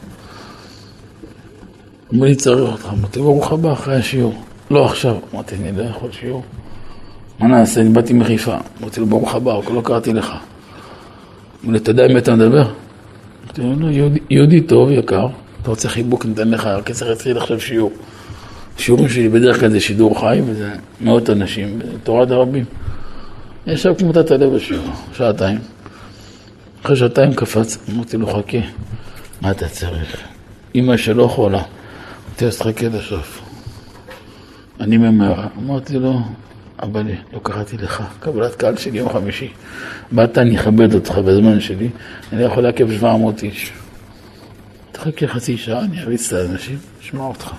אמרו לי צריך אותך, אמרתי ברוך הבא אחרי השיעור. לא עכשיו, אמרתי אני לא יכול שיעור. מה נעשה? אני באתי מחיפה, אמרתי לו ברוך הבא, לא קראתי לך. אמרו לי אתה יודע אם אתה מדבר? אמרתי לו יהודי טוב, יקר, אתה רוצה חיבוק ניתן לך, רק צריך להתחיל עכשיו שיעור. שיעורים שלי בדרך כלל זה שידור חי, וזה מאות אנשים, תורת הרבים. ישב כמו תת הלב בשיעור, 2 שעות. אחרי 2 שעות קפץ, אמרתי לו חכה, מה אתה צריך? אמא שלא חולה, אמרתי לו תחכה לסוף. אני ממהר, אמרתי לו, אבל לא קראתי לך, קבלת קהל של יום חמישי. באת, אני אכבד אותך בזמן שלי, אני יכול לעכב 700 איש. תחכה חצי שעה, אני אריץ לאנשים, אשמע אותך.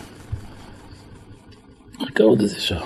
חכה עוד איזה שעה.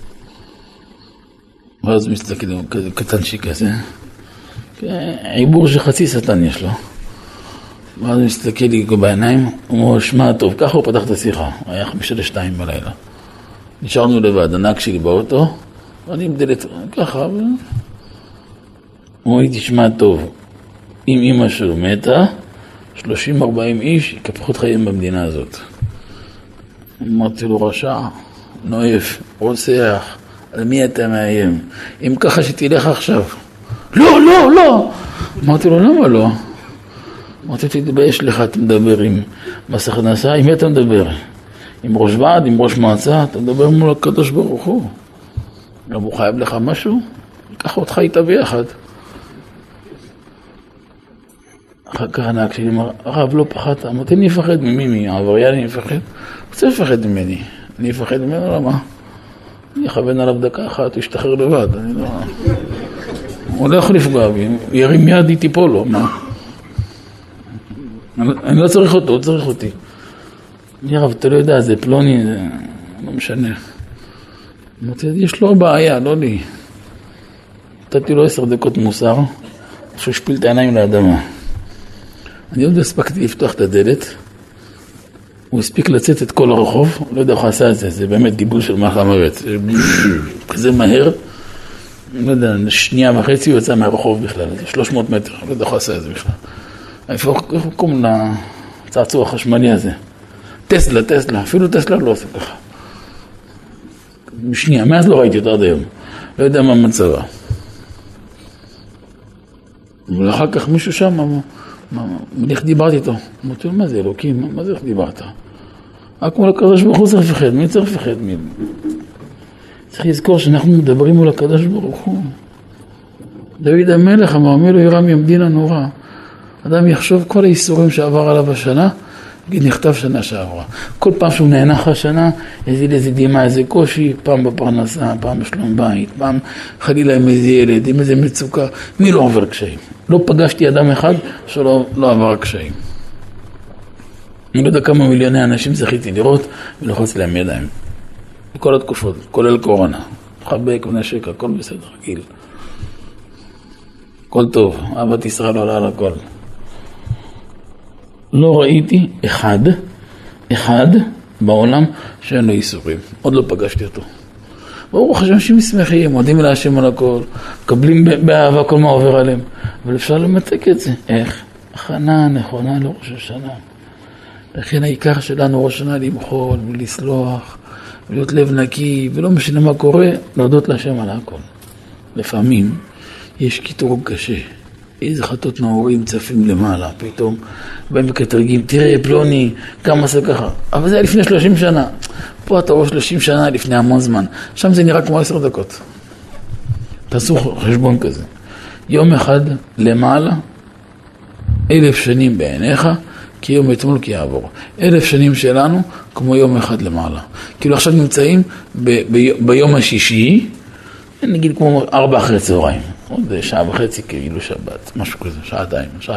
ואז מסתכלים, כזה קטנשיק כזה. עיבור שחצי שטן יש לו. ואז מסתכל לי בעיניים, הוא אומר, שמע טוב, ככה הוא פתח את השיחה. היה 1:55 בלילה. נשארנו לבד, הנהג שלי באוטו, ואני מדלת ככה, הוא אומר לי, תשמע טוב, אם אמא שלו מתה, 30-40 איש יקפחו את חיים במדינה הזאת. אמרתי לו, רשע, נואף, רוצח, על מי אתה מאיים? אם ככה שתלך עכשיו. לא! אמרתי לו, למה לא? אמרתי, תתבייש לך, אתה מדבר עם מס הכנסה, עם מי אתה מדבר? עם ראש ועד, עם ראש מועצה, אתה מדבר מול הקדוש ברוך הוא. גם הוא חייב לך משהו? ככה אותך איתה ביחד. אחר כך הנהג שלי אמר, הרב לא פחדת, אמרתי, אני אפחד ממי, העבריין אני אפחד? רוצה לפחד ממני, אני אפחד ממנו, למה? אני אכוון עליו דקה אחת, הוא ישתחרר לבד, אני לא... הוא לא יכול לפגוע בי, הוא ירים יד, היא תיפול לו, מה? אני לא צריך אותו, הוא צריך אותי. אני הרב, אתה לא יודע, זה פלוני, זה לא משנה. אמרתי, יש לו בעיה, לא לי. נתתי לו 10 דקות מוסר, שהוא השפיל את העיניים לאדמה. אני עוד הספקתי לפתוח את הדלת, הוא הספיק לצאת את כל הרחוב, לא יודע איך הוא עשה את זה, זה באמת גיבול של מלאך המוות. כזה מהר, לא יודע, 1.5 שנייה הוא יצא מהרחוב בכלל, 300 מטר, לא יודע איך הוא עשה את זה בכלל. איפה קום לצעצוע החשמלי הזה? טסלה, אפילו טסלה לא עושה ככה. בשנייה, מאז לא ראיתי אותו עד היום, לא יודע מה מצבה. ואחר כך מישהו שם, איך דיברתי איתו? אמרתי לו, מה זה אלוקים? מה זה איך דיברת? רק מול הקדוש ברוך הוא צריך לפחד, מי צריך לפחד? צריך לזכור שאנחנו מדברים מול הקדוש ברוך הוא. דוד המלך אמר, מי לא ירם ימדין הנורא. אדם יחשוב כל האיסורים שעבר עליו השנה, יגיד נכתב שנה שעברה. כל פעם שהוא נהנח השנה, איזה דימה, איזה קושי, פעם בפרנסה, פעם בשלום בית, פעם חלילה עם איזה ילד, עם איזה מצוקה. מי לא עובר קשיים? לא פגשתי אדם אחד שלא עבר קשיים. אני לא יודע כמה מיליוני אנשים זכיתי לראות ולחוץ להם ידיים. בכל התקופות, כולל קורונה. חבק ונשק, הכל בסדר, רגיל. הכל טוב, אהבת ישראל עולה על הכל. לא ראיתי אחד בעולם שאין לו איסורים. עוד לא פגשתי אותו. ברוך השם אנשים שמחים, מודים אל השם על הכל, מקבלים באהבה כל מה עובר עליהם. אבל אפשר למתק את זה. איך? הכנה נכונה לראש השנה. לכן העיקר שלנו ראש השנה למחול ולסלוח, ולהיות לב נקי, ולא משנה מה קורה, להודות להשם על הכל. לפעמים יש קיטרוג קשה. איזה חטות נאורים צפים למעלה, פתאום באים וכתרגים, תראה פלוני, כמה עשה ככה. אבל זה היה לפני 30 שנה. פה אתה רואה 30 שנה לפני המון זמן. שם זה נראה כמו 10 דקות. תעשו חשבון כזה. יום אחד למעלה, 1000 שנים בעיניך, כי יום אתמול כי יעבור. 1000 שנים שלנו כמו יום אחד למעלה. כאילו עכשיו נמצאים ביום השישי, נגיד כמו 4 אחרי צהריים. עוד שעה וחצי כאילו שבת, משהו כזה, שעתיים, שעה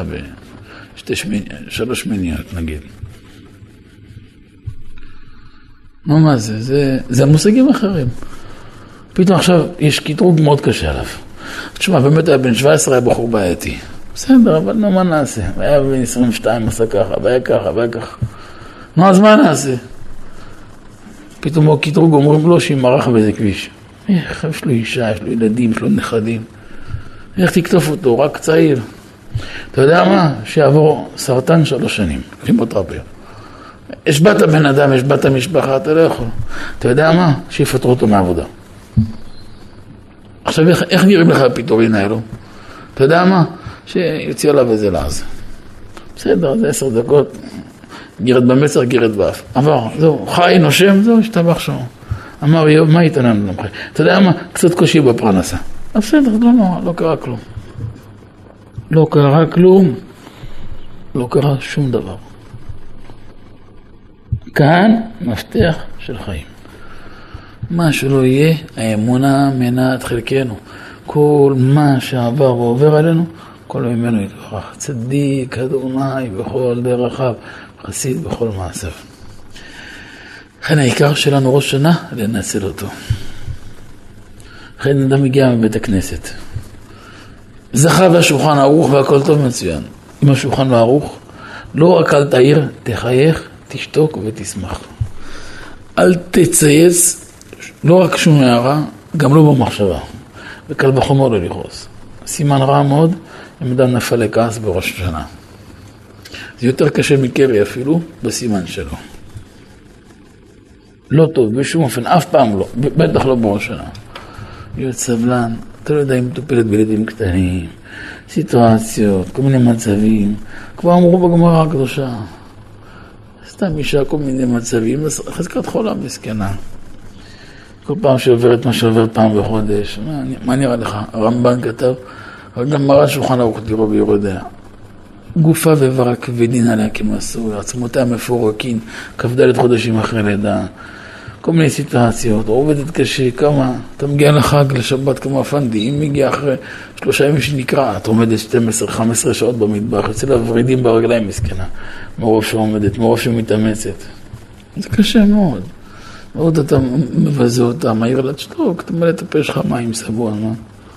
ו3 מיניות נגיד. מה זה מושגים אחרים. פתאום עכשיו יש קטרוג מאוד קשה עליו. תשמע, באמת היה בן 17, היה בחור בעייתי. בסדר, אבל מה נעשה? היה בן 22, עשה ככה, והיה ככה, והיה ככה. אז מה נעשה? פתאום הקטרוג אומרים לו שהיא מרח באיזה כביש. איך, יש לו אישה, יש לו ילדים, יש לו נכדים. איך תקטוף אותו? רק צעיר. אתה יודע מה? שיעבור סרטן 3 שנים, כימותרפיה. השבעת בן אדם, השבעת המשפחה, אתה לא יכול. אתה יודע מה? שיפטרו אותו מהעבודה. עכשיו, איך נראים לך הפיטורין האלו? אתה יודע מה? שיוציא עליו איזה לעז. בסדר, זה 10 דקות. גירת במצר, גירת באף. עבר, זהו, חי, נושם, זהו, השתבח שם. אמר, יוב, מה איתנו למחי? אתה יודע מה? קצת קושי בפרנסה. בסדר, לא קרה כלום. לא קרה כלום. לא קרה שום דבר. כאן מפתח של חיים. מה שלא יהיה, האמונה מנעת חלקנו. כל מה שעבר ועובר עלינו, כל ממנו יתברך. צדיק, אדוני, בכל דרכיו, חסיד בכל מעשיו. לכן העיקר שלנו ראש שנה, לנצל אותו. לכן אדם מגיע מבית הכנסת. זכה והשולחן ערוך והכל טוב מצוין. אם השולחן לא ערוך, לא רק אל תעיר, תחייך, תשתוק ותשמח. אל תצייץ, לא רק שום הערה, גם לא במחשבה. וקל וחומר לא לכעוס. סימן רע מאוד, אם אדם נפל לכעס בראש השנה. זה יותר קשה מקרי אפילו, בסימן שלו. לא טוב, בשום אופן, אף פעם לא, בטח לא בראש השנה. להיות סבלן, אתה לא יודע אם מטופלת בילדים קטנים, סיטואציות, כל מיני מצבים, כבר אמרו בגמרא הקדושה. סתם אישה כל מיני מצבים, חזקת חולה מסכנה. כל פעם שעוברת מה שעוברת פעם בחודש, מה נראה לך? הרמב"ן כתב, אבל גם מראה שולחן ערוך דירו ביורדיה. גופה ואיברה כבדין עליה כמסור, עצמותיה מפורקין, כ"ד חודשים אחרי לידה. כל מיני סיטואציות, עובדת קשה, כמה, אתה מגיע לחג, לשבת כמו הפנדי, אם מגיע אחרי 3 ימים שנקרא, את עומדת 12-15 שעות במטבח, יוצא לה ורידים ברגליים מסכנה, מרוב שעומדת, מרוב שמתאמצת. זה קשה מאוד. מאוד אתה מבזה אותה, מהיר לה תשתוק, אתה מלא את הפה שלך מים סבוע, מה?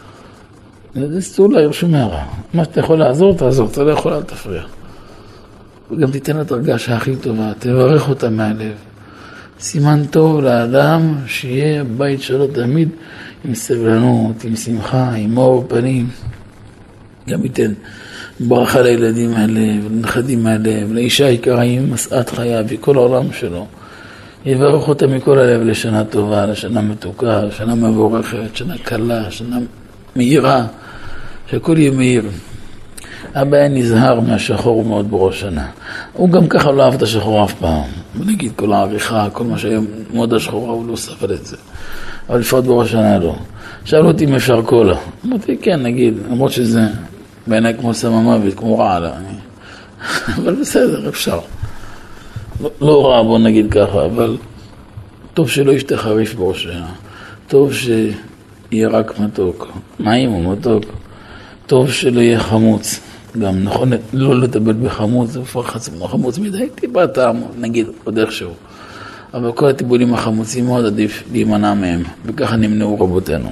זה סתור להעיר שום הערה. מה שאתה יכול לעזור, תעזור, אתה לא יכול, אל תפריע. וגם תיתן לה את הרגשה הכי טובה, תברך אותה מהלב. סימן טוב לאדם שיהיה בית שלו תמיד עם סבלנות, עם שמחה, עם אור פנים. גם ייתן ברכה לילדים מהלב, לנכדים מהלב, לאישה יקרה עם משאת חייו וכל העולם שלו. יברך אותה מכל הלב לשנה טובה, לשנה מתוקה, שנה מבורכת, שנה קלה, שנה מהירה, שהכל יהיה מהיר. אבא היה נזהר מהשחור מאוד בראש שנה. הוא גם ככה לא אהב את השחור אף פעם. נגיד כל העריכה, כל מה שהיה מאוד השחורה, הוא לא ספר את זה. אבל לפחות בראש שנה לא. שאלו אותי אם אפשר קולה. אמרתי, כן, נגיד, למרות שזה בעיניי כמו סם מוות, כמו רעלה. אבל בסדר, אפשר. לא רע, בוא נגיד ככה, אבל טוב שלא ישתה חריף בראש שנה. טוב שיהיה רק מתוק. מים או מתוק. טוב שלא יהיה חמוץ. גם נכון, לא לטבל בחמוץ, זה חמוץ מדי, טיפה טעם, נגיד, עוד איכשהו. אבל כל הטיבולים החמוצים מאוד עדיף להימנע מהם, וככה נמנעו רבותינו.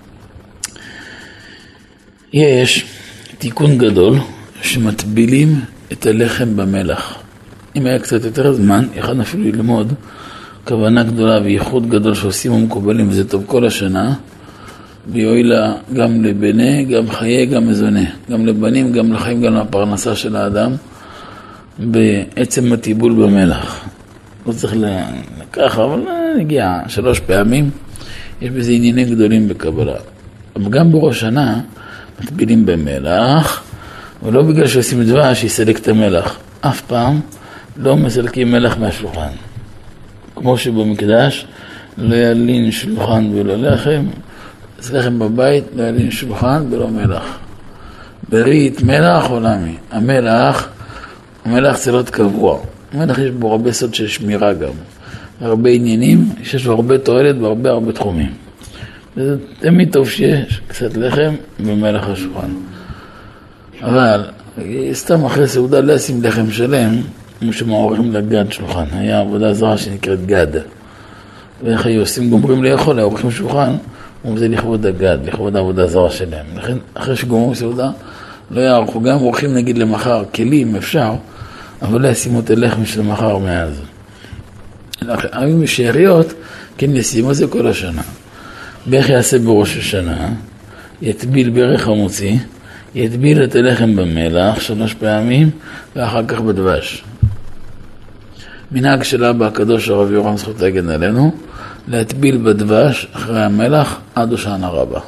יש תיקון גדול שמטבילים את הלחם במלח. אם היה קצת יותר זמן, יכולנו אפילו ללמוד כוונה גדולה וייחוד גדול שעושים המקובלים, וזה טוב כל השנה, ויועילה גם לבני, גם חיי, גם מזונה. גם לבנים, גם לחיים, גם לפרנסה של האדם, בעצם הטיבול במלח. לא צריך לקחה, אבל נגיע 3 פעמים, יש בזה עניינים גדולים בקבלה. אבל גם בראש שנה, מטבילים במלח, ולא בגלל שעושים דבש, שיסלק את המלח. אף פעם לא מסלקים מלח מהשולחן. כמו שבמקדש, לא ילין שולחן ולא לחם, אז לחם בבית, לא ילין שולחן ולא מלח. ברית מלח עולמי. המלח המלח זה לא קבוע. המלח יש בו הרבה סוד של שמירה גם. הרבה עניינים, יש לו הרבה תועלת בהרבה תחומים. וזה תמיד טוב שיש קצת לחם ומלח השולחן. אבל סתם אחרי סעודה לא ישים לחם שלם, כמו שמעוררים לגד שולחן. היה עבודה זרה שנקראת גד. ואיך היו עושים גומרים לאכול, עורכים שולחן, וזה לכבוד הגד, לכבוד העבודה זרה שלהם. לכן אחרי שגומרים סעודה, לא יערכו, גם עורכים נגיד למחר כלים, אפשר, אבל לא ישימו את הלחם של מחר מאז. היו משאריות, כן ישימו זה כל השנה. באיך יעשה בראש השנה, יטביל ברך המוציא, יטביל את הלחם במלח 3 פעמים, ואחר כך בדבש. מנהג של אבא הקדוש הרב יורם זכות להגן עלינו, להטביל בדבש אחרי המלח עד הושענא רבה.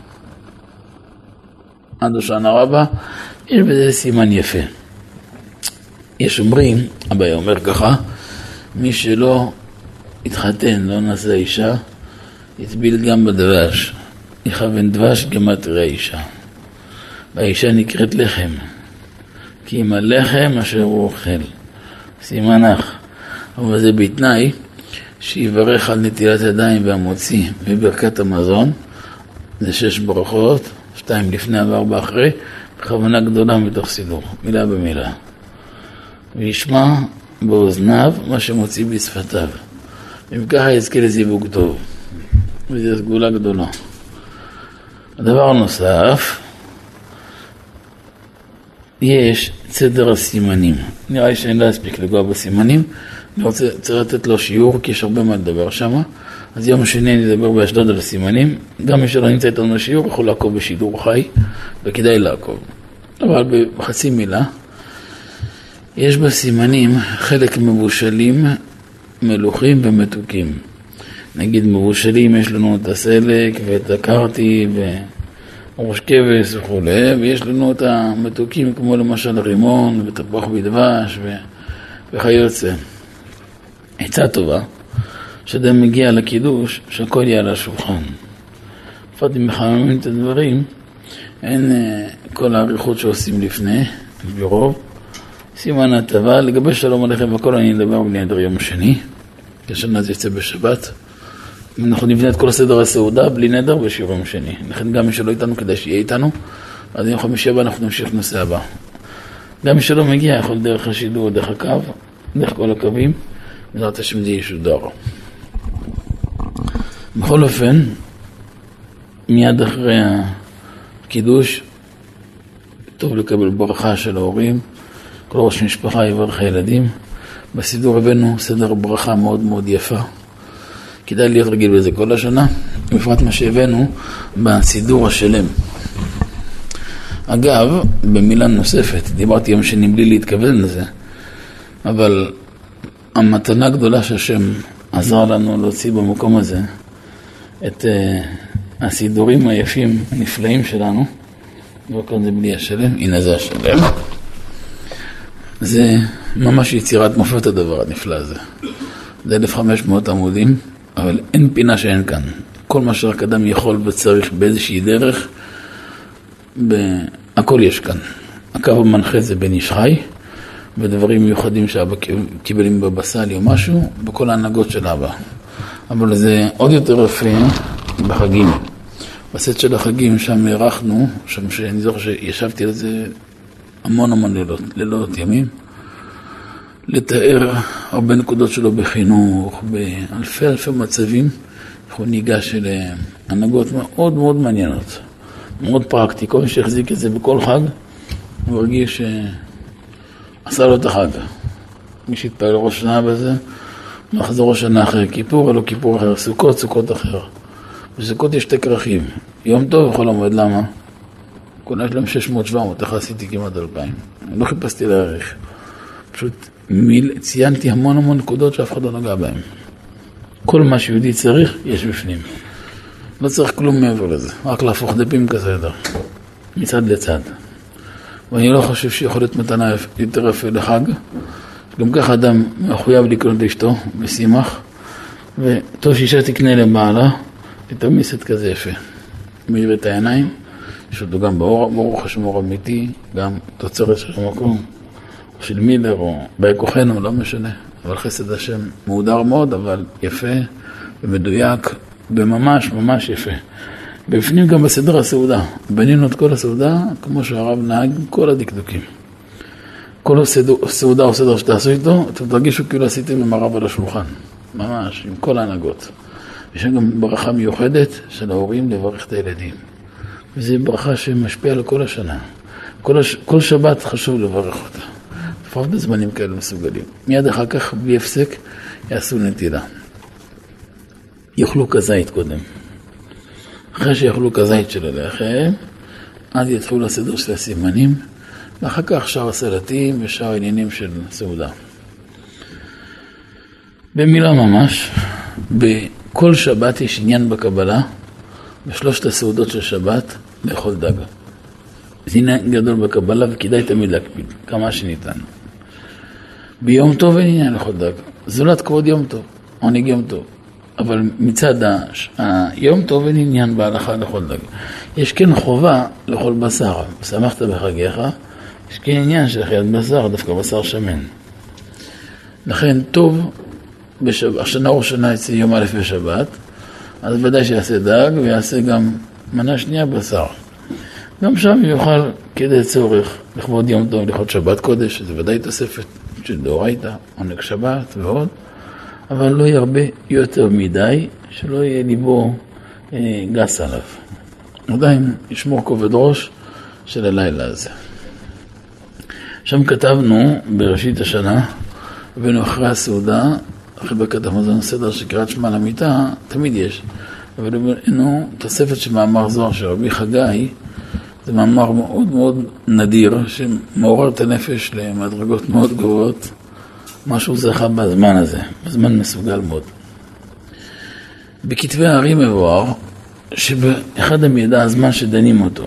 עד הושענא רבה, יש בזה סימן יפה. יש אומרים, אבא אומר ככה, מי שלא התחתן, לא נשא אישה, יטביל גם בדבש. יכוון דבש גמטריה אישה. והאישה נקראת לחם, כי אם הלחם אשר הוא אוכל. סימנך. אבל זה בתנאי שיברך על נטילת ידיים והמוציא וברכת המזון. זה 6 ברכות, 2 לפני ו4 אחרי, בכוונה גדולה מתוך סידור, מילה במילה. וישמע באוזניו מה שמוציא בשפתיו. אם ככה יזכה לזיווג טוב. וזו סגולה גדולה. הדבר הנוסף, יש סדר הסימנים. נראה לי שאני לא אספיק לגוע בסימנים. אני צריך לתת לו שיעור, כי יש הרבה מה לדבר שם. אז יום שני אני אדבר באשדוד על הסימנים. גם מי שלא נמצא איתנו בשיעור, יכול לעקוב בשידור חי, וכדאי לעקוב. אבל בחצי מילה, יש בסימנים חלק מבושלים, מלוכים ומתוקים. נגיד מבושלים, יש לנו את הסלק ואת הקרטי וראש כבש וכו', ויש לנו את המתוקים כמו למשל רימון ותפוח בדבש וכיוצא. עצה טובה, שאדם מגיע לקידוש, שהכל יהיה על השולחן. לפעמים אם מחממים את הדברים, אין כל העריכות שעושים לפני, ברוב. סימן הטבה, לגבי שלום עליכם וכל אני אדבר בלי נדר יום שני, כשנה זה יצא בשבת. אנחנו נבנה את כל הסדר הסעודה בלי נדר בשיעור יום שני. לכן גם מי שלא איתנו כדאי שיהיה איתנו, אז יום חמישי הבא אנחנו נמשיך נושא הבא. גם מי שלא מגיע יכול דרך השידור, דרך הקו, דרך כל הקווים, בעזרת השם זה ישודר. בכל אופן, מיד אחרי הקידוש, טוב לקבל ברכה של ההורים, כל ראש משפחה יברך הילדים. בסידור הבאנו סדר ברכה מאוד מאוד יפה. כדאי להיות רגיל בזה כל השנה, בפרט מה שהבאנו בסידור השלם. אגב, במילה נוספת, דיברתי יום שני בלי להתכוון לזה, אבל המתנה גדולה שהשם עזר לנו להוציא במקום הזה, את הסידורים היפים, הנפלאים שלנו, וכאן זה בלי השלם, הנה זה השלם. זה ממש יצירת מופת הדבר הנפלא הזה. זה 1500 עמודים, אבל אין פינה שאין כאן. כל מה שרק אדם יכול וצריך באיזושהי דרך, הכל יש כאן. הקו המנחה זה בן איש חי, ודברים מיוחדים שאבא קיבלים בבסלי או משהו, בכל ההנהגות של אבא. אבל זה עוד יותר יפה בחגים. בסט של החגים שם ערכנו, שם שאני זוכר שישבתי על זה המון לילות ימים, לתאר הרבה נקודות שלו בחינוך, באלפי מצבים, אנחנו ניגש אליהם. הנהגות מאוד מאוד מעניינות, מאוד פרקטי. כל מי שהחזיק את זה בכל חג, הוא הרגיש שעשה לו את החג. מי שהתפעל ראש שנה בזה, מחזור ראש שנה אחרי כיפור, או לא כיפור אחר, סוכות אחר. בסוכות יש 2 כרכים. יום טוב יכול לעמוד, למה? כולה יש להם 600-700, איך עשיתי כמעט 2,000. אני לא חיפשתי להעריך. פשוט ציינתי המון נקודות שאף אחד לא נגע בהם. כל מה שיהודי צריך, יש בפנים. לא צריך כלום מעבר לזה. רק להפוך דפים כזה מצד לצד. ואני לא חושב שיכול להיות מתנה יותר יפה לחג. גם ככה אדם מחויב לקנות לאשתו בשימח, וטוב שאישה תקנה לבעלה, ותרמיסת כזה יפה. מאיר את העיניים, יש אותו גם ברוך השם אור אמיתי, גם תוצרת של המקום. של מילר או באי כוחנו, לא משנה. אבל חסד השם מהודר מאוד, אבל יפה ומדויק וממש ממש יפה. בפנים גם בסדר הסעודה. בנינו את כל הסעודה, כמו שהרב נהג, כל הדקדוקים. כל הסעודה או סדר שתעשו איתו, אתם תרגישו כאילו עשיתם עם הרב על השולחן. ממש, עם כל ההנהגות. יש גם ברכה מיוחדת של ההורים לברך את הילדים. וזו ברכה שמשפיעה על כל השנה. כל שבת חשוב לברך אותה. לפחות בזמנים כאלה מסוגלים. מיד אחר כך, בלי הפסק, יעשו נטילה. יאכלו כזית קודם. אחרי שיאכלו כזית של הלחם, אז יתחילו לסדר של הסימנים, ואחר כך שאר הסלטים ושאר העניינים של סעודה. במילה ממש, בכל שבת יש עניין בקבלה, בשלושת הסעודות של שבת, לאכול דג. זה עניין גדול בקבלה וכדאי תמיד להקפיד, כמה שניתן. ביום טוב אין עניין לאכול דג, זולת כבוד יום טוב, עונג יום טוב. אבל מצד היום טוב אין עניין בהלכה לאכול דג. יש כן חובה לאכול בשר, שמחת בחגיך, יש כן עניין של אכילת בשר, דווקא בשר שמן. לכן טוב, השנה או שנה אצל יום א' בשבת, אז ודאי שיעשה דג ויעשה גם מנה שנייה בשר. גם שם יוכל כדי צורך לכבוד יום טוב, לכבוד שבת קודש, זה ודאי תוספת של דאורייתא, עונג שבת ועוד, אבל לא ירבה יותר מדי, שלא יהיה ליבו גס עליו. עדיין ישמור כובד ראש של הלילה הזה. שם כתבנו בראשית השנה, ובנו אחרי הסעודה, אחרי ברכת המזון סדר שקראת שמע למיטה, תמיד יש. אבל בנו תוספת של מאמר זוהר של רבי חגי, זה מאמר מאוד מאוד נדיר, שמעורר את הנפש למדרגות מאוד גבוהות, משהו זכה בזמן הזה, בזמן מסוגל מאוד. בכתבי הערים מבואר, שבאחד המידע הזמן שדנים אותו,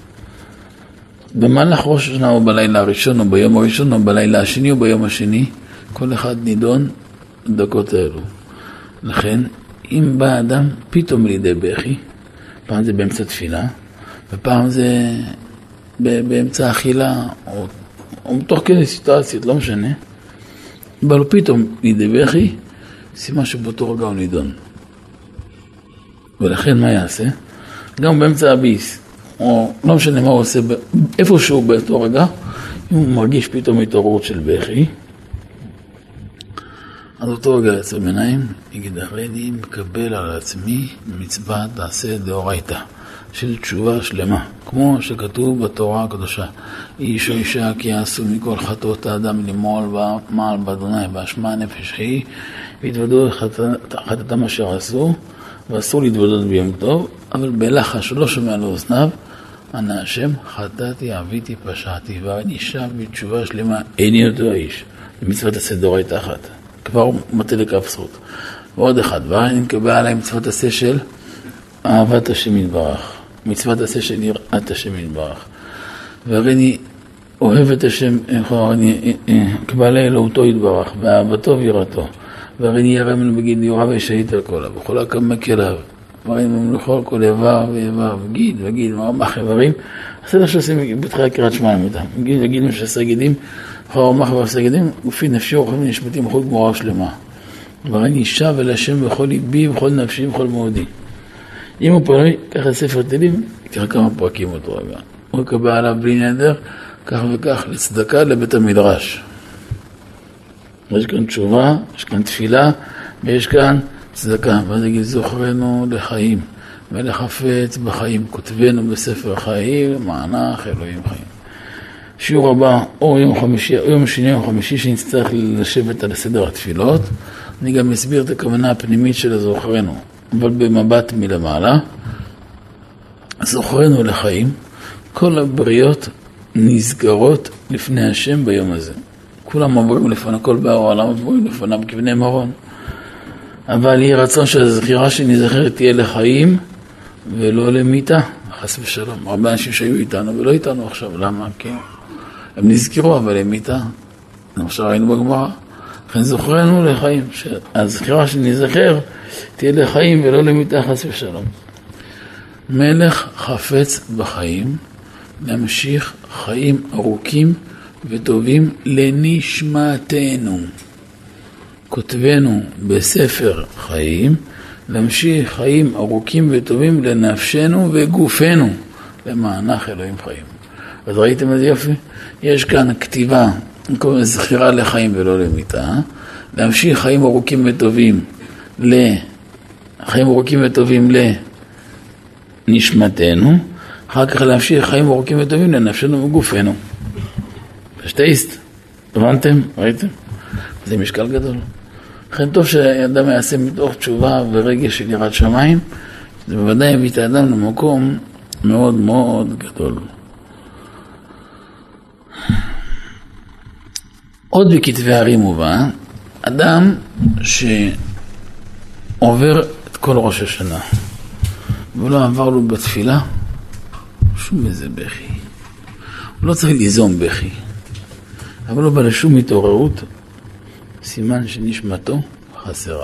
במהלך ראש השנה או בלילה הראשון או ביום הראשון או בלילה השני או ביום השני, כל אחד נידון דקות האלו. לכן, אם בא אדם פתאום לידי בכי, פעם זה באמצע תפילה, ופעם זה באמצע אכילה, או תוך כדי סיטואציות, לא משנה, בא לו פתאום לידי בכי, סימן שבאותו רגע הוא נידון. ולכן מה יעשה? גם באמצע הביס, או לא משנה מה הוא עושה, איפשהו באותו רגע, אם הוא מרגיש פתאום התעוררות של בכי, אז אותו רגע יצא ביניים, יגיד, הרי אני מקבל על עצמי מצווה תעשה דאורייתא, של תשובה שלמה, כמו שכתוב בתורה הקדושה, איש או אישה כי יעשו מכל חטאות האדם למעול מעל באדוני, באשמה נפש היא, והתוודו חטאתם אשר עשו, ואסור להתוודות ביום טוב, אבל בלחש שלא שומע לאוזניו, ענה השם, חטאתי, עביתי, פשעתי, ואני שב בתשובה שלמה, איני אותו האיש, במצוות עשה דאורייתא אחת. כבר מטה לכף זכות. ועוד אחד, ואני מקבל עליי מצוות עשה של אהבת השם יתברך. מצוות עשה של יראת השם יתברך. והרי אני אוהב את השם, אני קבלה אלוהותו יתברך, ואהבתו ויראתו. והרי אני ירא ממנו בגיד יורא וישעית על כליו, וכל הקם מכליו. והרי אני לכל כל איבר ואיבר, וגיד, מרמח איברים. הסדר שעושים בתחילה קריאת שמע למיטה. וגיד מה שעשה גידים, אחר רמח ועשה גידים, ופי נפשי ורחמים נשמתים וכל גמורה שלמה. והרי אני שב אל השם בכל ליבי, בכל נפשי, בכל מאודי. אם הוא פרמי, ככה ספר תהילים, תראה כמה פרקים אותו רגע. הוא יקבע עליו בלי נדר, כך וכך, לצדקה לבית המדרש. יש כאן תשובה, יש כאן תפילה, ויש כאן צדקה. ואז יגיד, זוכרנו לחיים, ולחפץ בחיים, כותבנו בספר חיים, מענך אלוהים חיים. שיעור הבא, או יום שני או חמישי, שנצטרך לשבת על סדר התפילות. אני גם אסביר את הכוונה הפנימית של הזוכרנו, אבל במבט מלמעלה. זוכרנו לחיים, כל הבריות נזכרות לפני השם ביום הזה. כולם עוברים לפניו, כל באו העולם עוברים לפניו כבני מרון. אבל יהיה רצון שהזכירה שנזכרת תהיה לחיים ולא למיתה, חס ושלום. הרבה אנשים שהיו איתנו ולא איתנו עכשיו, למה? כי הם נזכרו, אבל הם מיתה. עכשיו ראינו בגמרא. לכן זוכרנו לחיים, שהזכירה שנזכר תהיה לחיים ולא למיתה, חס ושלום. מלך חפץ בחיים, להמשיך חיים ארוכים וטובים לנשמתנו. כותבנו בספר חיים, להמשיך חיים ארוכים וטובים לנפשנו וגופנו, למענך אלוהים חיים. אז ראיתם את זה יופי? יש כאן כתיבה, זכירה לחיים ולא למיתה, להמשיך חיים ארוכים וטובים לנשמתנו, אחר כך להמשיך חיים ארוכים וטובים לנפשנו וגופנו. פשטייסט, הבנתם? ראיתם? זה משקל גדול. לכן טוב שאדם יעשה מתוך תשובה ורגש של יראת שמיים, זה בוודאי הביא את האדם למקום מאוד מאוד גדול. עוד בכתבי הרים מובא, אדם שעובר את כל ראש השנה, ולא עבר לו בתפילה, שום איזה בכי. הוא לא צריך ליזום בכי, אבל לא בא לשום התעוררות, סימן שנשמתו חסרה.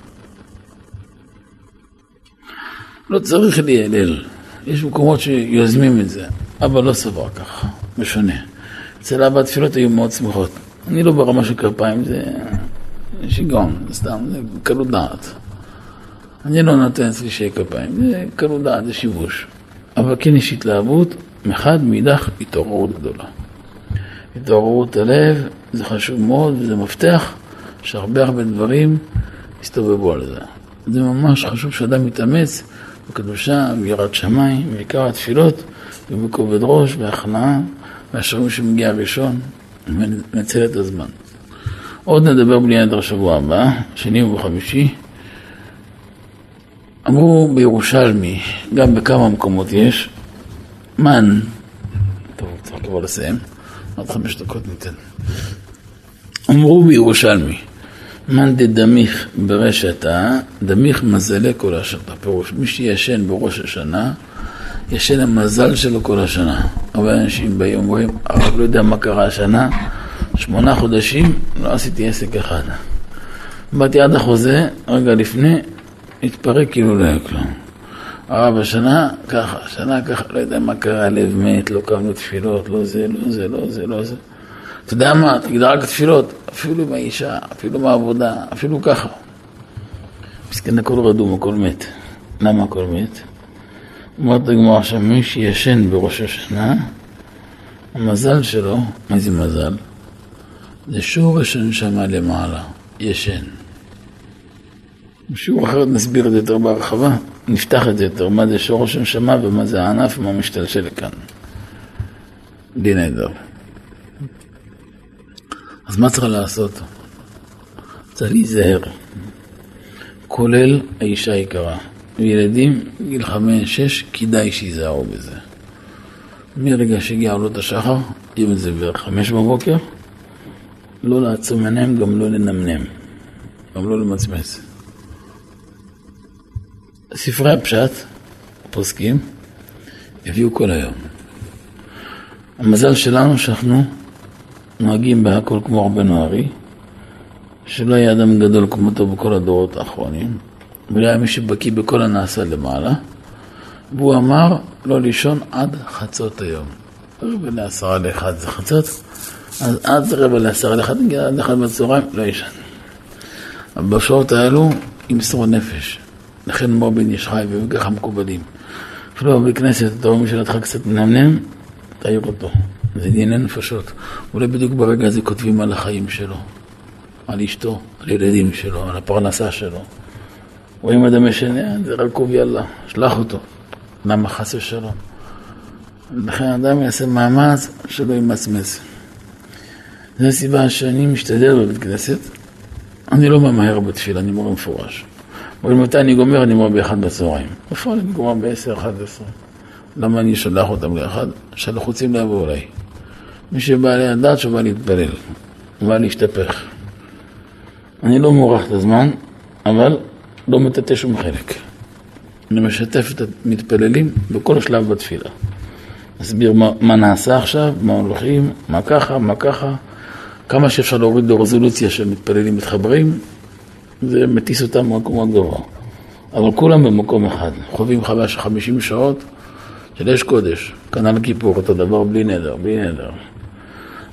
לא צריך להיעלל. יש מקומות שיוזמים את זה, אבל לא סבר ככה, משונה. אצל אבא התפילות היו מאוד שמחות. אני לא ברמה של כפיים, זה שיגעון, סתם, זה קלות דעת. אני לא נותן אצלי שיהיה כפיים, זה קלות דעת, זה שיבוש. אבל כן יש התלהבות, מחד מידך התעוררות גדולה. התעוררות הלב, זה חשוב מאוד, וזה מפתח שהרבה דברים הסתובבו על זה. זה ממש חשוב שאדם מתאמץ בקדושה, ביראת שמיים, בעיקר התפילות, ובכובד ראש, בהכנעה, והשרים שמגיע הראשון, ונצל את הזמן. עוד נדבר בלי נדר שבוע הבא, שני ובחמישי. אמרו בירושלמי, גם בכמה מקומות יש, מן, טוב, צריך כבר לסיים, עוד 5 דקות ניתן. אמרו בירושלמי, מן דדמיך ברשתה, דמיך מזלה כל השנה. פירוש, מי שישן בראש השנה, ישן המזל שלו כל השנה. הרבה אנשים באים אומרים, הרב לא יודע מה קרה השנה, 8 חודשים, לא עשיתי עסק אחד. באתי עד החוזה, רגע לפני, התפרק כאילו לא היה כלום. הרב השנה ככה, שנה ככה, לא יודע מה קרה, לב מת, לא קמנו תפילות, לא זה, לא זה, לא זה, לא זה. אתה יודע מה, תגיד רק תפילות, אפילו מהאישה, אפילו מהעבודה, אפילו ככה. מסכן הכל רדום, הכל מת. למה הכל מת? אומרת הגמרא שמי שישן בראש השנה, המזל שלו, מה זה מזל? זה שורש הנשמה למעלה, ישן. בשיעור אחרת נסביר את זה יותר בהרחבה, נפתח את זה יותר, מה זה שורש הנשמה ומה זה הענף ומה משתלשל לכאן. די נהדר. אז מה צריך לעשות? צריך להיזהר, כולל האישה היקרה. וילדים גיל 5-6 כדאי שיזהרו בזה. מרגע שהגיע עולות השחר, אם את זה בערך 5 בבוקר, לא לעצום עיניים, גם לא לנמנם, גם לא למצמץ. ספרי הפשט, הפוסקים, הביאו כל היום. המזל שלנו שאנחנו נוהגים בהכל כמו רבנו ארי, שלא היה אדם גדול כמותו בכל הדורות האחרונים, ולא היה מי שבקיא בכל הנעשה למעלה, והוא אמר לא לישון עד חצות היום. רבע לעשרה לאחד זה חצות, אז עד רבע לעשרה לאחד, עד 1 בצהריים, לא ישן. אבל בשעות האלו ימסור נפש. לכן מור בן איש חי וככה מקובלים. אפילו בכנסת, אתה רואה מי שלתך קצת מנמנם, תעיר אותו. זה דיני נפשות. אולי בדיוק ברגע הזה כותבים על החיים שלו, על אשתו, על ילדים שלו, על הפרנסה שלו. רואים אדם משנה, זה רקוב יאללה, שלח אותו. למה חס ושלום? לכן האדם יעשה מאמץ שלא ימצמץ. זו הסיבה שאני משתדל בבית כנסת. אני לא ממהר בתפילה, אני מורה מפורש. אבל מתי אני גומר, אני מורה ב1 בצהריים. בפועל אני גומר ב10-11. למה אני שולח אותם ל1? שהלחוצים לבוא אליי. מי שבא לי לדעת שבא להתפלל, בא להשתפך. אני לא מורח את הזמן, אבל לא מטאטא שום חלק. אני משתף את המתפללים בכל שלב בתפילה. אסביר מה נעשה עכשיו, מה הולכים, מה ככה, כמה שאפשר להוריד לרזולוציה של מתפללים מתחברים, זה מטיס אותם במקום גבוה. אבל כולם במקום אחד. חווים 50 שעות של אש קודש. כנ"ל כיפור, אותו דבר בלי נדר.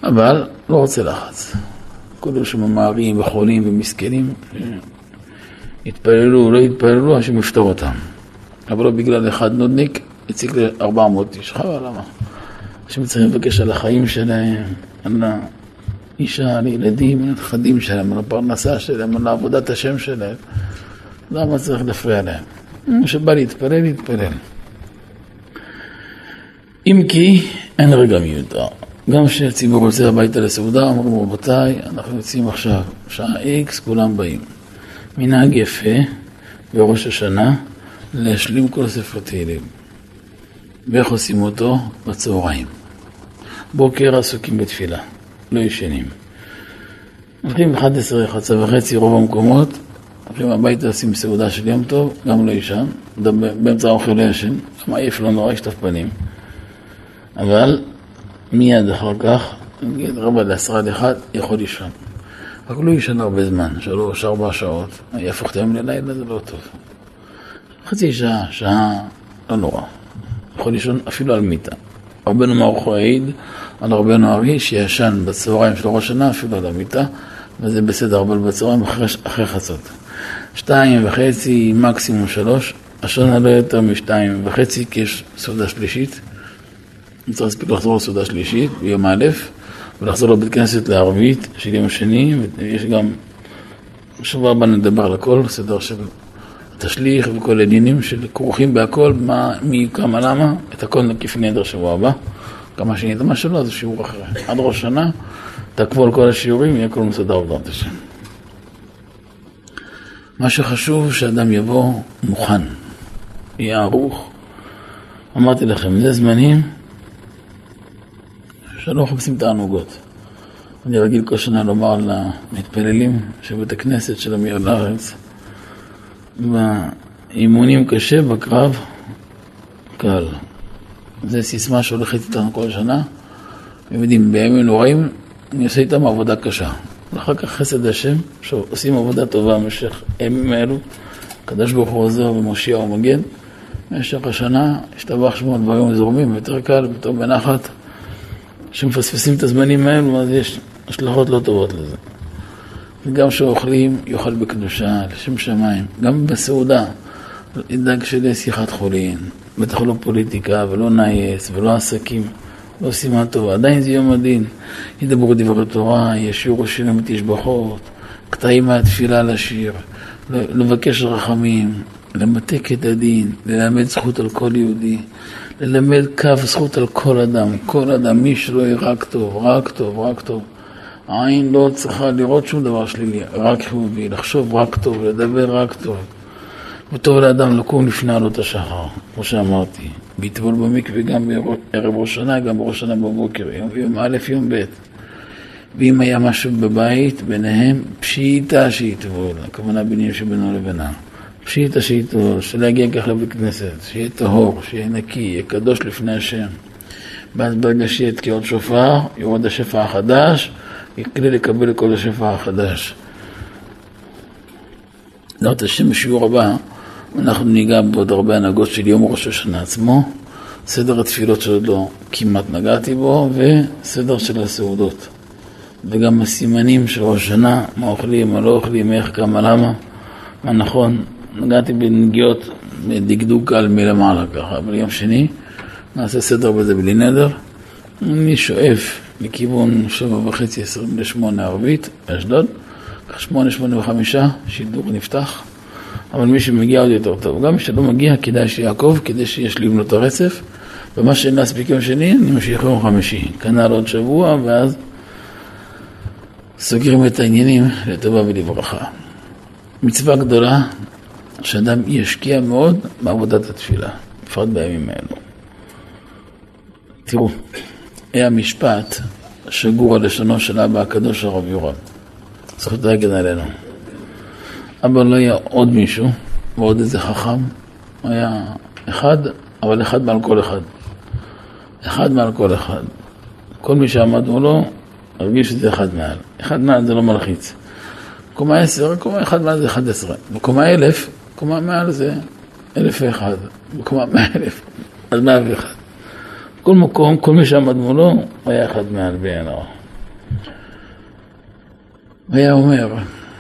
אבל לא רוצה לחץ. כל אלה שממהרים וחולים ומסכנים, יתפללו, לא יתפללו, השם יפתור אותם. אבל לא בגלל אחד נודניק, הציג ל-400 איש. חבל, למה? השם צריך לבקש על החיים שלהם, על האישה, על הילדים, על הנכדים שלהם, על הפרנסה שלהם, על עבודת השם שלהם. למה צריך להפריע להם? שבא להתפלל, להתפלל. אם כי אין רגע מיותר. גם כשהציבור יוצא הביתה לסעודה, אמרו רבותיי, אנחנו יוצאים עכשיו, שעה X, כולם באים. מנהג יפה בראש השנה להשלים כל ספר תהילים. ואיך עושים אותו? בצהריים. בוקר עסוקים בתפילה, לא ישנים. הולכים 11, 11:30 רוב המקומות, הולכים הביתה עושים סעודה של יום טוב, גם לא ישן, באמצע האוכל לא ישן, גם עייף לא נורא, ישטף פנים. אבל מיד אחר כך, נגיד 12:50, יכול לישון. רק לא ישן הרבה זמן, 3-4 שעות, יהפוך את היום ללילה, זה לא טוב. חצי שעה, לא נורא. יכול לישון אפילו על מיטה. רבנו מרוחו העיד על רבנו ארי שישן בצהריים של ראש השנה אפילו על המיטה, וזה בסדר, אבל בצהריים אחרי חצות. 2:30, מקסימום 3, השנה לא יותר מ2:30, כי יש סעודה שלישית. צריך להספיק לחזור לסעודה שלישית ביום א', ולחזור לבית כנסת לערבית של יום שני, ויש גם, שבוע הבא נדבר על הכל, סדר של תשליך וכל העניינים של כרוכים בהכל, מי, כמה, למה, את הכל נקיף נדר שבוע הבא, כמה שנית, מה שלא, זה שיעור אחר. עד ראש שנה, תעקבו על כל השיעורים, יהיה כל מסודר עבודת השם. מה שחשוב שאדם יבוא מוכן, יהיה ערוך. אמרתי לכם, זה זמנים שלא מחפשים תענוגות. אני רגיל כל שנה לומר למתפללים שבית הכנסת של אמיר לארץ, באימונים קשה, בקרב קל. זה סיסמה שהולכת איתנו כל שנה. הם יודעים, בימים נוראים, אני עושה איתם עבודה קשה. ואחר כך חסד השם, שעושים עבודה טובה במשך הימים האלו, הקדוש ברוך הוא עוזר ומושיע ומגן. במשך השנה, השתבח שמו דברים זורמים, יותר קל, פתאום בנחת. כשמפספסים את הזמנים האלו, אז יש השלכות לא טובות לזה. וגם שאוכלים, יאכל בקדושה, לשם שמיים. גם בסעודה, ידאג שלי שיחת חולין, בטח לא פוליטיקה, ולא נייס, ולא עסקים, לא סימן טוב. עדיין זה יום הדין. ידברו דברי תורה, ישירו שירים ותשבחות, קטעים מהתפילה לשיר, לבקש רחמים, למתק את הדין, ללמד זכות על כל יהודי, ללמד קו זכות על כל אדם, כל אדם, מי שלא יהיה רק טוב, רק טוב, רק טוב. העין לא צריכה לראות שום דבר שלילי, רק חיובי, לחשוב רק טוב, לדבר רק טוב. וטוב לאדם לקום לפני עלות השחר, כמו שאמרתי, ביטבול במקווה גם בערב ראש שנה, גם בראש שנה בבוקר, יום א', יום ב'. ואם היה משהו בבית, ביניהם, פשיטה שיטבול, הכוונה בינים שבינו לבינה. פשיטה שיטבול, שלא יגיע כך לבית כנסת, שיהיה טהור, שיהיה נקי, יהיה קדוש לפני השם. ואז ברגע שיהיה תקיעות שופר, יורד השפע החדש, יקלה לקבל כל השפע החדש. זאת השם בשיעור הבא, אנחנו ניגע בעוד הרבה הנהגות של יום ראש השנה עצמו, סדר התפילות שעוד לא כמעט נגעתי בו, וסדר של הסעודות. וגם הסימנים של ראש השנה, מה אוכלים, מה לא אוכלים, איך, כמה, למה, מה נכון. נגעתי בנגיעות, בדקדוק קל מלמעלה ככה, אבל יום שני נעשה סדר בזה בלי נדר. אני שואף לכיוון 7:30-7:28 ערבית, אשדוד, 8:85 שידור נפתח, אבל מי שמגיע עוד יותר טוב. גם מי שלא מגיע, כדאי שיעקב, כדי שישלים לו את הרצף, ומה שנספיק יום שני, אני ממשיך יום חמישי, כנ"ל עוד שבוע, ואז סוגרים את העניינים לטובה ולברכה. מצווה גדולה, שאדם ישקיע מאוד בעבודת התפילה, בפרט בימים האלו. תראו, היה משפט שגור על לשונו של אבא הקדוש הרב יורם. זכות להגן עלינו. אבא לא היה עוד מישהו, ועוד איזה חכם. היה אחד, אבל אחד מעל כל אחד. אחד מעל כל אחד. כל מי שעמד מולו, הרגיש שזה אחד מעל. אחד מעל זה לא מלחיץ. קומה 10, קומה 1 מעל זה 11. בקומה 1000, קומה מעל זה 1001. בקומה 100,000, אז 101. כל מקום, כל מי שעמד מולו, היה אחד מעל בעינו. והיה אומר,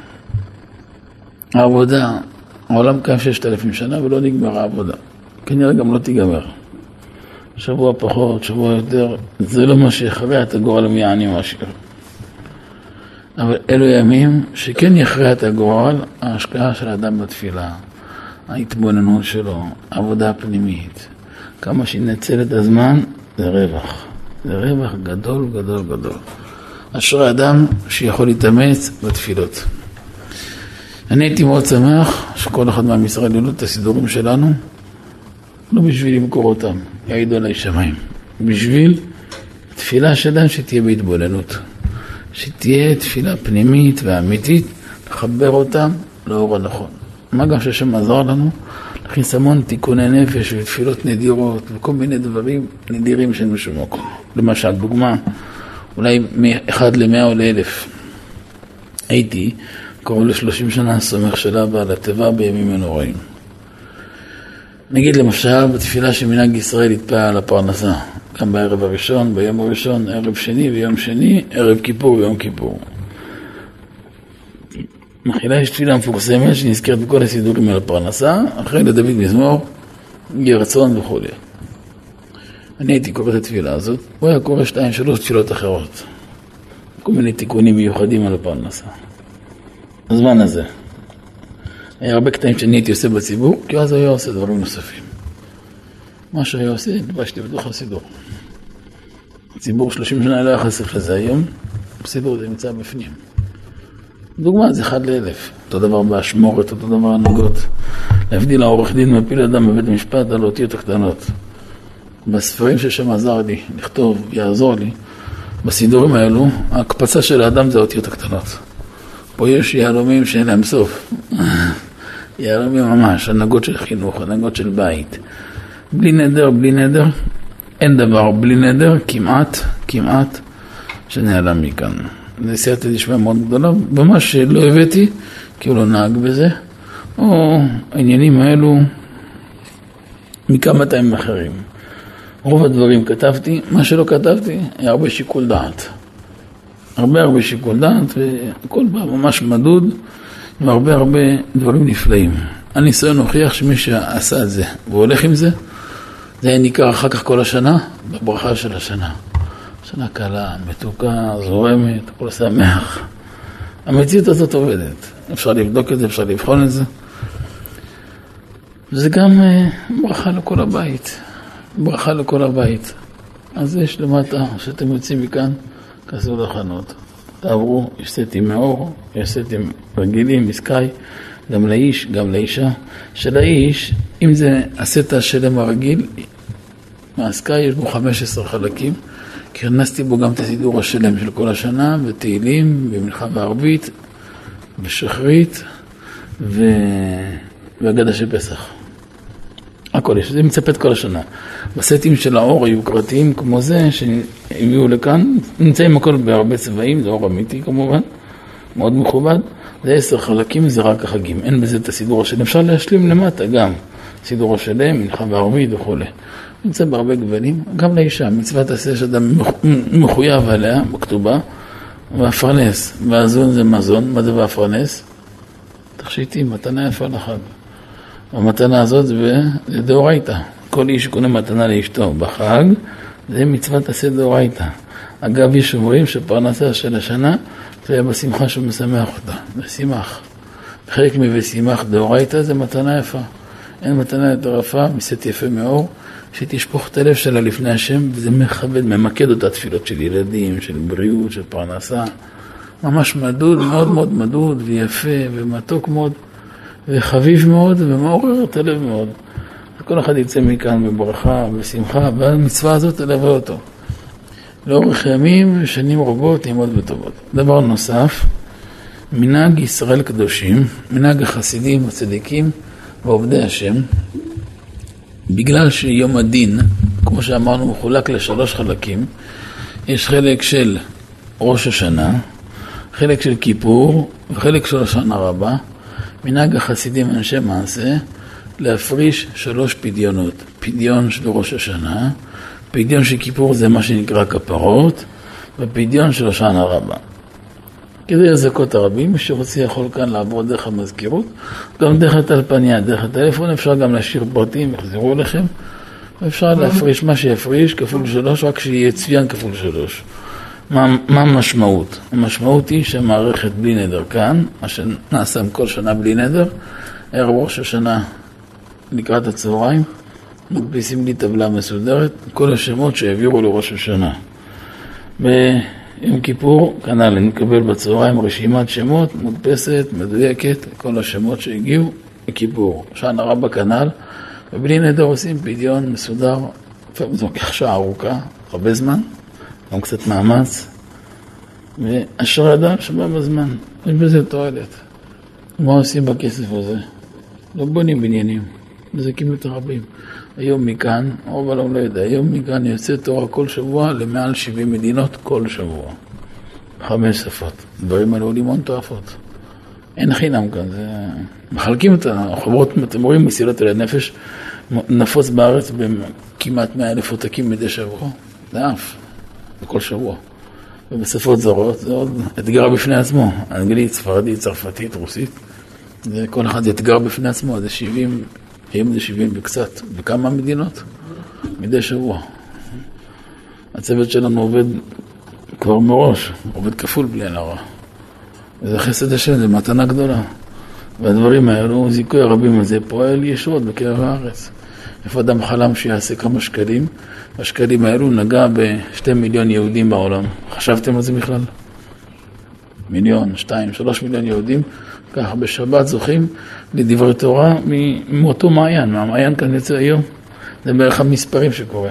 העבודה, העולם קיים 6,000 שנה ולא נגמר העבודה. כנראה גם לא תיגמר. שבוע פחות, שבוע יותר, זה לא מה שיכריע את הגורל מי העני משאיר. אבל אלו ימים שכן יכריע את הגורל, ההשקעה של האדם בתפילה, ההתבוננות שלו, העבודה הפנימית. כמה שנצל את הזמן, זה רווח. זה רווח גדול, גדול, גדול. אשרי אדם שיכול להתאמץ בתפילות. אני הייתי מאוד שמח שכל אחד מעם ישראל ילמד את הסידורים שלנו, לא בשביל למכור אותם, יעידו עליי שמיים. בשביל תפילה שלנו שתהיה בהתבוננות. שתהיה תפילה פנימית ואמיתית, לחבר אותם לאור הנכון. מה גם שהשם עזר לנו? להכניס המון תיקוני נפש ותפילות נדירות וכל מיני דברים נדירים שאין משום מקום. למשל, דוגמה, אולי מ-1 ל-100 או ל-1000. הייתי קרוב ל-30 שנה סומך שלה בעל הטבע בימים הנוראים. נגיד למשל, בתפילה שמנהג ישראל התפעל על הפרנסה, גם בערב הראשון, ביום הראשון, ערב שני ויום שני, ערב כיפור ויום כיפור. מחילה יש תפילה מפורסמת שנזכרת בכל הסידורים על הפרנסה, אחרי לדוד מזמור, יהי רצון וכו'. אני הייתי קורא את התפילה הזאת, הוא היה קורא 2-3 תפילות אחרות. כל מיני תיקונים מיוחדים על הפרנסה. הזמן הזה. היה הרבה קטעים שאני הייתי עושה בציבור, כי אז הוא היה עושה דברים נוספים. מה שהיה עושה, נתבשתי בתוך הסידור. הציבור 30 שנה לא היה חסך לזה היום, בסידור זה נמצא בפנים. דוגמה, זה 1 ל-1000. אותו דבר באשמורת, אותו דבר הנהגות. להבדיל העורך דין מפיל אדם בבית המשפט על האותיות הקטנות. בספרים ששם עזר לי לכתוב, יעזור לי, בסידורים האלו, ההקפצה של האדם זה האותיות הקטנות. פה יש יהלומים שאין להם סוף. יהלומים ממש, הנהגות של חינוך, הנהגות של בית. בלי נדר, בלי נדר, אין דבר בלי נדר, כמעט, שנעלם מכאן. זה סייעתא דשמיא מאוד גדולה, ממש שלא הבאתי, כי הוא לא נהג בזה, או העניינים האלו מכמה טעמים אחרים. רוב הדברים כתבתי, מה שלא כתבתי, היה הרבה שיקול דעת. הרבה שיקול דעת, וכל פעם ממש מדוד, עם הרבה דברים נפלאים. הניסיון הוכיח שמי שעשה את זה, והוא הולך עם זה, זה היה ניכר אחר כך כל השנה, בברכה של השנה. שנה קלה, מתוקה, זורמת, הכל שמח. המציאות הזאת עובדת. אפשר לבדוק את זה, אפשר לבחון את זה. וזה גם ברכה לכל הבית. ברכה לכל הבית. אז יש למטה, שאתם יוצאים מכאן, כנסו לחנות. תעברו, יש סטים מאור, יש סטים רגילים, מסקאי, גם לאיש, גם לאישה. של האיש, אם זה הסט השלם הרגיל, מהסקאי יש בו 15 חלקים, כי הכנסתי בו גם את הסידור השלם של כל השנה, ותהילים, במנחה וערבית, ושחרית, והגדה של פסח. הכל יש, זה מצפת כל השנה. בסטים של האור היוקרתיים כמו זה, שהביאו לכאן, נמצאים הכל בהרבה צבעים, זה אור אמיתי כמובן, מאוד מכובד. זה 10 חלקים, זה רק החגים. אין בזה את הסידור השלם. אפשר להשלים למטה גם. סידור השלם, מנחה וערבית וכו'. נמצא בהרבה גוונים, גם לאישה. מצוות עשה שאדם מחויב עליה, בכתובה, והפרנס. והזון זה מזון. מה זה והפרנס? תכשיטים, מתנה יפה לחג. המתנה הזאת זה דאורייתא. כל איש קונה מתנה לאשתו בחג, זה מצוות עשה דאורייתא. אגב, יש אומרים שפרנסה של השנה, זה היה בשמחה שהוא משמח אותה. בשמח. חלק מבשמח דאורייתא זה מתנה יפה. אין מתנה יותר יפה, מסת יפה מאור, שתשפוך את הלב שלה לפני השם, וזה מכבד, ממקד אותה תפילות של ילדים, של בריאות, של פרנסה. ממש מדוד, מאוד מאוד מדוד, ויפה, ומתוק מאוד, וחביב מאוד, ומעורר את הלב מאוד. כל אחד יצא מכאן בברכה, בשמחה, והמצווה הזאת תלווה אותו. לאורך ימים ושנים רבות ימות וטובות. דבר נוסף, מנהג ישראל קדושים, מנהג החסידים, הצדיקים ועובדי השם, בגלל שיום הדין, כמו שאמרנו, מחולק ל3 חלקים, יש חלק של ראש השנה, חלק של כיפור וחלק של השנה רבה. מנהג החסידים אנשי מעשה, להפריש 3 פדיונות. פדיון של ראש השנה, פדיון של כיפור זה מה שנקרא כפרות, בפדיון של הושענא רבה. כדי לזכות הרבים, מי שרוצה יכול כאן לעבור דרך המזכירות, גם דרך הטלפניה, דרך הטלפון, אפשר גם להשאיר פרטים, יחזרו לכם, ואפשר להפריש מה שיפריש כפול 3, רק שיהיה צביין כפול 3. מה המשמעות? המשמעות היא שהמערכת בלי נדר כאן, מה שנעשה כל שנה בלי נדר, ערב ראש השנה לקראת הצהריים, מדפיסים לי טבלה מסודרת, כל השמות שהעבירו לראש השנה. ביום כיפור, כנ"ל, אני מקבל בצהריים רשימת שמות, מודפסת, מדויקת, כל השמות שהגיעו לכיפור. הושענא רבה כנ"ל, ובלי נדר עושים פדיון מסודר, לפעמים זה לוקח שעה ארוכה, הרבה זמן, גם קצת מאמץ, ואשרי אדם שבא בזמן, יש בזה תועלת. מה עושים בכסף הזה? לא בונים בניינים, מזכים את הרבים. היום מכאן, אבל לא יודע, היום מכאן יוצא תורה כל שבוע למעל 70 מדינות כל שבוע. 5 שפות. דברים האלה עולים הון תועפות. אין חינם כאן, זה... מחלקים את החברות, אתם רואים מסילות אל הנפש, נפוץ בארץ בכמעט 100,000 עותקים מדי שבוע. זה אף, בכל שבוע. ובשפות זרות, זה עוד אתגר בפני עצמו. אנגלית, ספרדית, צרפתית, רוסית. זה כל אחד אתגר בפני עצמו, זה 70, היום זה 70 וקצת, בכמה מדינות? מדי שבוע. הצוות שלנו עובד כבר מראש, עובד כפול בלי עין הרע. וזה חסד השם, זה מתנה גדולה. והדברים האלו, זיכוי הרבים הזה, פועל ישועות בקרב הארץ. איפה אדם חלם שיעשה כמה שקלים, השקלים האלו נגע ב2 מיליון יהודים בעולם. חשבתם על זה בכלל? 1, 2, 3 מיליון יהודים, ככה בשבת זוכים לדברי תורה מאותו מעיין, מהמעיין כאן יוצא היום, זה בערך המספרים שקורה.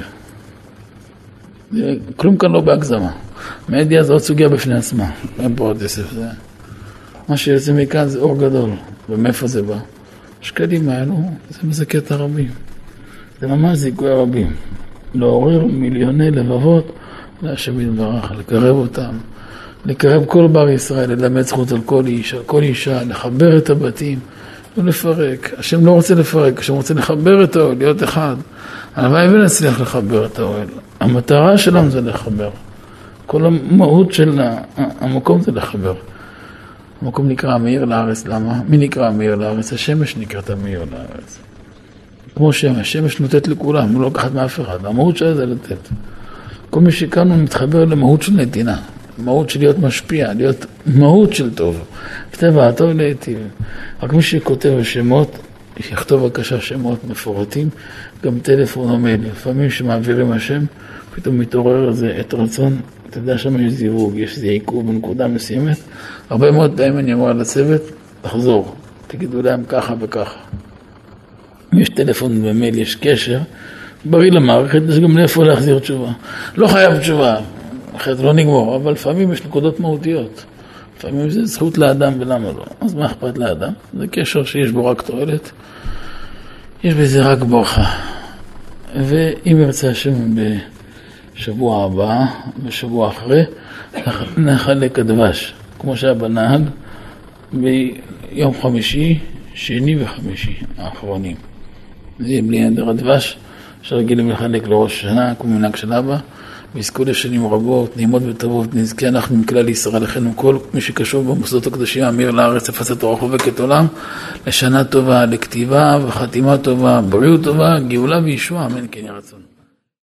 כלום כאן לא בהגזמה. מדיה זה עוד סוגיה בפני עצמה, אין פה עוד יסף. מה שיוצא מכאן זה אור גדול, ומאיפה זה בא? השקלים האלו, זה מזכה את הרבים. זה ממש זיכוי הרבים. לעורר מיליוני לבבות, להשם יתברך, לקרב אותם. לקרב כל בר ישראל, ללמד זכות על כל אישה, לחבר את הבתים ולפרק. השם לא רוצה לפרק, השם רוצה לחבר את האוהל, להיות אחד. הלוואי ונצליח לחבר את האוהל. המטרה שלנו זה לחבר. כל המהות של המקום זה לחבר. המקום נקרא המאיר לארץ, למה? מי נקרא המאיר לארץ? השמש נקראת המאיר לארץ. כמו שמש, השמש נותנת לכולם, הוא לא לקחת מאף אחד. המהות שלה זה לתת. כל מי שכאן הוא מתחבר למהות של נתינה. מהות של להיות משפיע, להיות מהות של טוב. כתב הטוב להיטיב. רק מי שכותב השמות, יכתוב בבקשה שמות מפורטים, גם טלפון או מייל. לפעמים שמעבירים השם, פתאום מתעורר איזה עת רצון, אתה יודע שם יש זיווג, יש איזה עיכוב בנקודה מסוימת. הרבה מאוד פעמים אני אומר לצוות, תחזור, תגידו להם ככה וככה. אם יש טלפון ומייל, יש קשר, בריא למערכת, יש גם לאיפה להחזיר תשובה. לא חייב תשובה. אחרת לא נגמור, אבל לפעמים יש נקודות מהותיות. לפעמים זה זכות לאדם ולמה לא. אז מה אכפת לאדם? זה קשר שיש בו רק תועלת. יש בזה רק ברכה. ואם ירצה השם בשבוע הבא, בשבוע אחרי, נחלק הדבש. כמו שהיה בנהג, ביום חמישי, שני וחמישי האחרונים. זה יהיה בלי נדר הדבש, שרגילים לחלק לראש השנה, כמו מנהג של אבא. ויזכו לשנים רבות, נעימות וטובות, נזכה אנחנו מכלל ישראל לכנו כל מי שקשור במוסדות הקדושים, אמיר לארץ, הפצת תורה חובקת עולם, לשנה טובה, לכתיבה וחתימה טובה, בריאות טובה, גאולה וישועה, אמן כן יהי רצון.